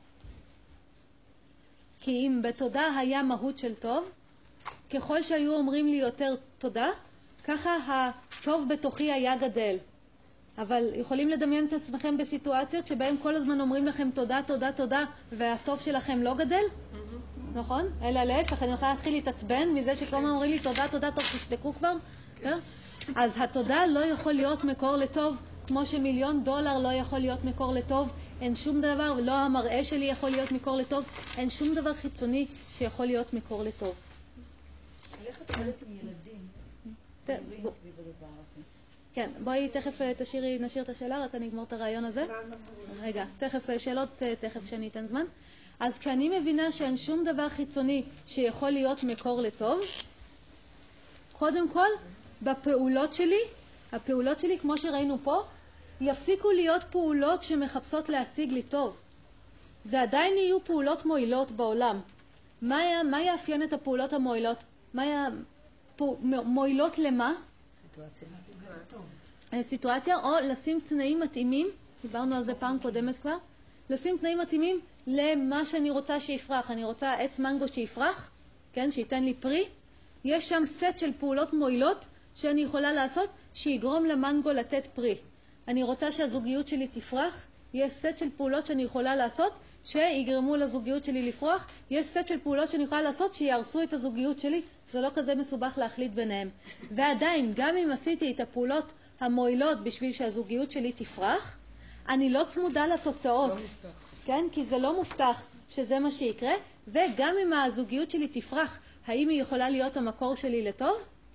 כי אם בתודה היה מהות של טוב, ככל שהיו אומרים לי יותר תודה, ככה הטוב בתוכי היה גדל. אבל יכולים לדמיין את עצמכם בסיטואציות שבהם כל הזמן אומרים לכם תודה, תודה, תודה, והטוב שלכם לא גדל? Mm-hmm. נכון? אלא להפך, אני יכולה להתחיל להתעצבן מזה שכל הזמן אומרים לי תודה, תודה, טוב, תשתקו כבר. Okay. אז התודה לא יכול להיות מקור לטוב, כמו שמיליון דולר לא יכול להיות מקור לטוב. אין שום דבר, ולא המראה שלי יכול להיות מקור לטוב. אין שום דבר חיצוני שיכול להיות מקור לטוב. איך את עובדת עם ילדים? צעירים סביב הדבר הזה. כן, בואי תכף תשאירי, נשאיר את השאלה, רק אני אגמור את הרעיון הזה. רגע, תכף שאלות, תכף שאני אתן זמן. אז כשאני מבינה שאין שום דבר חיצוני שיכול להיות מקור לטוב, קודם כל, בפעולות שלי, הפעולות שלי, כמו שראינו פה, יפסיקו להיות פעולות שמחפשות להשיג לי טוב. זה עדיין יהיו פעולות מועילות בעולם. מה, מה יאפיין את הפעולות המועילות? מה היה מועילות למה? סיטואציה. סיטואציה, או לשים תנאים מתאימים, דיברנו על זה פעם קודמת כבר, לשים תנאים מתאימים למה שאני רוצה שיפרח. אני רוצה עץ מנגו שיפרח, כן, שייתן לי פרי. יש שם סט של פעולות מועילות שאני יכולה לעשות שיגרום למנגו לתת פרי. אני רוצה שהזוגיות שלי תפרח, יש סט של פעולות שאני יכולה לעשות שיגרמו לזוגיות שלי לפרוח, יש סט של פעולות שאני יכולה לעשות שיהרסו את הזוגיות שלי, זה לא כזה מסובך להחליט ביניהם. ועדיין, גם אם עשיתי את הפעולות המועילות בשביל שהזוגיות שלי תפרח, אני לא צמודה לתוצאות. לא מובטח. כן? כי זה לא מובטח שזה מה שיקרה, וגם אם הזוגיות שלי תפרח, האם היא יכולה להיות המקור שלי לטוב?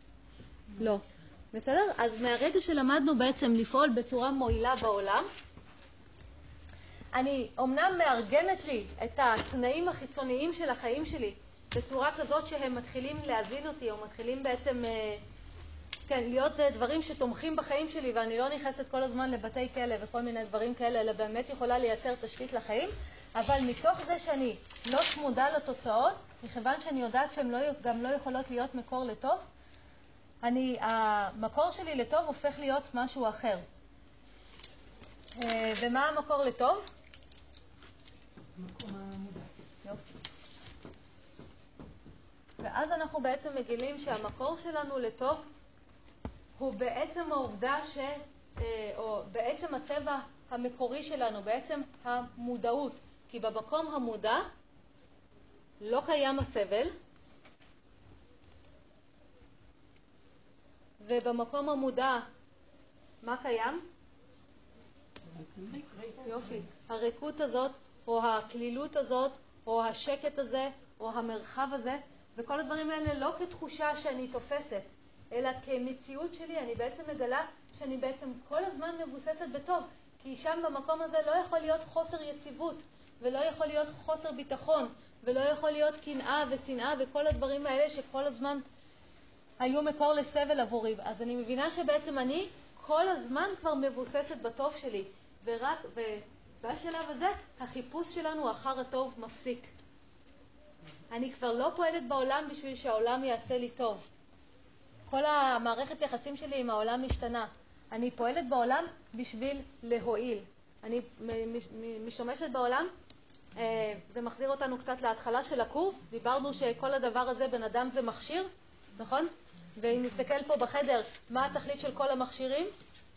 לא. בסדר? אז מהרגע שלמדנו בעצם לפעול בצורה מועילה בעולם, אני אומנם מארגנת לי את התנאים החיצוניים של החיים שלי בצורה כזאת שהם מתחילים להזין אותי, או מתחילים בעצם כן, להיות דברים שתומכים בחיים שלי, ואני לא נכנסת כל הזמן לבתי כלא וכל מיני דברים כאלה, אלא באמת יכולה לייצר תשתית לחיים. אבל מתוך זה שאני לא צמודה לתוצאות, מכיוון שאני יודעת שהן לא, גם לא יכולות להיות מקור לטוב, אני, המקור שלי לטוב הופך להיות משהו אחר. ומה המקור לטוב? מקום המודע. יופי. ואז אנחנו בעצם מגילים שהמקור שלנו לטוב הוא בעצם העובדה ש... או בעצם הטבע המקורי שלנו, בעצם המודעות. כי במקום המודע לא קיים הסבל, ובמקום המודע מה קיים? יופי. הריקות הזאת, או הכלילות הזאת, או השקט הזה, או המרחב הזה, וכל הדברים האלה לא כתחושה שאני תופסת, אלא כמציאות שלי. אני בעצם מגלה שאני בעצם כל הזמן מבוססת בטוב, כי שם במקום הזה לא יכול להיות חוסר יציבות, ולא יכול להיות חוסר ביטחון, ולא יכול להיות קנאה ושנאה וכל הדברים האלה שכל הזמן היו מקור לסבל עבורי. אז אני מבינה שבעצם אני כל הזמן כבר מבוססת בטוב שלי, ורק ובשלב הזה החיפוש שלנו אחר הטוב מפסיק. אני כבר לא פועלת בעולם בשביל שהעולם יעשה לי טוב. כל המערכת יחסים שלי עם העולם משתנה. אני פועלת בעולם בשביל להועיל. אני משתמשת בעולם. זה מחזיר אותנו קצת להתחלה של הקורס. דיברנו שכל הדבר הזה, בן אדם זה מכשיר, נכון? ואם נסתכל פה בחדר, מה התכלית של כל המכשירים?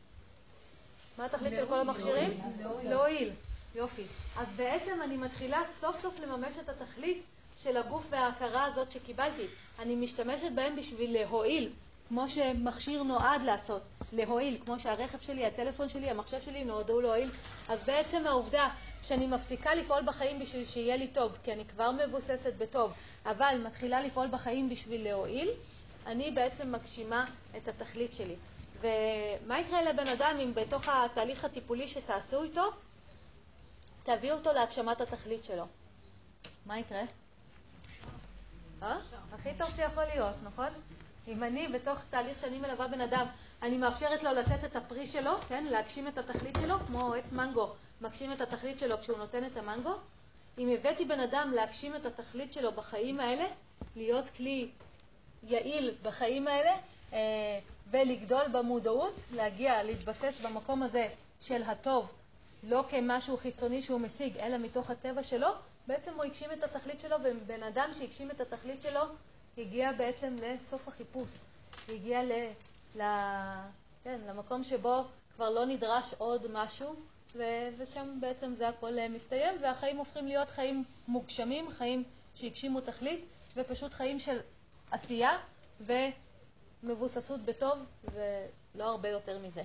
מה התכלית של כל המכשירים? להועיל. יופי. אז בעצם אני מתחילה סוף סוף לממש את התכלית של הגוף וההכרה הזאת שקיבלתי. אני משתמשת בהם בשביל להועיל, כמו שמכשיר נועד לעשות, להועיל, כמו שהרכב שלי, הטלפון שלי, המחשב שלי נועדו להועיל. אז בעצם העובדה שאני מפסיקה לפעול בחיים בשביל שיהיה לי טוב, כי אני כבר מבוססת בטוב, אבל מתחילה לפעול בחיים בשביל להועיל, אני בעצם מגשימה את התכלית שלי. ומה יקרה לבן אדם אם בתוך התהליך הטיפולי שתעשו איתו, תביאו אותו להגשמת התכלית שלו? מה יקרה? אה? הכי טוב שיכול להיות, נכון? אם אני בתוך תהליך שאני מלווה בן אדם, אני מאפשרת לו לתת את הפרי שלו, כן? להגשים את התכלית שלו, כמו עץ מנגו מגשים את התכלית שלו כשהוא נותן את המנגו. אם הבאתי בן אדם להגשים את התכלית שלו בחיים האלה, להיות כלי יעיל בחיים האלה, אה, ולגדול במודעות, להגיע, להתבסס במקום הזה של הטוב, לא כמשהו חיצוני שהוא משיג, אלא מתוך הטבע שלו, בעצם הוא הגשים את התכלית שלו, ובן אדם שהגשים את התכלית שלו, הגיע בעצם לסוף החיפוש. הגיע ל, ל, כן, למקום שבו כבר לא נדרש עוד משהו, ו, ושם בעצם זה הכל מסתיים, והחיים הופכים להיות חיים מוגשמים, חיים שהגשימו תכלית, ופשוט חיים של עשייה ומבוססות בטוב, ולא הרבה יותר מזה.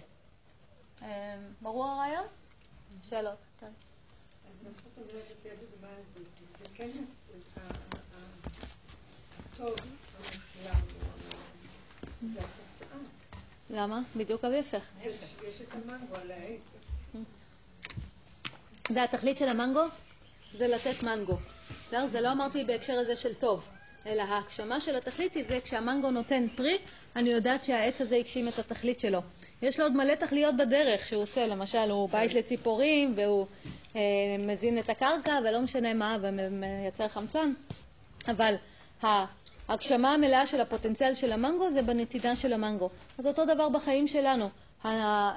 ברור הרעיון? שאלות. כן. אז מה שאת אומרת לפי הדוגמה הזאת, זה כן הטוב, המושלם, זה התוצאה. למה? בדיוק ההפך. יש את המנגו על העץ. זה התכלית של המנגו? זה לתת מנגו. זה לא אמרתי בהקשר הזה של טוב, אלא ההגשמה של התכלית היא זה כשהמנגו נותן פרי, אני יודעת שהעץ הזה הגשים את התכלית שלו. יש לו עוד מלא תכליות בדרך שהוא עושה, למשל הוא בית לציפורים והוא אה, מזין את הקרקע ולא משנה מה ומייצר חמצן, אבל ההגשמה המלאה של הפוטנציאל של המנגו זה בנתינה של המנגו. אז אותו דבר בחיים שלנו. ה, אה,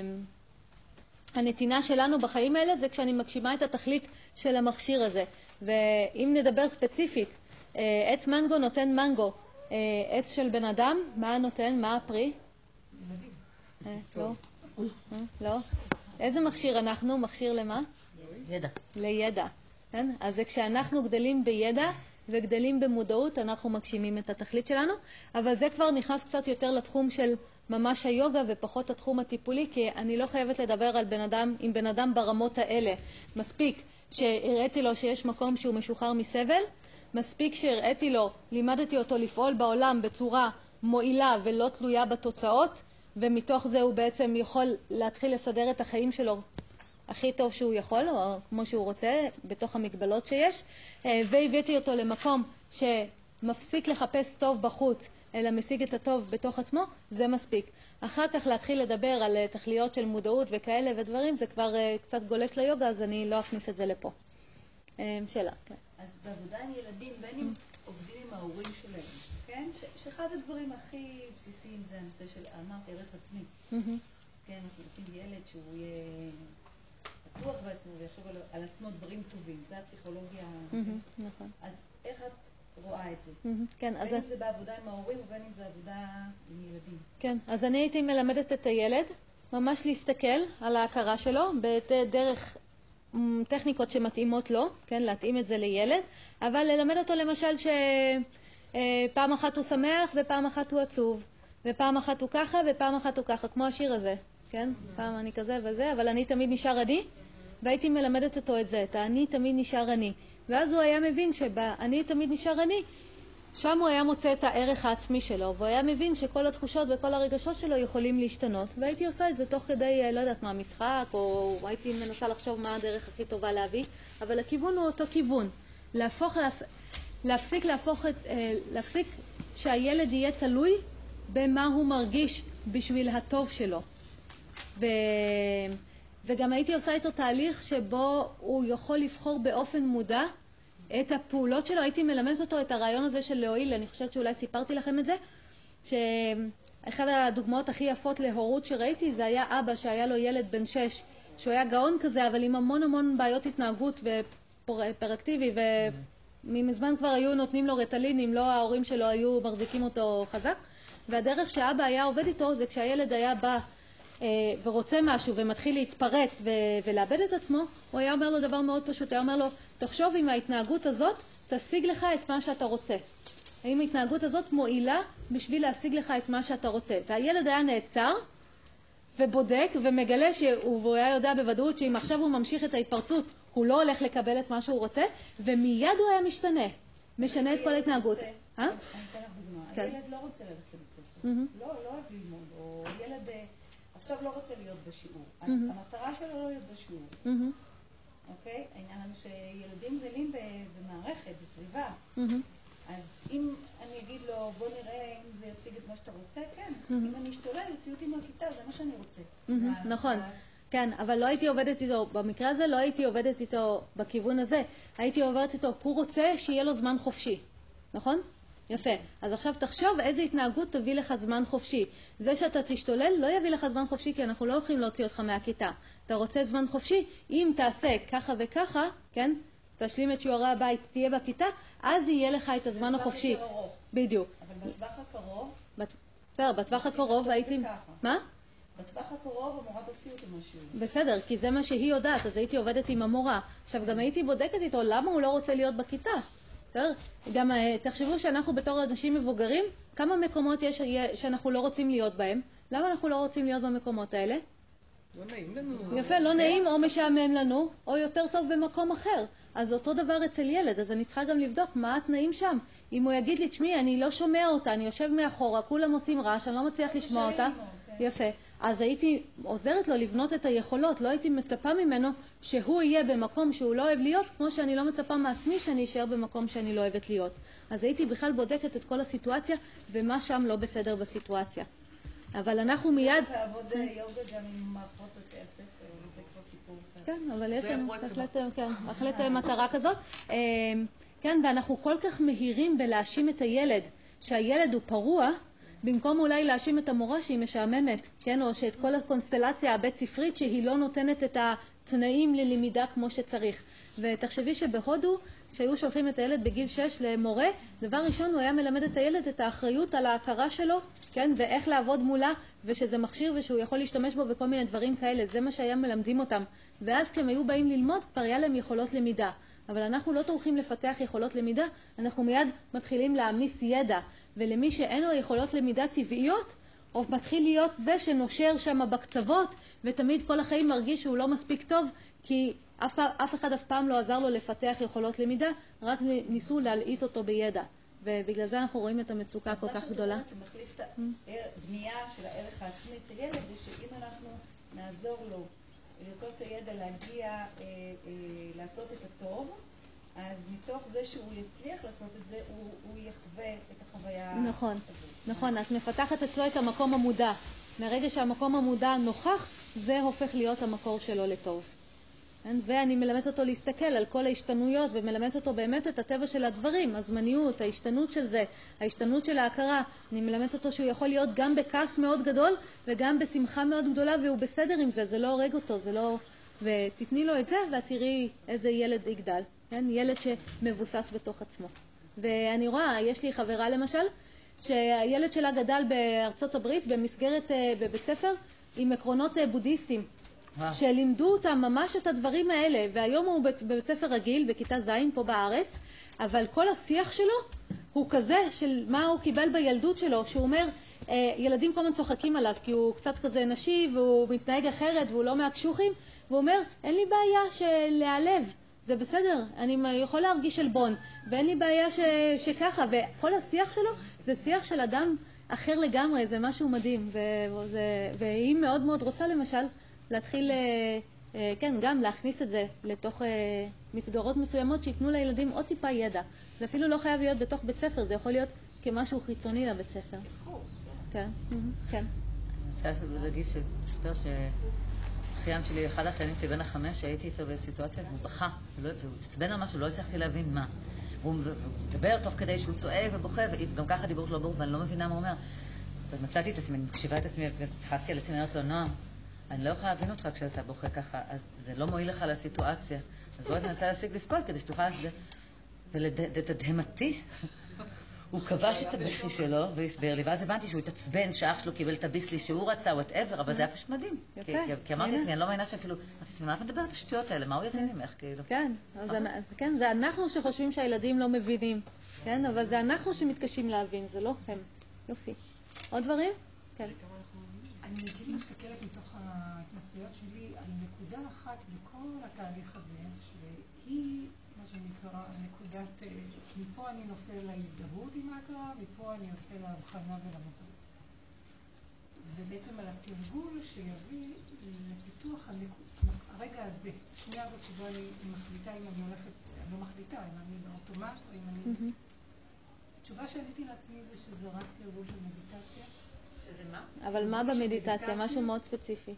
הנתינה שלנו בחיים האלה זה כשאני מגשימה את התכלית של המכשיר הזה. ואם נדבר ספציפית, אה, עץ מנגו נותן מנגו, אה, עץ של בן אדם, מה נותן? מה הפרי? ילדים. אה, לא. אה, לא. איזה מכשיר אנחנו? מכשיר למה? ידע. לידע. כן? אז זה כשאנחנו גדלים בידע וגדלים במודעות, אנחנו מגשימים את התכלית שלנו, אבל זה כבר נכנס קצת יותר לתחום של ממש היוגה ופחות התחום הטיפולי, כי אני לא חייבת לדבר על בן אדם, עם בן אדם ברמות האלה. מספיק שהראיתי לו שיש מקום שהוא משוחרר מסבל, מספיק שהראיתי לו, לימדתי אותו לפעול בעולם בצורה מועילה ולא תלויה בתוצאות, ומתוך זה הוא בעצם יכול להתחיל לסדר את החיים שלו הכי טוב שהוא יכול, או כמו שהוא רוצה, בתוך המגבלות שיש, והבאתי אותו למקום שמפסיק לחפש טוב בחוץ, אלא משיג את הטוב בתוך עצמו, זה מספיק. אחר כך להתחיל לדבר על תכליות של מודעות וכאלה ודברים, זה כבר קצת גולש ליוגה, אז אני לא אכניס את זה לפה. שאלה, כן. אז בעבודה עם ילדים, בין אם עובדים עם ההורים שלהם, כן? שאחד הדברים הכי בסיסיים זה הנושא של, אמרת, ערך עצמי. כן, אנחנו רוצים ילד שהוא יהיה פתוח בעצמו ויחשוב על, על עצמו דברים טובים. זה הפסיכולוגיה. נכון. אז איך את רואה את זה? כן, בין אם זה בעבודה עם ההורים ובין אם זה עבודה עם ילדים. כן, אז אני הייתי מלמדת את הילד ממש להסתכל על ההכרה שלו בדרך טכניקות שמתאימות לו, כן, להתאים את זה לילד, אבל ללמד אותו למשל שפעם אחת הוא שמח ופעם אחת הוא עצוב, ופעם אחת הוא ככה ופעם אחת הוא ככה, כמו השיר הזה, כן? פעם אני כזה וזה, אבל אני תמיד נשאר אני, והייתי מלמדת אותו את זה, את אני תמיד נשאר אני. ואז הוא היה מבין שבאני תמיד נשאר אני, שם הוא היה מוצא את הערך העצמי שלו, והוא היה מבין שכל התחושות וכל הרגשות שלו יכולים להשתנות, והייתי עושה את זה תוך כדי, לא יודעת מה, משחק, או הייתי מנסה לחשוב מה הדרך הכי טובה להביא, אבל הכיוון הוא אותו כיוון, להפוך, להפסיק, להפוך את, להפסיק שהילד יהיה תלוי במה הוא מרגיש בשביל הטוב שלו. ו... וגם הייתי עושה איתו תהליך שבו הוא יכול לבחור באופן מודע את הפעולות שלו. הייתי מלמדת אותו את הרעיון הזה של להועיל, אני חושבת שאולי סיפרתי לכם את זה, שאחד הדוגמאות הכי יפות להורות שראיתי זה היה אבא שהיה לו ילד בן שש, שהוא היה גאון כזה, אבל עם המון המון בעיות התנהגות ופרקטיבי, ומזמן כבר היו נותנים לו רטלין, אם לא ההורים שלו היו מחזיקים אותו חזק. והדרך שאבא היה עובד איתו זה כשהילד היה בא ורוצה משהו ומתחיל להתפרץ ולאבד את עצמו, הוא היה אומר לו דבר מאוד פשוט, היה אומר לו, תחשוב אם ההתנהגות הזאת תשיג לך את מה שאתה רוצה. האם ההתנהגות הזאת מועילה בשביל להשיג לך את מה שאתה רוצה. והילד היה נעצר ובודק ומגלה שהוא היה יודע בוודאות שאם עכשיו הוא ממשיך את ההתפרצות, הוא לא הולך לקבל את מה שהוא רוצה, ומיד הוא היה משתנה, משנה את כל ההתנהגות. אני אתן לך דוגמה. הילד לא רוצה ללכת לבית ספר, לא אוהב ללמוד, או ילד עכשיו לא רוצה להיות בשיעור. המטרה שלו לא להיות בשיעור. אוקיי? העניין שילדים גדלים במערכת, בסביבה. אז אם אני אגיד לו, בוא נראה אם זה ישיג את מה שאתה רוצה, כן. אם אני אשתולל, יוציאו אותי מהכיתה, זה מה שאני רוצה. נכון. כן, אבל לא הייתי עובדת איתו, במקרה הזה לא הייתי עובדת איתו בכיוון הזה. הייתי עובדת איתו, הוא רוצה שיהיה לו זמן חופשי. נכון? יפה. אז עכשיו תחשוב איזה התנהגות תביא לך זמן חופשי. זה שאתה תשתולל לא יביא לך זמן חופשי, כי אנחנו לא יכולים להוציא אותך מהכיתה. אתה רוצה זמן חופשי? אם תעשה ככה וככה, כן? תשלים את שיעורי הבית, תהיה בכיתה, אז יהיה לך את הזמן החופשי. בדיוק. אבל בטווח הקרוב? בסדר, בטווח הקרוב הייתי... מה? בטווח הקרוב המורה תוציא אותי משהו. בסדר, כי זה מה שהיא יודעת, אז הייתי עובדת עם המורה. עכשיו גם הייתי בודקת איתו למה הוא לא רוצה להיות בכיתה. גם תחשבו שאנחנו בתור אנשים מבוגרים, כמה מקומות יש שאנחנו לא רוצים להיות בהם? למה אנחנו לא רוצים להיות במקומות האלה? לא נעים לנו. יפה, לא נעים או משעמם לנו, או יותר טוב במקום אחר. אז אותו דבר אצל ילד, אז אני צריכה גם לבדוק מה התנאים שם. אם הוא יגיד לי, תשמעי, אני לא שומע אותה, אני יושב מאחורה, כולם עושים רעש, אני לא מצליח לשמוע אותה. יפה. אז הייתי עוזרת לו לבנות את היכולות, לא הייתי מצפה ממנו שהוא יהיה במקום שהוא לא אוהב להיות, כמו שאני לא מצפה מעצמי שאני אשאר במקום שאני לא אוהבת להיות. אז הייתי בכלל בודקת את כל הסיטואציה, ומה שם לא בסדר בסיטואציה. אבל אנחנו מיד... לעבוד יוגה גם עם מערכות בתי הספר, זה כבר סיפור אחר. כן, אבל יש לנו בהחלט מטרה כזאת. כן, ואנחנו כל כך מהירים בלהאשים את הילד, שהילד הוא פרוע, במקום אולי להאשים את המורה שהיא משעממת, כן? או שאת כל הקונסטלציה הבית ספרית שהיא לא נותנת את התנאים ללמידה כמו שצריך. ותחשבי שבהודו, כשהיו שולחים את הילד בגיל שש למורה, דבר ראשון הוא היה מלמד את הילד את האחריות על ההכרה שלו, כן? ואיך לעבוד מולה, ושזה מכשיר ושהוא יכול להשתמש בו וכל מיני דברים כאלה. זה מה שהיה מלמדים אותם. ואז כשהם היו באים ללמוד, כבר היה להם יכולות למידה. אבל אנחנו לא טורחים לפתח יכולות למידה, אנחנו מיד מתחילים להעמיס ידע. ולמי שאין לו יכולות למידה טבעיות, או מתחיל להיות זה שנושר שם בקצוות, ותמיד כל החיים מרגיש שהוא לא מספיק טוב, כי אף, אף אחד אף פעם לא עזר לו לפתח יכולות למידה, רק ניסו להלעיט אותו בידע. ובגלל זה אנחנו רואים את המצוקה כל כך גדולה. מה שאת אומרת שמחליף את הבנייה של הערך העצמי את הילד, זה שאם אנחנו נעזור לו לרכוש את הידע להגיע, אה, אה, לעשות את הטוב, אז מתוך זה שהוא יצליח לעשות את זה, הוא, הוא יחווה את החוויה. נכון, הזאת. נכון, את מפתחת אצלו את המקום המודע. מהרגע שהמקום המודע נוכח, זה הופך להיות המקור שלו לטוב. ואני מלמדת אותו להסתכל על כל ההשתנויות, ומלמדת אותו באמת את הטבע של הדברים, הזמניות, ההשתנות של זה, ההשתנות של ההכרה. אני מלמדת אותו שהוא יכול להיות גם בכעס מאוד גדול, וגם בשמחה מאוד גדולה, והוא בסדר עם זה, זה לא הורג אותו, זה לא... ותתני לו את זה, ואת תראי איזה ילד יגדל. כן? ילד שמבוסס בתוך עצמו. ואני רואה, יש לי חברה למשל, שהילד שלה גדל בארצות הברית, במסגרת, בבית ספר, עם עקרונות בודהיסטים. שלימדו אותם ממש את הדברים האלה, והיום הוא בבית ספר רגיל, בכיתה זין פה בארץ, אבל כל השיח שלו הוא כזה של מה הוא קיבל בילדות שלו, שהוא אומר, ילדים כל הזמן צוחקים עליו, כי הוא קצת כזה נשי, והוא מתנהג אחרת, והוא לא מהקשוחים, והוא אומר, אין לי בעיה של להיעלב, זה בסדר, אני יכול להרגיש אלבון, ואין לי בעיה ש... שככה, וכל השיח שלו זה שיח של אדם אחר לגמרי, זה משהו מדהים, וזה... והיא מאוד מאוד רוצה למשל, להתחיל, כן, גם להכניס את זה לתוך מסגרות מסוימות שיתנו לילדים עוד טיפה ידע. זה אפילו לא חייב להיות בתוך בית ספר, זה יכול להיות כמשהו חיצוני לבית ספר. כן, כן. אני רוצה להגיד שספר שאחיין שלי, אחד האחיינים שלי בן החמש, שהייתי איתו בסיטואציה, הוא בכה, והוא התעצבן על משהו, לא הצלחתי להבין מה. והוא מדבר תוך כדי שהוא צועק ובוכה, וגם ככה דיברות לא ברור, ואני לא מבינה מה הוא אומר. ומצאתי את עצמי, אני מקשיבה את עצמי, וצחקתי על עצמי, אני אומרת לו, נועם, אני לא יכולה להבין אותך כשאתה בוכה ככה, אז זה לא מועיל לך לסיטואציה. אז בואי תנסה להשיג לבכות כדי שתוכל לעשות את זה. ולתדהמתי, הוא כבש את הבכי שלו והסבר לי, ואז הבנתי שהוא התעצבן שאח שלו קיבל את הביסלי שהוא רצה, whatever, אבל זה היה פשוט מדהים. כי אמרתי לעצמי, אני לא מאמינה שאפילו, אמרתי לעצמי, מה את מדברת את השטויות האלה? מה הוא יבין ממך, כאילו? כן, זה אנחנו שחושבים שהילדים לא מבינים, כן, אבל זה אנחנו שמתקשים להבין, זה לא הם. יופי. עוד דברים? כן. אני כאילו מסתכלת מתוך ההתנסויות שלי על נקודה אחת בכל התהליך הזה, שהיא, מה שנקרא, נקודת, מפה אני נופל להזדהות עם ההכרה, מפה אני יוצא להבחנה ולמודעות. ובעצם על התרגול שיביא לפיתוח הנקוד, הרגע הזה, השנייה הזאת שבו אני מחליטה אם אני הולכת, אני לא מחליטה, אם אני באוטומט או אם אני... התשובה שעניתי לעצמי זה שזה רק תרגול של מדיטציה. שזה מה? אבל מה במדיטציה? משהו מאוד ספציפי.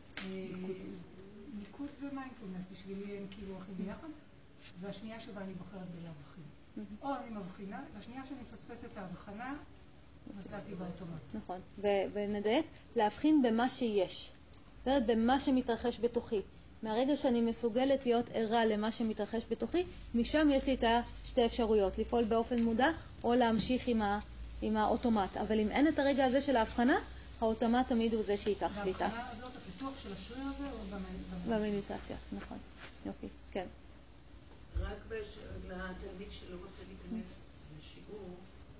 ניקוד ומיינדפולנס בשבילי הם כאילו הולכים ביחד, והשנייה שבה אני בוחרת בלהבחין. או אני מבחינה, והשנייה שאני מפספס את ההבחנה, נסעתי באוטומט. נכון, ונדייק, להבחין במה שיש. זאת אומרת, במה שמתרחש בתוכי. מהרגע שאני מסוגלת להיות ערה למה שמתרחש בתוכי, משם יש לי את השתי אפשרויות, לפעול באופן מודע או להמשיך עם ה... עם האוטומט, אבל אם אין את הרגע הזה של ההבחנה, האוטומט תמיד הוא זה שייקח שליטה. וההבחנה הזאת, הפיתוח של השריר הזה הוא במדיטציה, נכון. יופי, כן. רק לתלמיד שלא רוצה להיכנס לשיעור,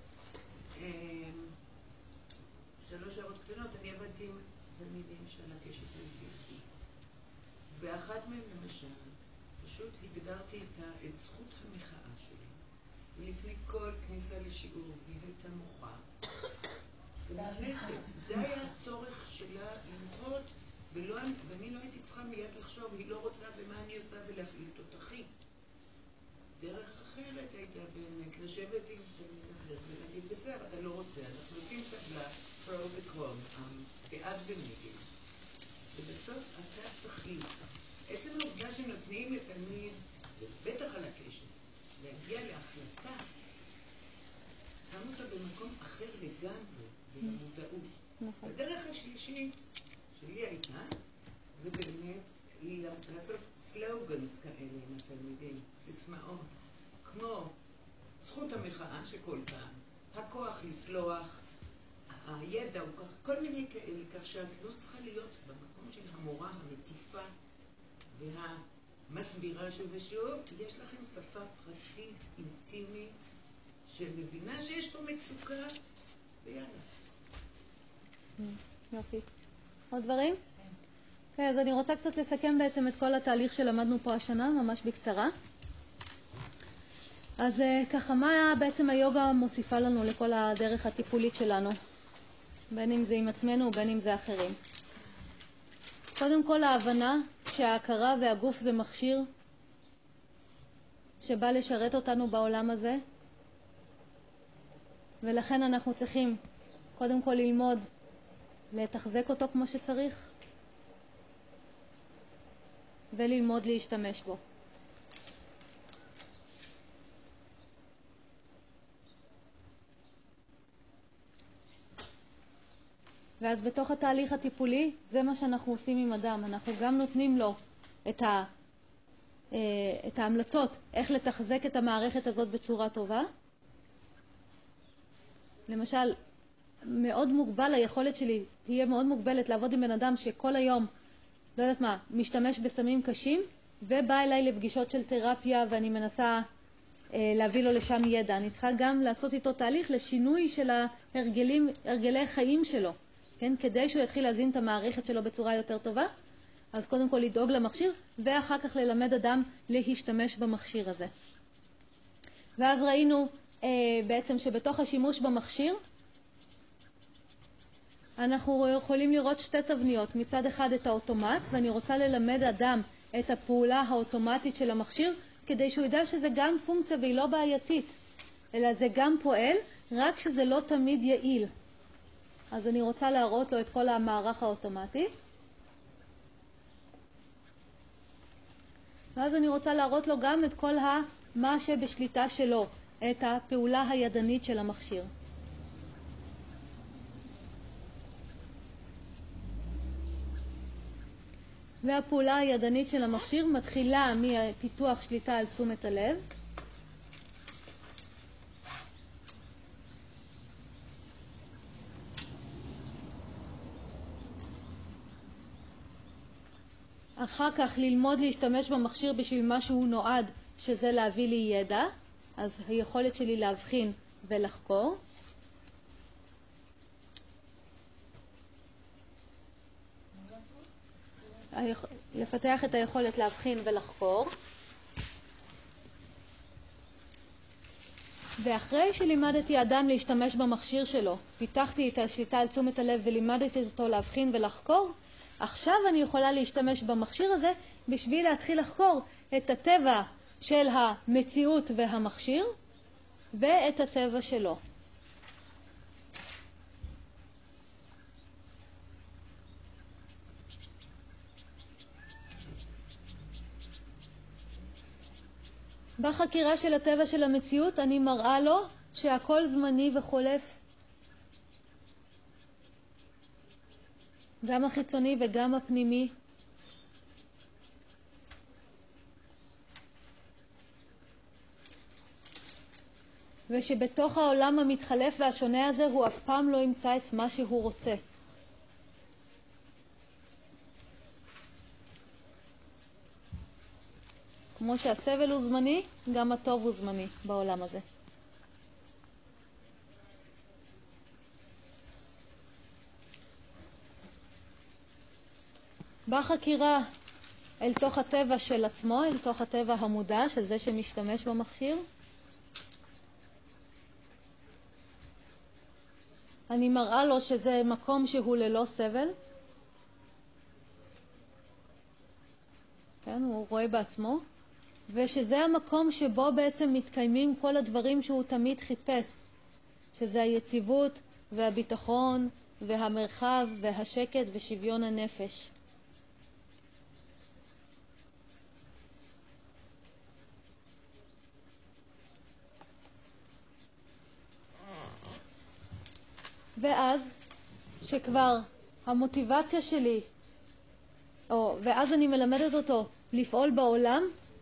שלוש הערות קטנות, אני עבדתי עם תלמידים של הקשת האוטיסטית. ואחת מהם למשל, פשוט הגדרתי את זכות המחאה שלי. ולפני כל כניסה לשיעור, הבאת המוחה. ונכנסת, זה היה הצורך שלה למחות, ואני לא הייתי צריכה מיד לחשוב, היא לא רוצה ומה אני עושה ולהפעיל תותחים. דרך אחרת הייתה באמת לשבת עם תלמיד אחר ולהגיד, בסדר, אתה לא רוצה, אנחנו עושים טבלה, פרו וקון, בעד ונגד. ובסוף אתה תחליט. עצם העובדה שנותנים לתלמיד, ובטח על הקשת, להגיע להחלטה, שם אותה במקום אחר לגמרי, במודעות. הדרך השלישית שלי הייתה, זה באמת לעשות סלוגנס כאלה עם התלמידים, סיסמאות, כמו זכות המחאה שכל פעם, הכוח לסלוח, הידע הוא כך, כל מיני כאלה, כך שאת לא צריכה להיות במקום של המורה המטיפה והמסבירה שוב ושוב, יש לכם שפה פרטית, אינטימית, שמבינה שיש פה מצוקה, ויאללה. יופי. עוד דברים? כן, אז אני רוצה קצת לסכם בעצם את כל התהליך שלמדנו פה השנה, ממש בקצרה. אז ככה, מה בעצם היוגה מוסיפה לנו לכל הדרך הטיפולית שלנו? בין אם זה עם עצמנו ובין אם זה אחרים. קודם כל ההבנה שההכרה והגוף זה מכשיר שבא לשרת אותנו בעולם הזה, ולכן אנחנו צריכים קודם כל ללמוד לתחזק אותו כמו שצריך, וללמוד להשתמש בו. ואז בתוך התהליך הטיפולי, זה מה שאנחנו עושים עם אדם. אנחנו גם נותנים לו את, ה, את ההמלצות, איך לתחזק את המערכת הזאת בצורה טובה. למשל, מאוד מוגבל, היכולת שלי תהיה מאוד מוגבלת לעבוד עם בן אדם שכל היום, לא יודעת מה, משתמש בסמים קשים, ובא אליי לפגישות של תרפיה, ואני מנסה אה, להביא לו לשם ידע. אני צריכה גם לעשות איתו תהליך לשינוי של ההרגלים, הרגלי חיים שלו. כן? כדי שהוא יתחיל להזין את המערכת שלו בצורה יותר טובה, אז קודם כל לדאוג למכשיר, ואחר כך ללמד אדם להשתמש במכשיר הזה. ואז ראינו אה, בעצם שבתוך השימוש במכשיר, אנחנו יכולים לראות שתי תבניות. מצד אחד את האוטומט, ואני רוצה ללמד אדם את הפעולה האוטומטית של המכשיר, כדי שהוא ידע שזה גם פונקציה והיא לא בעייתית, אלא זה גם פועל, רק שזה לא תמיד יעיל. אז אני רוצה להראות לו את כל המערך האוטומטי. ואז אני רוצה להראות לו גם את כל מה שבשליטה שלו, את הפעולה הידנית של המכשיר. והפעולה הידנית של המכשיר מתחילה מפיתוח שליטה על תשומת הלב. אחר כך ללמוד להשתמש במכשיר בשביל מה שהוא נועד, שזה להביא לי ידע, אז היכולת שלי להבחין ולחקור. לפתח את היכולת להבחין ולחקור. ואחרי שלימדתי אדם להשתמש במכשיר שלו, פיתחתי את השליטה על תשומת הלב ולימדתי אותו להבחין ולחקור, עכשיו אני יכולה להשתמש במכשיר הזה בשביל להתחיל לחקור את הטבע של המציאות והמכשיר ואת הטבע שלו. בחקירה של הטבע של המציאות אני מראה לו שהכל זמני וחולף. גם החיצוני וגם הפנימי. ושבתוך העולם המתחלף והשונה הזה הוא אף פעם לא ימצא את מה שהוא רוצה. כמו שהסבל הוא זמני, גם הטוב הוא זמני בעולם הזה. בחקירה אל תוך הטבע של עצמו, אל תוך הטבע המודע של זה שמשתמש במכשיר, אני מראה לו שזה מקום שהוא ללא סבל. כן, הוא רואה בעצמו. ושזה המקום שבו בעצם מתקיימים כל הדברים שהוא תמיד חיפש, שזה היציבות והביטחון והמרחב והשקט ושוויון הנפש. ואז שכבר המוטיבציה שלי, או, ואז אני מלמדת אותו לפעול בעולם,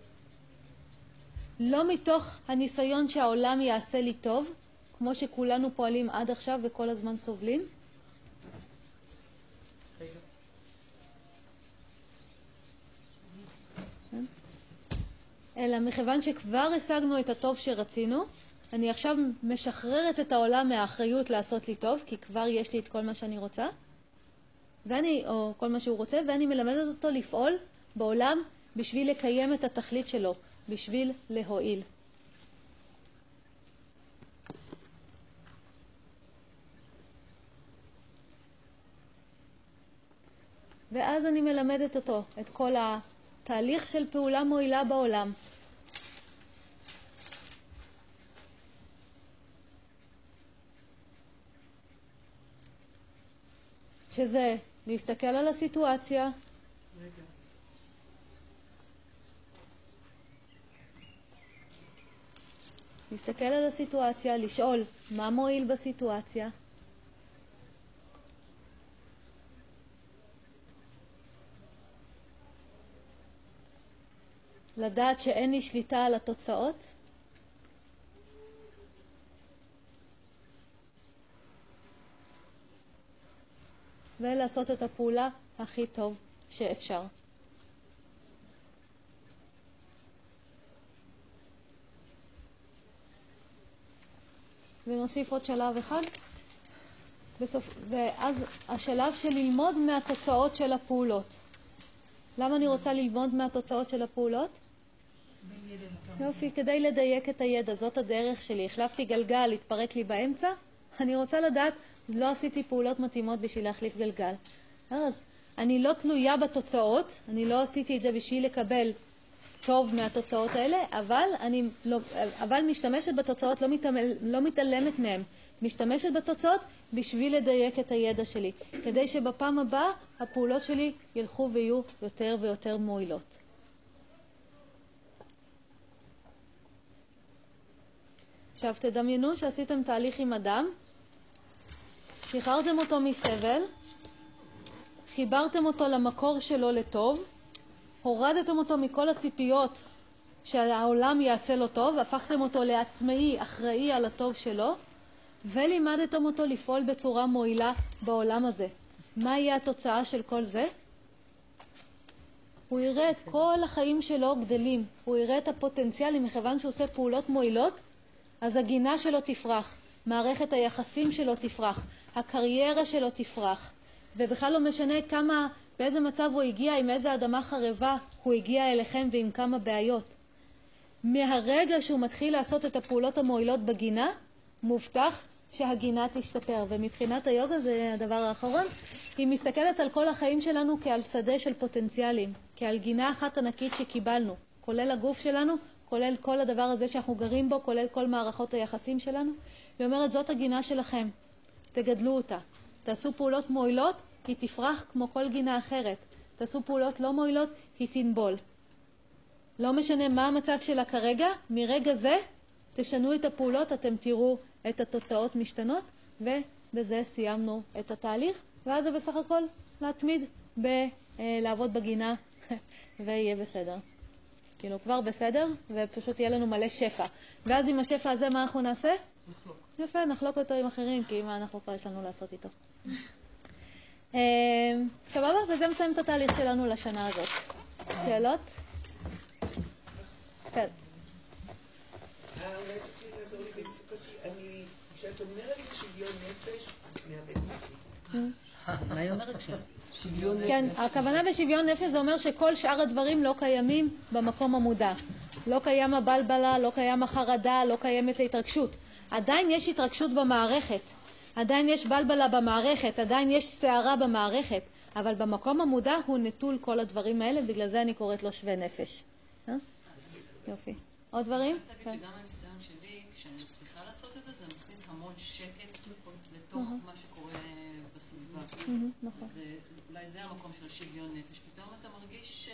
לא מתוך הניסיון שהעולם יעשה לי טוב, כמו שכולנו פועלים עד עכשיו וכל הזמן סובלים, אלא מכיוון שכבר השגנו את הטוב שרצינו, אני עכשיו משחררת את העולם מהאחריות לעשות לי טוב, כי כבר יש לי את כל מה שאני רוצה, ואני, או כל מה שהוא רוצה, ואני מלמדת אותו לפעול בעולם בשביל לקיים את התכלית שלו, בשביל להועיל. ואז אני מלמדת אותו את כל התהליך של פעולה מועילה בעולם. שזה להסתכל על הסיטואציה, להסתכל על הסיטואציה, לשאול מה מועיל בסיטואציה, לדעת שאין לי שליטה על התוצאות, ולעשות את הפעולה הכי טוב שאפשר. ונוסיף עוד שלב אחד. בסוף, ואז השלב של ללמוד מהתוצאות של הפעולות. למה אני רוצה ללמוד מהתוצאות של הפעולות? יופי, כדי לדייק את הידע, זאת הדרך שלי. החלפתי גלגל, התפרק לי באמצע, אני רוצה לדעת, לא עשיתי פעולות מתאימות בשביל להחליף גלגל. אז אני לא תלויה בתוצאות, אני לא עשיתי את זה בשביל לקבל טוב מהתוצאות האלה, אבל אני לא, אבל משתמשת בתוצאות, לא, מתעמל, לא מתעלמת מהן. משתמשת בתוצאות בשביל לדייק את הידע שלי, כדי שבפעם הבאה הפעולות שלי ילכו ויהיו יותר ויותר מועילות. עכשיו תדמיינו שעשיתם תהליך עם אדם, שחררתם אותו מסבל, חיברתם אותו למקור שלו לטוב, הורדתם אותו מכל הציפיות שהעולם יעשה לו טוב, הפכתם אותו לעצמאי, אחראי על הטוב שלו, ולימדתם אותו לפעול בצורה מועילה בעולם הזה. מה יהיה התוצאה של כל זה? הוא יראה את כל החיים שלו גדלים, הוא יראה את הפוטנציאל, מכיוון שהוא עושה פעולות מועילות, אז הגינה שלו תפרח, מערכת היחסים שלו תפרח, הקריירה שלו תפרח, ובכלל לא משנה כמה, באיזה מצב הוא הגיע, עם איזה אדמה חרבה הוא הגיע אליכם ועם כמה בעיות. מהרגע שהוא מתחיל לעשות את הפעולות המועילות בגינה, מובטח שהגינה תסתפר. ומבחינת היוגה, זה הדבר האחרון, היא מסתכלת על כל החיים שלנו כעל שדה של פוטנציאלים, כעל גינה אחת ענקית שקיבלנו, כולל הגוף שלנו, כולל כל הדבר הזה שאנחנו גרים בו, כולל כל מערכות היחסים שלנו. היא אומרת, זאת הגינה שלכם, תגדלו אותה. תעשו פעולות מועילות, היא תפרח כמו כל גינה אחרת. תעשו פעולות לא מועילות, היא תנבול. לא משנה מה המצב שלה כרגע, מרגע זה תשנו את הפעולות, אתם תראו את התוצאות משתנות, ובזה סיימנו את התהליך, ואז זה בסך הכל להתמיד בלעבוד בגינה, ויהיה בסדר. כאילו כבר בסדר, ופשוט יהיה לנו מלא שפע. ואז עם השפע הזה מה אנחנו נעשה? נחלוק. יפה, נחלוק אותו עם אחרים, כי מה אנחנו כבר יש לנו לעשות איתו. סבבה, וזה מסיים את התהליך שלנו לשנה הזאת. שאלות? כן. אולי תצליח לעזור לי במצוקתי. אני, כשאת אומרת שוויון נפש, את מאבדת אותי. מה היא אומרת שם? שוויון נפש. כן, הכוונה בשוויון נפש זה אומר שכל שאר הדברים לא קיימים במקום המודע. לא קיים הבלבלה, לא קיים החרדה, לא קיימת ההתרגשות. עדיין יש התרגשות במערכת, עדיין יש בלבלה במערכת, עדיין יש שערה במערכת, אבל במקום המודע הוא נטול כל הדברים האלה, בגלל זה אני קוראת לו שווה נפש. יופי. עוד דברים? אני רוצה להגיד שגם הניסיון שלי, כשאני מצליחה לעשות את זה, זה מכניס המון שקט לתוך מה שקורה בסביבה. אז אולי זה המקום של השוויון נפש. פתאום אתה מרגיש ש...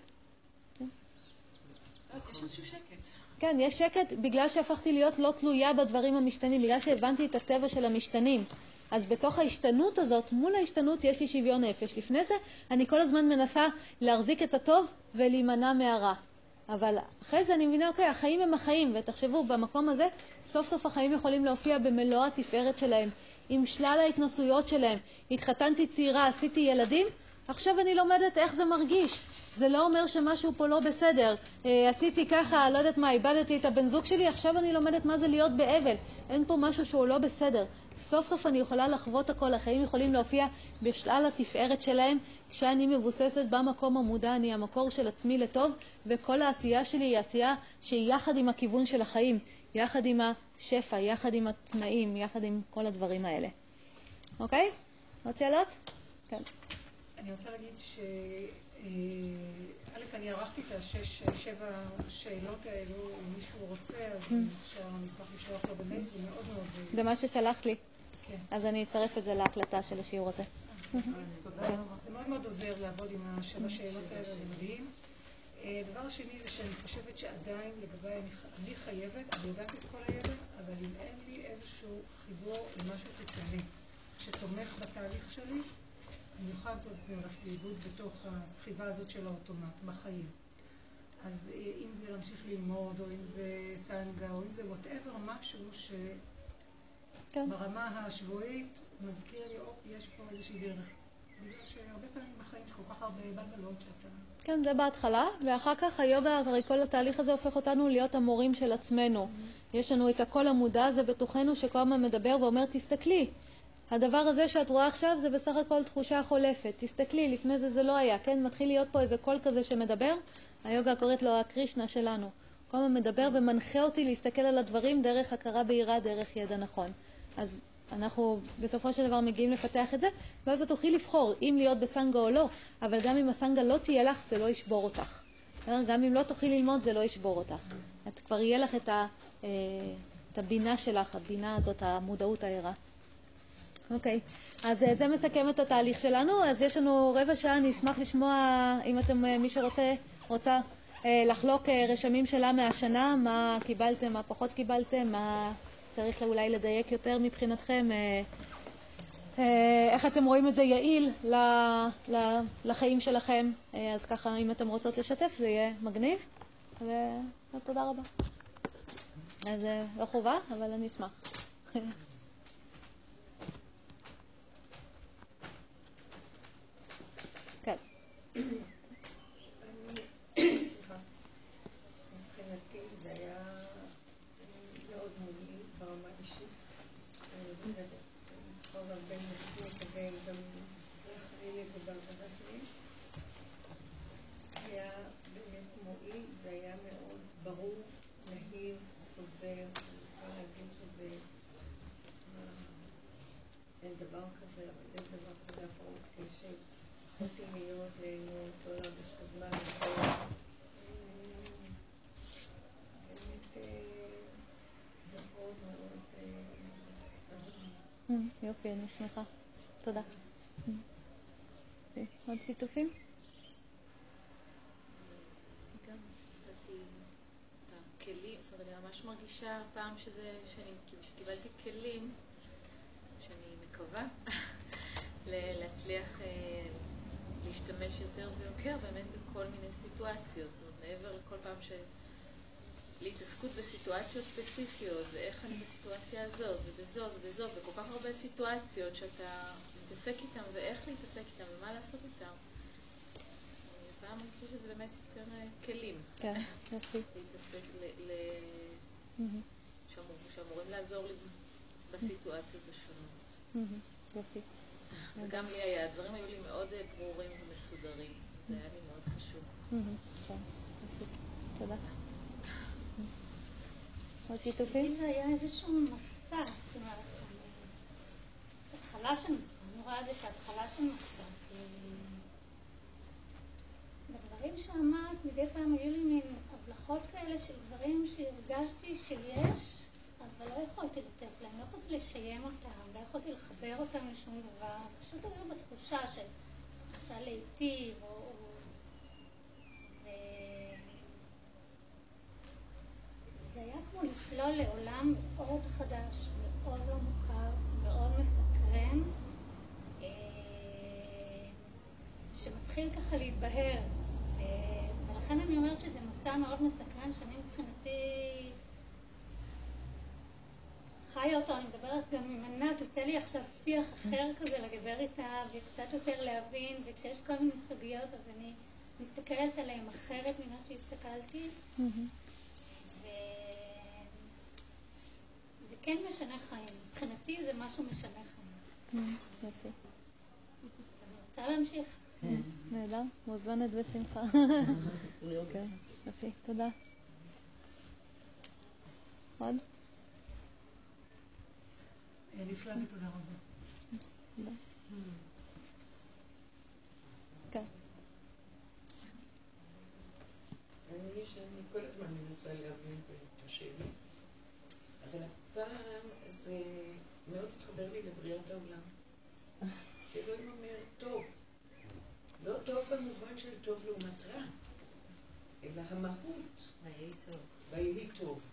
יש איזשהו שקט. כן, יש שקט בגלל שהפכתי להיות לא תלויה בדברים המשתנים, בגלל שהבנתי את הטבע של המשתנים. אז בתוך ההשתנות הזאת, מול ההשתנות יש לי שוויון נפש. לפני זה אני כל הזמן מנסה להחזיק את הטוב ולהימנע מהרע. אבל אחרי זה אני מבינה, אוקיי, החיים הם החיים, ותחשבו, במקום הזה, סוף סוף החיים יכולים להופיע במלוא התפארת שלהם, עם שלל ההתנסויות שלהם. התחתנתי צעירה, עשיתי ילדים, עכשיו אני לומדת איך זה מרגיש. זה לא אומר שמשהו פה לא בסדר. אה, עשיתי ככה, לא יודעת מה, איבדתי את הבן זוג שלי, עכשיו אני לומדת מה זה להיות באבל. אין פה משהו שהוא לא בסדר. סוף סוף אני יכולה לחוות הכל, החיים יכולים להופיע בשלל התפארת שלהם, כשאני מבוססת במקום המודע, אני המקור של עצמי לטוב, וכל העשייה שלי היא עשייה שהיא יחד עם הכיוון של החיים, יחד עם השפע, יחד עם התנאים, יחד עם כל הדברים האלה. אוקיי? עוד שאלות? כן. אני רוצה להגיד ש... א', אני ערכתי את השש, שבע שאלות האלו, אם מישהו רוצה, אז אפשר נשמח לשלוח לו במייל, זה מאוד מאוד... זה מה ששלחת לי. כן. אז אני אצרף את זה להקלטה של השיעור הזה. תודה רבה. זה מאוד מאוד עוזר לעבוד עם השבע שאלות האלה, זה מדהים. הדבר השני זה שאני חושבת שעדיין לגבי אני חייבת, אני יודעת את כל הידע, אבל אם אין לי איזשהו חיבור למשהו חיצוני שתומך בתהליך שלי, אני יכולה למצוא את עצמי הולכת לאיבוד בתוך הסחיבה הזאת של האוטומט, בחיים. אז אם זה להמשיך ללמוד, או אם זה סנגה, או אם זה whatever, משהו שברמה השבועית מזכיר לי, אופ, יש פה איזושהי דרך. בגלל שהרבה פעמים בחיים יש כל כך הרבה בלבלות שאתה... כן, זה בהתחלה, ואחר כך היוגה, הרי כל התהליך הזה הופך אותנו להיות המורים של עצמנו. Mm-hmm. יש לנו את הקול המודע הזה בתוכנו שכל הזמן מדבר ואומר, תסתכלי, הדבר הזה שאת רואה עכשיו זה בסך הכל תחושה חולפת. תסתכלי, לפני זה זה לא היה, כן? מתחיל להיות פה איזה קול כזה שמדבר. היוגה קוראת לו הקרישנה שלנו. כל הזמן מדבר ומנחה אותי להסתכל על הדברים דרך הכרה בהירה, דרך ידע נכון. אז אנחנו בסופו של דבר מגיעים לפתח את זה, ואז את תוכלי לבחור אם להיות בסנגה או לא, אבל גם אם הסנגה לא תהיה לך, זה לא ישבור אותך. גם אם לא תוכלי ללמוד, זה לא ישבור אותך. את כבר יהיה לך את, ה, את הבינה שלך, הבינה הזאת, המודעות הערה. אוקיי, אז זה מסכם את התהליך שלנו. אז יש לנו רבע שעה, אני אשמח לשמוע, אם אתם, מי שרוצה, רוצה לחלוק רשמים שלה מהשנה, מה קיבלתם, מה פחות קיבלתם, מה צריך אולי לדייק יותר מבחינתכם, איך אתם רואים את זה יעיל לחיים שלכם. אז ככה, אם אתם רוצות לשתף, זה יהיה מגניב. ותודה רבה. אז לא חובה, אבל אני אשמח. כן. סליחה, מבחינתי זה היה מאוד מועיל ברמה אישית. בכל הרבה מנסים לקבל גם לאחרים ובעבודה שלי. היה באמת מועיל והיה מאוד ברור, נהיר, חוזר. אני יכולה להגיד שזה אין דבר כזה, אבל יש דבר כזה הפרעות קשב. יכולתי להיות, ליהנות, לא להרגיש את הזמן הזה. באמת מאוד מאוד עבודה. יופי, אני שמחה. תודה. עוד שיתופים? גם מצאתי את הכלים, זאת אומרת, אני ממש מרגישה פעם שזה, שקיבלתי כלים, שאני מקווה להצליח להשתמש יותר ויותר באמת בכל מיני סיטואציות. זאת אומרת, מעבר לכל פעם להתעסקות בסיטואציות ספציפיות, ואיך אני בסיטואציה הזאת, ובזאת, ובזאת, וכל כך הרבה סיטואציות שאתה מתעסק איתם, ואיך להתעסק איתם, ומה לעשות איתם. פעם אני חושבת שזה באמת יותר כלים. כן, יופי. להתעסק שאמורים לעזור לי בסיטואציות השונות. יופי. וגם לי היה, הדברים היו לי מאוד ברורים ומסודרים. זה היה לי מאוד חשוב. תודה. עוד שיתופים? זה היה איזשהו מסע, זאת אומרת, התחלה של מסע, אני רואה את ההתחלה של מסע. בדברים שאמרת, מדי פעם היו לי מין הבלחות כאלה של דברים שהרגשתי שיש, אבל לא יכולתי לתת להם, לא יכולתי לשיים אותם, לא יכולתי לחבר אותם לשום דבר, פשוט היו בתחושה של תחושה להיטיב, או... ו... זה היה כמו לצלול לעולם מאוד חדש, מאוד לא מוכר, מאוד מסקרן, שמתחיל ככה להתבהר, ולכן אני אומרת שזה מסע מאוד מסקרן, שאני מבחינתי חיה אותו. אני מדברת גם עם ענת, עושה לי עכשיו שיח אחר כזה לדבר איתה, וקצת יותר להבין, וכשיש כל מיני סוגיות אז אני מסתכלת עליהן אחרת ממה שהסתכלתי, וזה כן משנה חיים. מבחינתי זה משהו משנה חיים. יופי. אני רוצה להמשיך. נהדר, מוזמנת בשמחה. יופי, תודה. עוד? נפלא ותודה רבה. תודה. כן. אני שאני כל הזמן מנסה להבין את השאלה, אבל הפעם זה מאוד התחבר לי לבריאת העולם. שאלוהים אומר, טוב. לא טוב במובן של טוב לעומת רע, אלא המהות. ויהי טוב. ויהי טוב.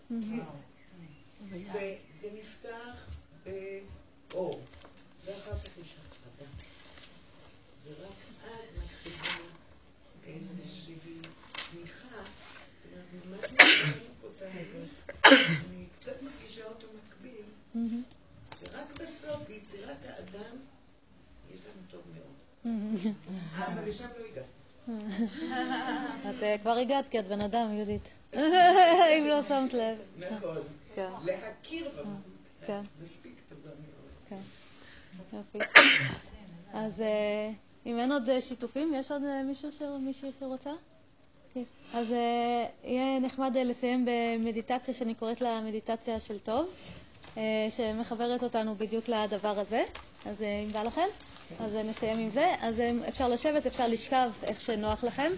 וזה נפתח באור, ואחר כך יש הפרדה. ורק אז מתחילה איזושהי צמיחה, ממש מתחילים פה תהליך, אני קצת מרגישה אותו מקביל, ורק בסוף ביצירת האדם יש לנו טוב מאוד. אבל לשם לא הגעתי. את כבר הגעת כי את בן אדם, יהודית. אם לא שמת לב. נכון. להכיר במהות. מספיק טובה מאוד. יופי. אז אם אין עוד שיתופים, יש עוד מישהו שרוצה? אז יהיה נחמד לסיים במדיטציה שאני קוראת לה מדיטציה של טוב, שמחברת אותנו בדיוק לדבר הזה. אז אם בא לכם, אז נסיים עם זה. אז אפשר לשבת, אפשר לשכב, איך שנוח לכם.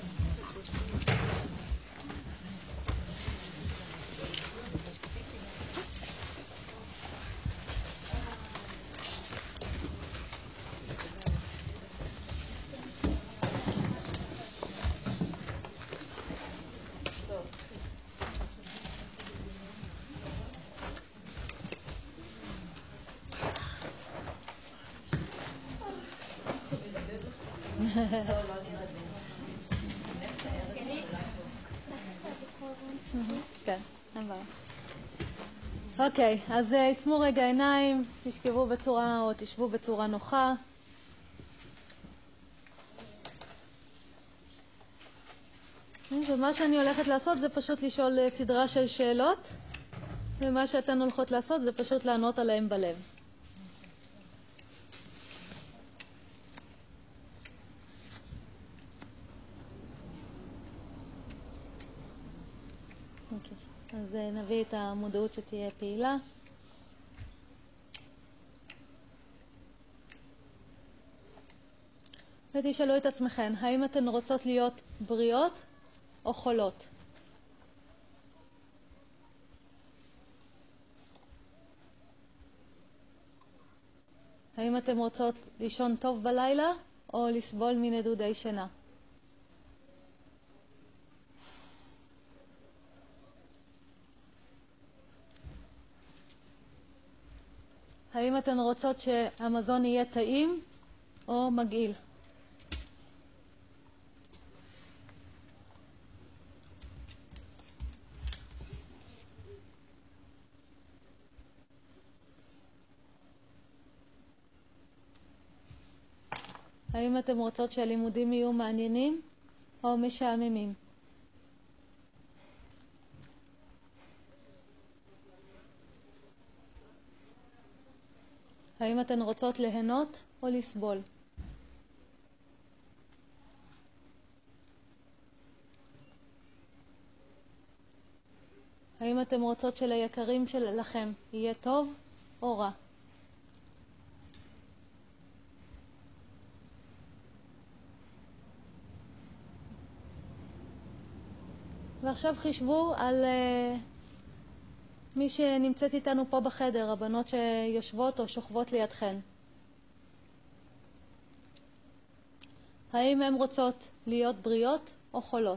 כן, אין בעיה. אוקיי, אז עצמו רגע עיניים, תשכבו בצורה או תשבו בצורה נוחה. ומה שאני הולכת לעשות זה פשוט לשאול סדרה של שאלות, ומה שאתן הולכות לעשות זה פשוט לענות עליהם בלב. אז נביא את המודעות שתהיה פעילה. ותשאלו את עצמכם, האם אתן רוצות להיות בריאות או חולות? האם אתן רוצות לישון טוב בלילה או לסבול מנדודי שינה? האם אתן רוצות שהמזון יהיה טעים או מגעיל? האם אתן רוצות שהלימודים יהיו מעניינים או משעממים? האם אתן רוצות ליהנות או לסבול? האם אתן רוצות שליקרים שלכם יהיה טוב או רע? ועכשיו חישבו על uh, מי שנמצאת איתנו פה בחדר, הבנות שיושבות או שוכבות לידכן. האם הן רוצות להיות בריאות או חולות?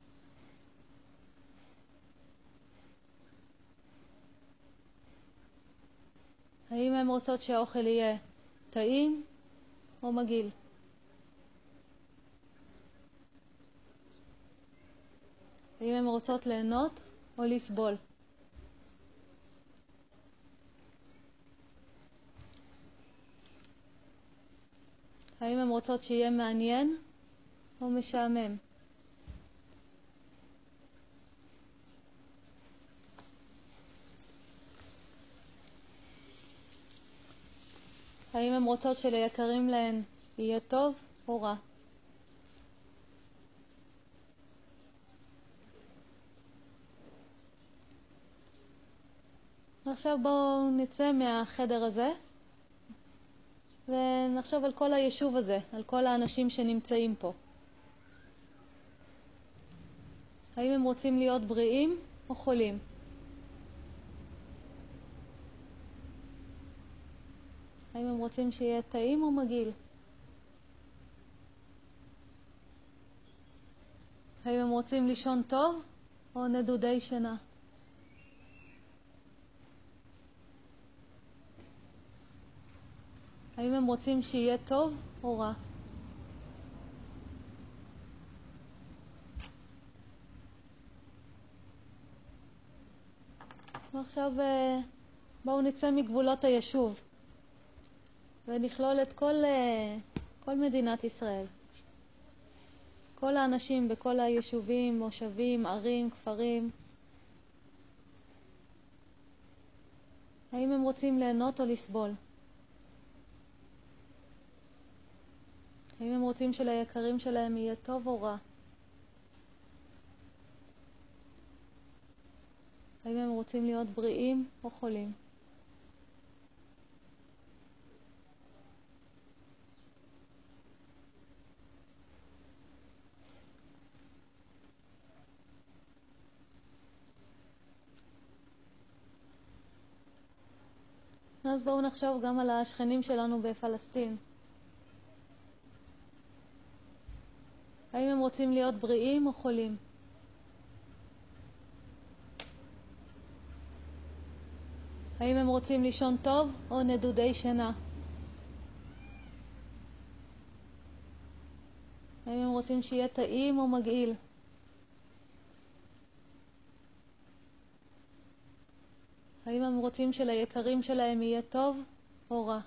האם הן רוצות שהאוכל יהיה טעים או מגעיל? האם הן רוצות ליהנות או לסבול? האם הן רוצות שיהיה מעניין או משעמם? האם הן רוצות שליקרים להן יהיה טוב או רע? עכשיו בואו נצא מהחדר הזה ונחשוב על כל היישוב הזה, על כל האנשים שנמצאים פה. האם הם רוצים להיות בריאים או חולים? האם הם רוצים שיהיה טעים או מגעיל? האם הם רוצים לישון טוב או נדודי שינה? האם הם רוצים שיהיה טוב או רע? ועכשיו בואו נצא מגבולות היישוב ונכלול את כל, כל מדינת ישראל. כל האנשים בכל היישובים, מושבים, ערים, כפרים. האם הם רוצים ליהנות או לסבול? האם הם רוצים שליקרים שלהם יהיה טוב או רע? האם הם רוצים להיות בריאים או חולים? אז בואו נחשוב גם על השכנים שלנו בפלסטין. האם הם רוצים להיות בריאים או חולים? האם הם רוצים לישון טוב או נדודי שינה? האם הם רוצים שיהיה טעים או מגעיל? האם הם רוצים שליקרים שלהם יהיה טוב או רע?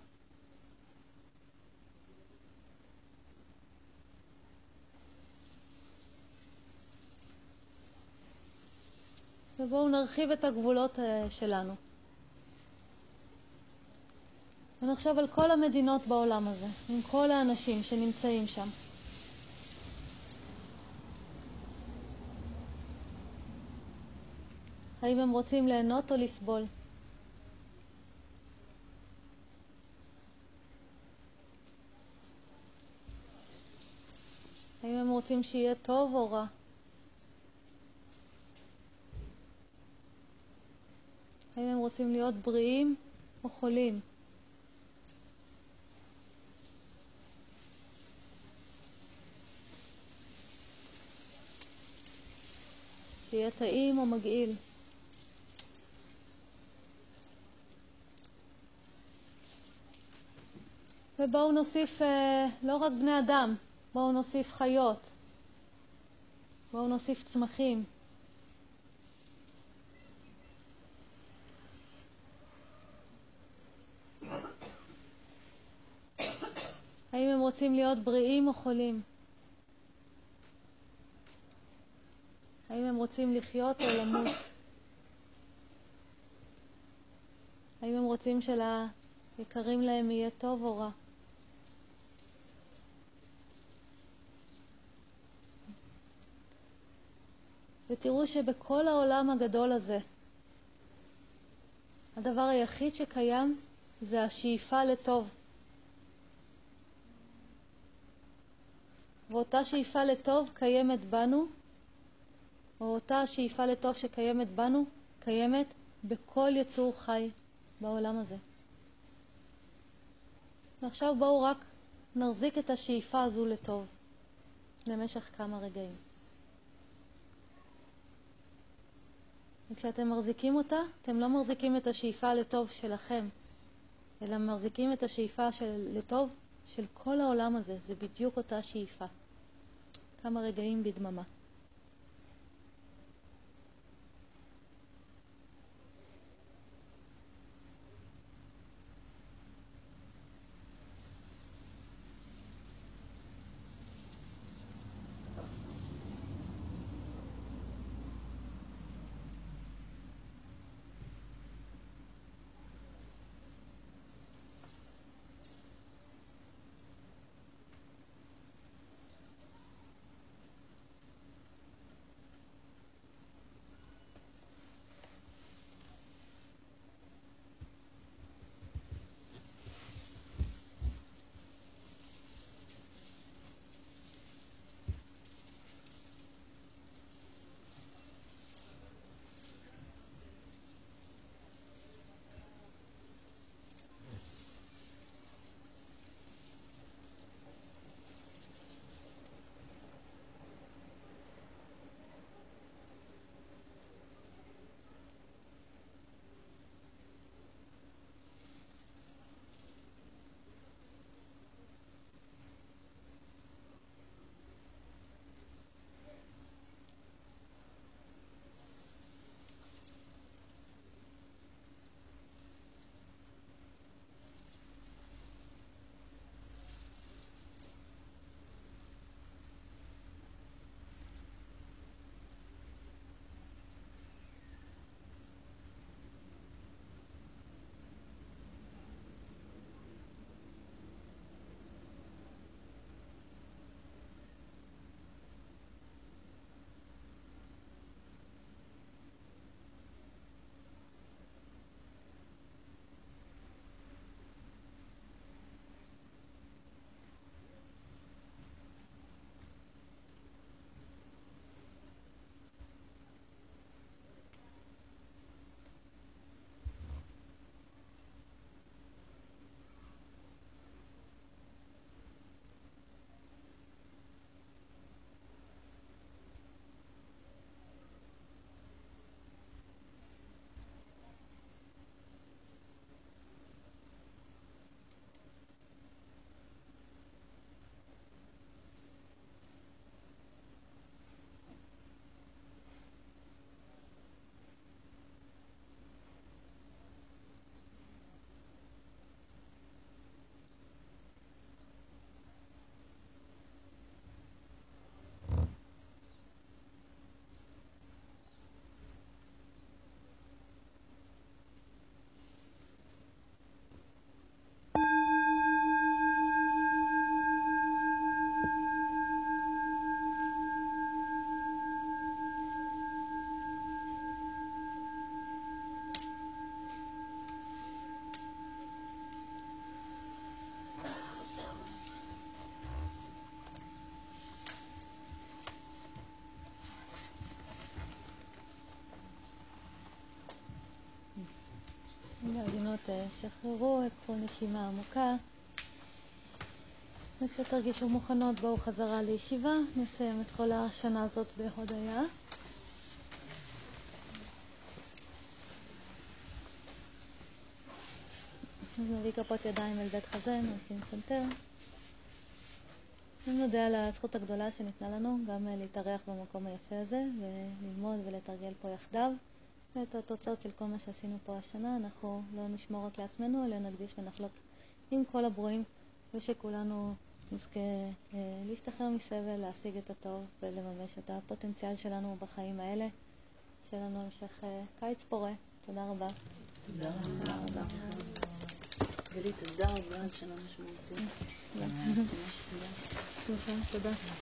ובואו נרחיב את הגבולות שלנו. ונחשוב על כל המדינות בעולם הזה, עם כל האנשים שנמצאים שם. האם הם רוצים ליהנות או לסבול? האם הם רוצים שיהיה טוב או רע? האם הם רוצים להיות בריאים או חולים? שיהיה טעים או מגעיל? ובואו נוסיף אה, לא רק בני אדם, בואו נוסיף חיות, בואו נוסיף צמחים. האם הם רוצים להיות בריאים או חולים? האם הם רוצים לחיות או למות? האם הם רוצים שליקרים להם יהיה טוב או רע? ותראו שבכל העולם הגדול הזה, הדבר היחיד שקיים זה השאיפה לטוב. ואותה שאיפה לטוב קיימת בנו, או אותה שאיפה לטוב שקיימת בנו, קיימת בכל יצור חי בעולם הזה. ועכשיו בואו רק נרזיק את השאיפה הזו לטוב למשך כמה רגעים. וכשאתם מחזיקים אותה, אתם לא מחזיקים את השאיפה לטוב שלכם, אלא מחזיקים את השאיפה של לטוב של כל העולם הזה. זה בדיוק אותה שאיפה. כמה רגעים בדממה. תשחררו, קחו נשימה עמוקה. וכשתרגישו מוכנות, בואו חזרה לישיבה. נסיים את כל השנה הזאת בהודיה. נביא כפות ידיים אל בית חזה, נרכין סנטר. נודה על הזכות הגדולה שניתנה לנו, גם להתארח במקום היפה הזה, וללמוד ולתרגל פה יחדיו. ואת התוצאות של כל מה שעשינו פה השנה, אנחנו לא נשמור רק לעצמנו, אלא נקדיש ונחלוק עם כל הברואים, ושכולנו נזכה אה, להשתחרר מסבל, להשיג את הטוב ולממש את הפוטנציאל שלנו בחיים האלה. שיהיה לנו המשך אה, קיץ פורה. תודה רבה. תודה רבה. גלי, תודה רבה על שנה משמעותית. תודה. תודה.